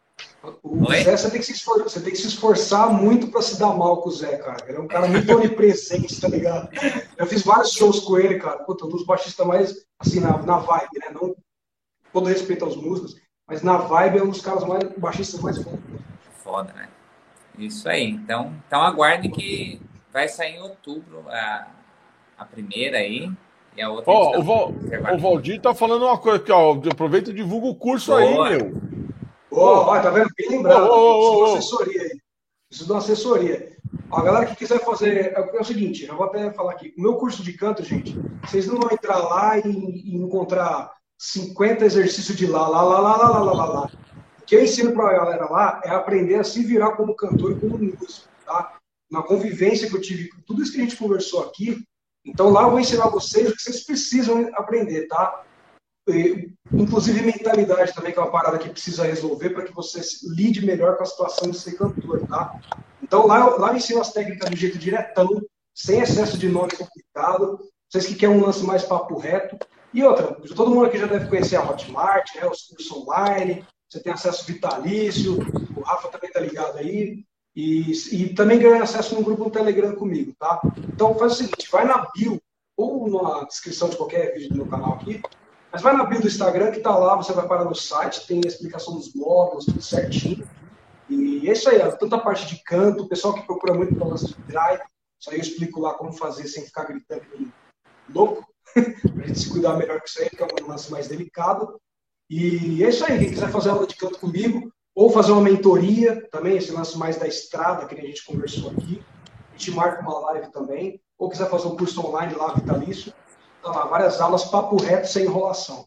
O Oi? Zé, você tem, que se esforçar, você tem que se esforçar muito pra se dar mal com o Zé, cara. Ele é um cara muito onipresente, tá ligado? Eu fiz vários shows com ele, cara. Puta, um dos baixistas mais, assim, na, na vibe, né? Não todo respeito aos músicos, mas na vibe é um dos caras mais, baixistas mais bons. Foda, né? Isso aí. Então, então aguarde que vai sair em outubro a, a primeira aí. E a outra. Ó, oh, o, Val, o Valdir tá falando uma coisa aqui, ó. Aproveita e divulga o curso Boa. aí, meu. Ó, oh, tá vendo? Bem lembrado. Oh, oh, oh, oh. Preciso de uma assessoria aí. Preciso de uma assessoria. Ó, a galera que quiser fazer. É o seguinte, eu vou até falar aqui. O meu curso de canto, gente, vocês não vão entrar lá e, e encontrar cinquenta exercícios de lá, lá, lá, lá, lá, lá, lá, lá. O que eu ensino pra galera lá é aprender a se virar como cantor e como músico, tá? Na convivência que eu tive com tudo isso que a gente conversou aqui. Então lá eu vou ensinar vocês o que vocês precisam aprender, tá? E, inclusive mentalidade também, que é uma parada que precisa resolver para que você lide melhor com a situação de ser cantor, tá? Então lá, lá eu ensino as técnicas do jeito diretão, sem excesso de nome complicado, vocês que querem um lance mais papo reto. E outra, todo mundo aqui já deve conhecer a Hotmart, né, os cursos online, você tem acesso vitalício, o Rafa também tá ligado aí, e, e também ganha acesso no grupo no Telegram comigo, tá? Então faz o seguinte, vai na bio, ou na descrição de qualquer vídeo do meu canal aqui, mas vai na bio do Instagram que tá lá, você vai parar no site, tem a explicação dos módulos, tudo certinho. E é isso aí, tanta parte de canto, o pessoal que procura muito para lance de drive, isso aí eu explico lá como fazer sem ficar gritando louco, pra gente se cuidar melhor com isso aí, que é um lance mais delicado. E é isso aí, quem quiser fazer aula de canto comigo, ou fazer uma mentoria também, esse lance mais da estrada, que a gente conversou aqui, a gente marca uma live também, ou quiser fazer um curso online lá, vitalício, tá lá, várias aulas, papo reto, sem enrolação.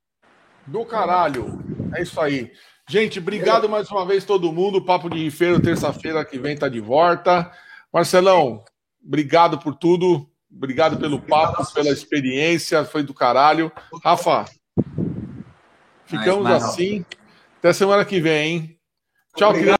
Do caralho, é isso aí. Gente, obrigado mais uma vez todo mundo, Papo de Feiro, terça-feira que vem tá de volta. Marcelão, obrigado por tudo, obrigado pelo papo, pela experiência, foi do caralho. Rafa, ficamos assim, até semana que vem, hein? Tchau, criança.